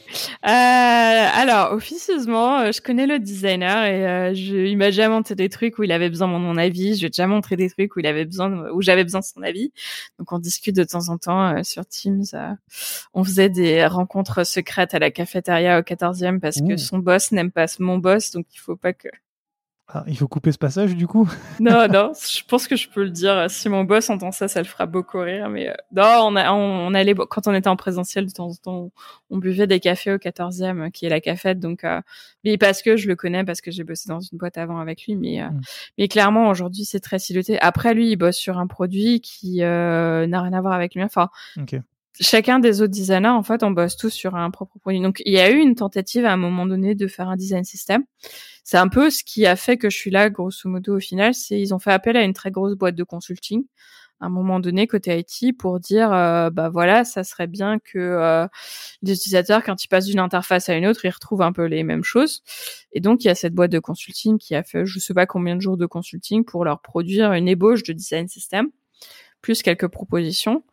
Alors, officieusement, je connais le designer et il m'a déjà montré des trucs où il avait besoin de mon avis. Je lui ai déjà montré des trucs où où j'avais besoin de son avis. Donc, on discute de temps en temps sur Teams. On faisait des rencontres secrètes à la cafétéria au 14e parce que son boss n'aime pas mon boss, donc il faut pas que...
Ah, il faut couper ce passage, du coup ?
Non, je pense que je peux le dire. Si mon boss entend ça, ça le fera beaucoup rire. Mais non, on allait, quand on était en présentiel, de temps en temps, on buvait des cafés au 14e, qui est la cafette. Donc, mais parce que je le connais, parce que j'ai bossé dans une boîte avant avec lui. Mais clairement, aujourd'hui, c'est très siloté. Après, lui, il bosse sur un produit qui n'a rien à voir avec lui. Enfin,
okay.
Chacun des autres designers, en fait, on bosse tous sur un propre produit. Donc, il y a eu une tentative à un moment donné de faire un design system. C'est un peu ce qui a fait que je suis là, grosso modo, au final. C'est ils ont fait appel à une très grosse boîte de consulting à un moment donné côté IT pour dire, voilà, ça serait bien que les utilisateurs, quand ils passent d'une interface à une autre, ils retrouvent un peu les mêmes choses. Et donc, il y a cette boîte de consulting qui a fait, je sais pas combien de jours de consulting pour leur produire une ébauche de design system, plus quelques propositions.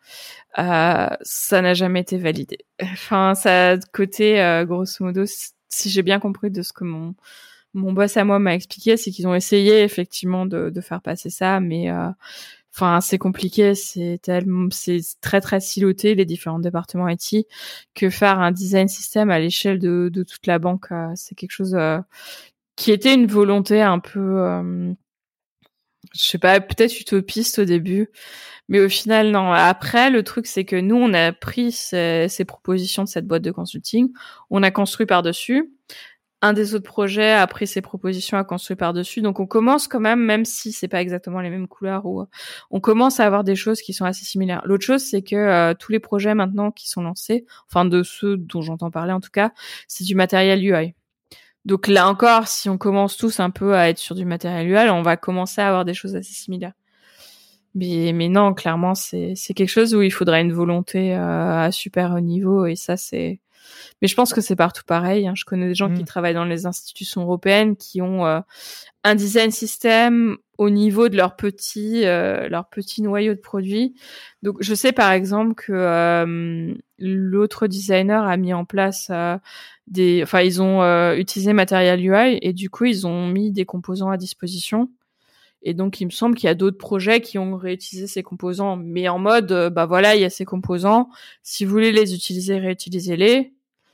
Ça n'a jamais été validé. Enfin, ça côté grosso modo, si j'ai bien compris de ce que mon boss à moi m'a expliqué, c'est qu'ils ont essayé effectivement de faire passer ça, mais c'est compliqué, c'est très très siloté les différents départements IT, que faire un design system à l'échelle de toute la banque, c'est quelque chose qui était une volonté un peu je sais pas, peut-être utopiste au début, mais au final, non. Après, le truc, c'est que nous, on a pris ces propositions de cette boîte de consulting, on a construit par-dessus. Un des autres projets a pris ces propositions, a construit par-dessus. Donc, on commence quand même si c'est pas exactement les mêmes couleurs, ou on commence à avoir des choses qui sont assez similaires. L'autre chose, c'est que tous les projets maintenant qui sont lancés, enfin de ceux dont j'entends parler en tout cas, c'est du matériel UI. Donc là encore, si on commence tous un peu à être sur du matériel UI, on va commencer à avoir des choses assez similaires. Mais non, clairement, c'est quelque chose où il faudrait une volonté à super haut niveau, et ça, c'est... Mais je pense que c'est partout pareil, hein. Je connais des gens qui travaillent dans les institutions européennes qui ont un design system au niveau de leur petit noyau de produits. Donc, je sais par exemple que l'autre designer a mis en place ils ont utilisé Material UI, et du coup, ils ont mis des composants à disposition. Et donc, il me semble qu'il y a d'autres projets qui ont réutilisé ces composants, mais en mode, bah voilà, il y a ces composants. Si vous voulez les utiliser, réutilisez-les.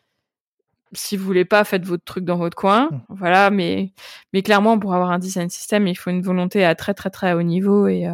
Si vous voulez pas, faites votre truc dans votre coin. Voilà, mais clairement, pour avoir un design system, il faut une volonté à très très très haut niveau, et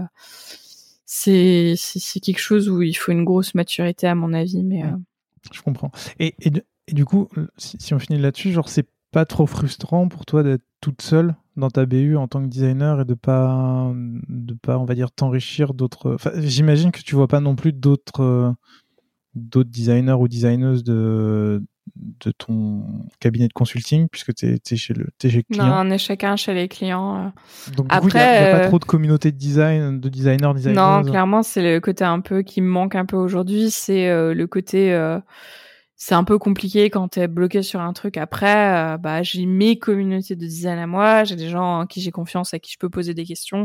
c'est quelque chose où il faut une grosse maturité, à mon avis. Mais
je comprends. Et du coup, si on finit là-dessus, genre, c'est pas trop frustrant pour toi d'être toute seule dans ta BU en tant que designer et de pas, on va dire, t'enrichir d'autres. Enfin, j'imagine que tu vois pas non plus d'autres designers ou designeuses de ton cabinet de consulting, puisque t'es chez le client.
Non, on est chacun chez les clients.
Donc du coup, il y a pas trop de communauté de design, de designers.
Non, clairement, c'est le côté un peu qui me manque un peu aujourd'hui. C'est le côté, c'est un peu compliqué quand t'es bloqué sur un truc. Après, j'ai mes communautés de design à moi, j'ai des gens en qui j'ai confiance, à qui je peux poser des questions.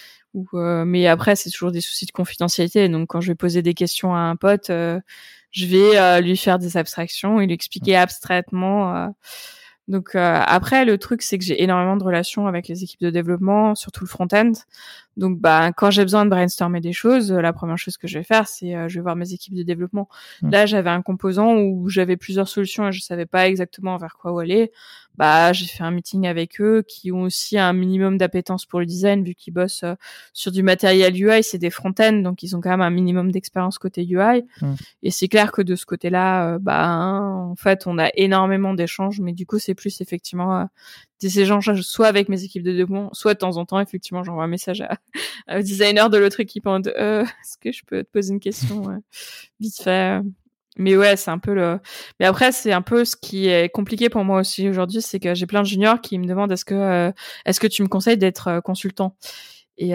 Mais après, c'est toujours des soucis de confidentialité. Donc, quand je vais poser des questions à un pote, je vais lui faire des abstractions et lui expliquer abstraitement. Donc après, le truc, c'est que j'ai énormément de relations avec les équipes de développement, surtout le front-end. Donc quand j'ai besoin de brainstormer des choses, la première chose que je vais faire, c'est je vais voir mes équipes de développement. Là, j'avais un composant où j'avais plusieurs solutions et je savais pas exactement vers quoi aller. J'ai fait un meeting avec eux, qui ont aussi un minimum d'appétence pour le design, vu qu'ils bossent sur du matériel UI, c'est des front-end, donc ils ont quand même un minimum d'expérience côté UI. Et c'est clair que de ce côté-là, en fait, on a énormément d'échanges, mais du coup, c'est plus effectivement des échanges soit avec mes équipes de développement, soit de temps en temps, effectivement, j'envoie un message au designer de l'autre équipe en est-ce que je peux te poser une question vite fait. Mais ouais, c'est un peu mais après, c'est un peu ce qui est compliqué pour moi aussi aujourd'hui, c'est que j'ai plein de juniors qui me demandent est-ce que tu me conseilles d'être consultant? Et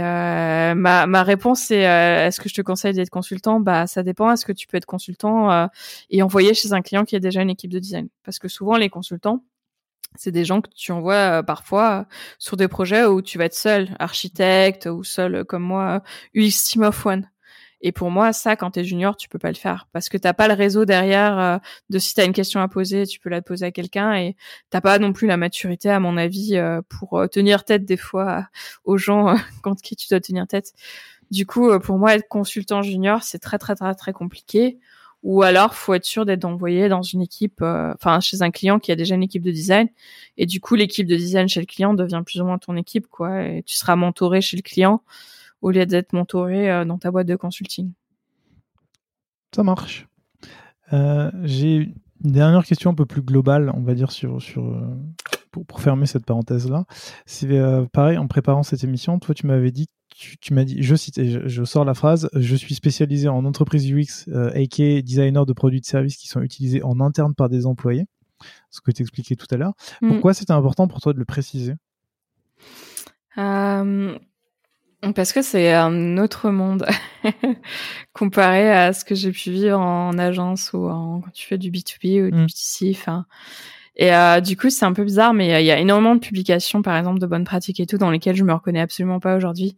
ma réponse, c'est est-ce que je te conseille d'être consultant? Ça dépend. Est-ce que tu peux être consultant et envoyer chez un client qui a déjà une équipe de design? Parce que souvent, les consultants, c'est des gens que tu envoies parfois sur des projets où tu vas être seul, architecte, ou seul comme moi, UX Team of One. Et pour moi, ça, quand t'es junior, tu peux pas le faire parce que t'as pas le réseau derrière de si t'as une question à poser, tu peux la poser à quelqu'un, et t'as pas non plus la maturité, à mon avis, pour tenir tête des fois aux gens contre qui tu dois tenir tête. Du coup, pour moi, être consultant junior, c'est très très très très compliqué. Ou alors, faut être sûr d'être envoyé dans une équipe, chez un client qui a déjà une équipe de design. Et du coup, l'équipe de design chez le client devient plus ou moins ton équipe, quoi. Et tu seras mentoré chez le client au lieu d'être mentoré dans ta boîte de consulting.
Ça marche. J'ai une dernière question un peu plus globale, on va dire, pour fermer cette parenthèse-là. C'est pareil, en préparant cette émission, toi, tu m'avais dit, tu m'as dit, je cite, et je sors la phrase, je suis spécialisé en entreprise UX, aka designer de produits de services qui sont utilisés en interne par des employés, ce que tu expliquais tout à l'heure. Pourquoi c'était important pour toi de le préciser?
Parce que c'est un autre monde comparé à ce que j'ai pu vivre en agence ou quand tu fais du B2B ou du B2C. Et du coup, c'est un peu bizarre, mais il y a énormément de publications, par exemple, de bonnes pratiques et tout, dans lesquelles je me reconnais absolument pas aujourd'hui.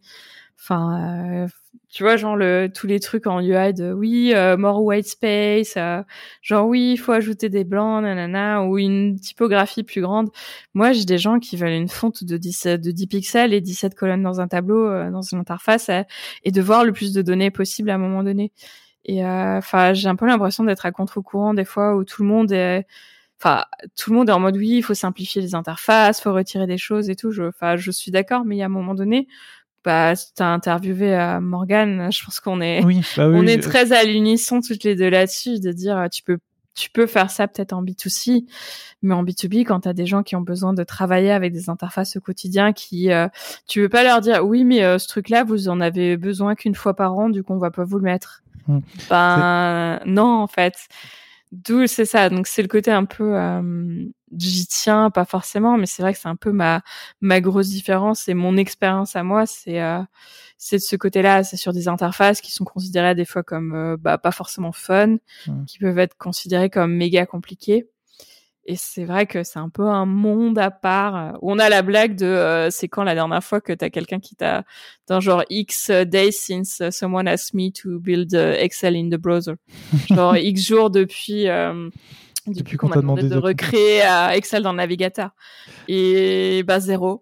Tu vois, genre tous les trucs en UI de oui, more white space, genre oui, il faut ajouter des blancs, nanana, ou une typographie plus grande. Moi, j'ai des gens qui veulent une fonte de 10 pixels et 17 colonnes dans un tableau, dans une interface, et de voir le plus de données possible à un moment donné. Et j'ai un peu l'impression d'être à contre-courant des fois, où tout le monde est en mode oui, il faut simplifier les interfaces, faut retirer des choses et tout. Je suis d'accord, mais il y a un moment donné, si t'as interviewé Morgane, je pense qu'on est très à l'unisson toutes les deux là-dessus, de dire tu peux faire ça peut-être en B2C, mais en B2B, quand t'as des gens qui ont besoin de travailler avec des interfaces au quotidien, tu veux pas leur dire oui, mais ce truc-là, vous en avez besoin qu'une fois par an, du coup on va pas vous le mettre. Non, en fait. D'où c'est ça. Donc c'est le côté un peu j'y tiens pas forcément, mais c'est vrai que c'est un peu ma grosse différence et mon expérience à moi, c'est de ce côté-là, c'est sur des interfaces qui sont considérées des fois comme pas forcément fun, qui peuvent être considérées comme méga compliquées. Et c'est vrai que c'est un peu un monde à part où on a la blague de c'est quand la dernière fois que t'as quelqu'un qui t'a dans genre X days since someone asked me to build Excel in the browser. Genre X jours depuis qu'on m'a demandé de recréer Excel dans le navigateur. Et bah 0.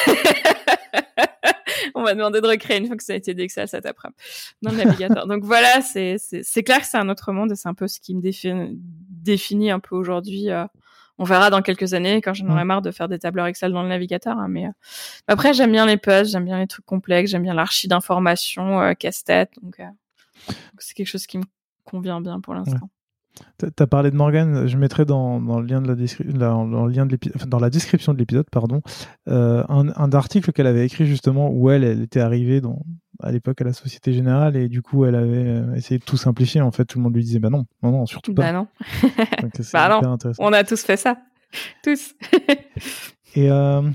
On m'a demandé de recréer une fois que ça a été d'Excel cet après-midi dans le navigateur. Donc voilà, c'est clair que c'est un autre monde et c'est un peu ce qui me définit un peu aujourd'hui. On verra dans quelques années quand j'en aurai marre de faire des tableurs Excel dans le navigateur. Mais après, j'aime bien les puzzles, j'aime bien les trucs complexes, j'aime bien l'archi d'information, casse-tête. Donc c'est quelque chose qui me convient bien pour l'instant.
Ouais. T'as parlé de Morgane, je mettrai dans le lien de dans la description de l'épisode, pardon, un article qu'elle avait écrit justement où elle était arrivée à l'époque à la Société Générale et du coup elle avait essayé de tout simplifier. En fait, tout le monde lui disait non, surtout pas.
Bah non.
Donc, c'est hyper intéressant.
On a tous fait ça, tous.
Et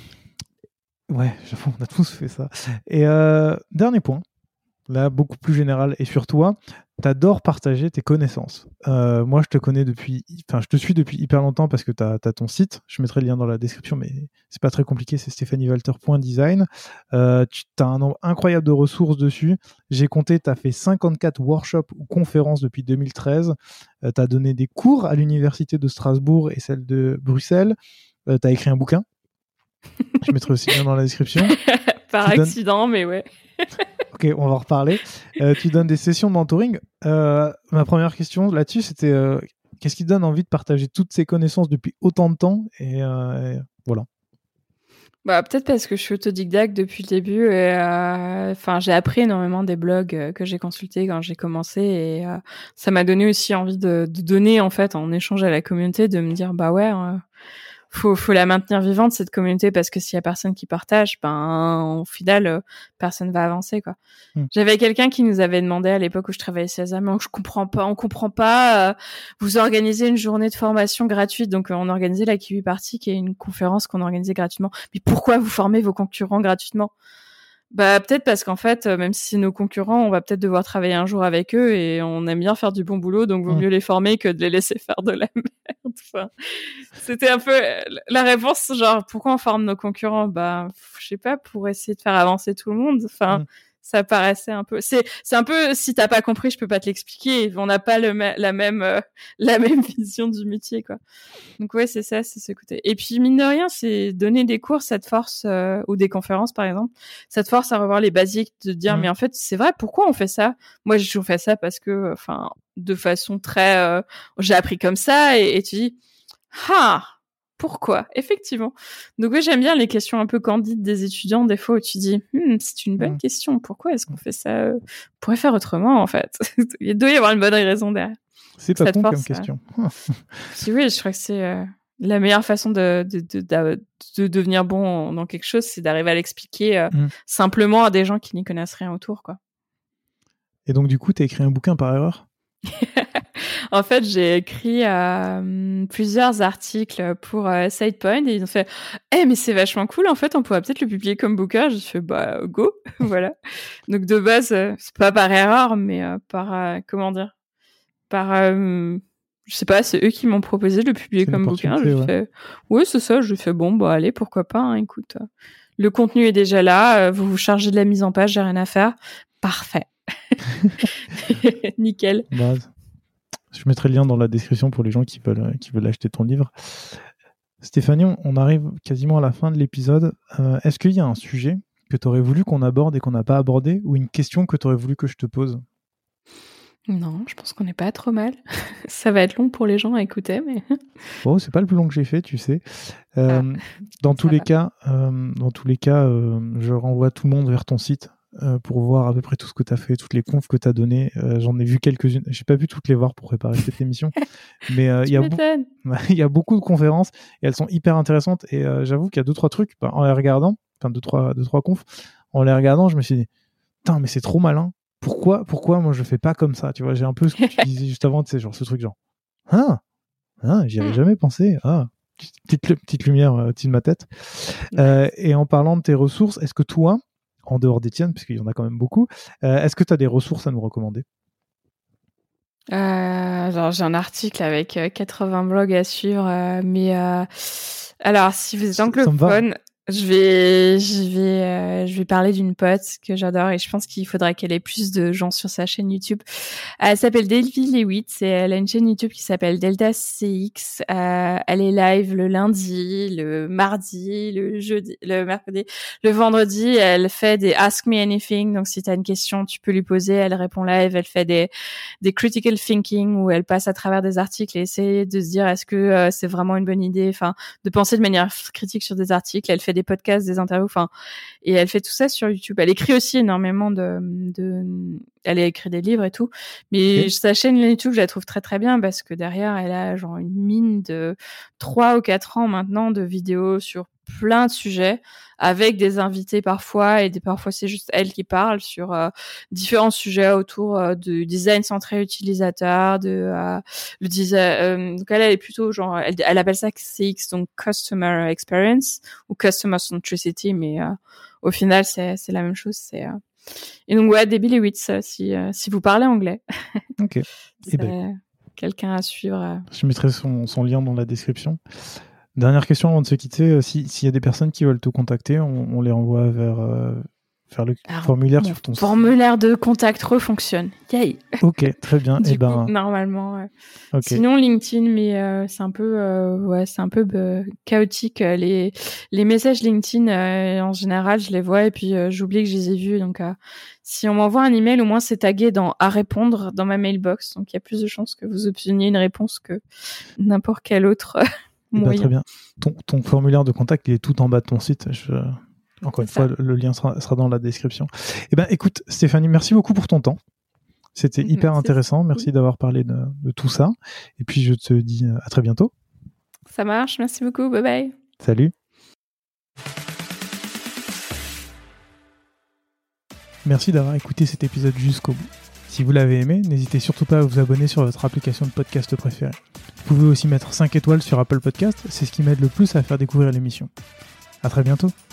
ouais, j'avoue, on a tous fait ça. Et dernier point. Là, beaucoup plus général, et sur toi, t'adores partager tes connaissances. Moi, je te suis depuis hyper longtemps parce que t'as ton site. Je mettrai le lien dans la description, mais c'est pas très compliqué, c'est stéphanievalter.design. T'as un nombre incroyable de ressources dessus. J'ai compté, t'as fait 54 workshops ou conférences depuis 2013. T'as donné des cours à l'université de Strasbourg et celle de Bruxelles. T'as écrit un bouquin. Je mettrai aussi le lien dans la description.
Par accident, mais ouais.
Ok, on va en reparler. Tu donnes des sessions de mentoring. Ma première question là-dessus, c'était qu'est-ce qui te donne envie de partager toutes ces connaissances depuis autant de temps et voilà.
Bah peut-être parce que je suis autodidacte depuis le début et j'ai appris énormément des blogs que j'ai consultés quand j'ai commencé et ça m'a donné aussi envie de donner en fait en échange à la communauté, de me dire bah ouais. Faut la maintenir vivante cette communauté parce que s'il y a personne qui partage, au final personne va avancer quoi. J'avais quelqu'un qui nous avait demandé à l'époque où je travaillais chez Asa, mais on comprend pas. Vous organisez une journée de formation gratuite, donc on organisait la Kiwi Party qui est une conférence qu'on organisait gratuitement. Mais pourquoi vous formez vos concurrents gratuitement ? Bah peut-être parce qu'en fait, même si c'est nos concurrents, on va peut-être devoir travailler un jour avec eux et on aime bien faire du bon boulot, donc vaut mieux les former que de les laisser faire de la merde. Enfin, c'était un peu la réponse, genre pourquoi on forme nos concurrents ? Bah je sais pas, pour essayer de faire avancer tout le monde. Enfin, ça paraissait un peu. C'est un peu, si t'as pas compris, je peux pas te l'expliquer. On n'a pas la même vision du métier quoi. Donc ouais, c'est ça, c'est ce côté. Et puis mine de rien, c'est donner des cours, ça te force ou des conférences par exemple, ça te force à revoir les basiques, de dire mais en fait c'est vrai, pourquoi on fait ça ? Moi j'ai toujours fait ça parce que, de façon très, j'ai appris comme ça et tu dis pourquoi ? Effectivement. Donc oui, j'aime bien les questions un peu candides des étudiants des fois où tu dis c'est une bonne question. Pourquoi est-ce qu'on fait ça ? On pourrait faire autrement en fait. Il doit y avoir une bonne raison derrière.
C'est pas con comme question.
Oui, je crois que c'est la meilleure façon de devenir bon dans quelque chose, c'est d'arriver à l'expliquer simplement à des gens qui n'y connaissent rien autour, quoi.
Et donc du coup, t'as écrit un bouquin par erreur ?
En fait, j'ai écrit plusieurs articles pour SidePoint et ils ont fait mais c'est vachement cool, en fait, on pourrait peut-être le publier comme bouquin. J'ai fait go, voilà. Donc de base, c'est pas par erreur, mais par je sais pas, c'est eux qui m'ont proposé de le publier comme bouquin. J'ai fait oui, c'est ça. J'ai fait allez, pourquoi pas, hein, écoute. Le contenu est déjà là, vous vous chargez de la mise en page, j'ai rien à faire. Parfait. Nickel.
Je mettrai le lien dans la description pour les gens qui veulent acheter ton livre. Stéphanie, on arrive quasiment à la fin de l'épisode. Est-ce qu'il y a un sujet que tu aurais voulu qu'on aborde et qu'on n'a pas abordé, ou une question que tu aurais voulu que je te pose ?
Non, je pense qu'on n'est pas trop mal. Ça va être long pour les gens à écouter, mais...
Oh, c'est pas le plus long que j'ai fait, tu sais. Dans tous les cas, je renvoie tout le monde vers ton site pour voir à peu près tout ce que tu as fait, toutes les confs que tu as données. J'en ai vu quelques-unes. J'ai pas pu toutes les voir pour préparer cette émission. Mais il y a beaucoup de conférences et elles sont hyper intéressantes. Et j'avoue qu'il y a 2-3 trucs, en les regardant, 2-3 confs, en les regardant, je me suis dit, putain, mais c'est trop malin. Pourquoi moi je fais pas comme ça, tu vois, j'ai un peu ce que tu disais juste avant, tu sais, genre ce truc genre j'y avais jamais pensé, petite lumière au-dessus de ma tête. Et en parlant de tes ressources, est-ce que toi, en dehors des tiennes, parce qu'il y en a quand même beaucoup, est-ce que tu as des ressources à nous recommander?
Alors j'ai un article avec 80 blogs à suivre, mais alors si vous êtes anglophone, je vais parler d'une pote que j'adore et je pense qu'il faudrait qu'elle ait plus de gens sur sa chaîne YouTube. Elle s'appelle Delphi Lewitt et elle a une chaîne YouTube qui s'appelle Delta CX. Elle est live le lundi, le mardi, le jeudi, le mercredi, le vendredi. Elle fait des Ask Me Anything. Donc si t'as une question, tu peux lui poser. Elle répond live. Elle fait des critical thinking où elle passe à travers des articles et essaie de se dire est-ce que c'est vraiment une bonne idée, enfin de penser de manière critique sur des articles. Elle fait des podcasts, des interviews, enfin, et elle fait tout ça sur YouTube. Elle écrit aussi énormément elle a écrit des livres et tout, mais sa chaîne YouTube, je la trouve très très bien parce que derrière, elle a genre une mine de 3 ou 4 ans maintenant de vidéos sur plein de sujets avec des invités parfois parfois c'est juste elle qui parle sur différents sujets autour du design centré utilisateur, le design. Donc elle est plutôt genre elle appelle ça CX, donc Customer Experience ou Customer Centricity, mais au final c'est la même chose. Et donc ouais, Debbie Lewitt, si vous parlez anglais.
Ok.
C'est quelqu'un à suivre.
Je mettrai son lien dans la description. Dernière question avant de se quitter, s'il y a des personnes qui veulent te contacter, on les renvoie vers le formulaire sur ton site.
Formulaire de contact refonctionne. Yay.
Ok, très bien.
Du coup, normalement. Ouais. Okay. Sinon LinkedIn, mais c'est un peu chaotique. Les messages LinkedIn, en général, je les vois et puis j'oublie que je les ai vus. Donc, si on m'envoie un email, au moins c'est tagué à répondre dans ma mailbox. Donc, il y a plus de chances que vous obteniez une réponse que n'importe quel autre.
Très bien. Ton formulaire de contact, il est tout en bas de ton site. Encore une fois, le lien sera dans la description. Écoute, Stéphanie, merci beaucoup pour ton temps. C'était hyper intéressant. Merci d'avoir parlé de tout ça. Et puis, je te dis à très bientôt.
Ça marche. Merci beaucoup. Bye bye.
Salut. Merci d'avoir écouté cet épisode jusqu'au bout. Si vous l'avez aimé, n'hésitez surtout pas à vous abonner sur votre application de podcast préférée. Vous pouvez aussi mettre 5 étoiles sur Apple Podcast, c'est ce qui m'aide le plus à faire découvrir l'émission. À très bientôt.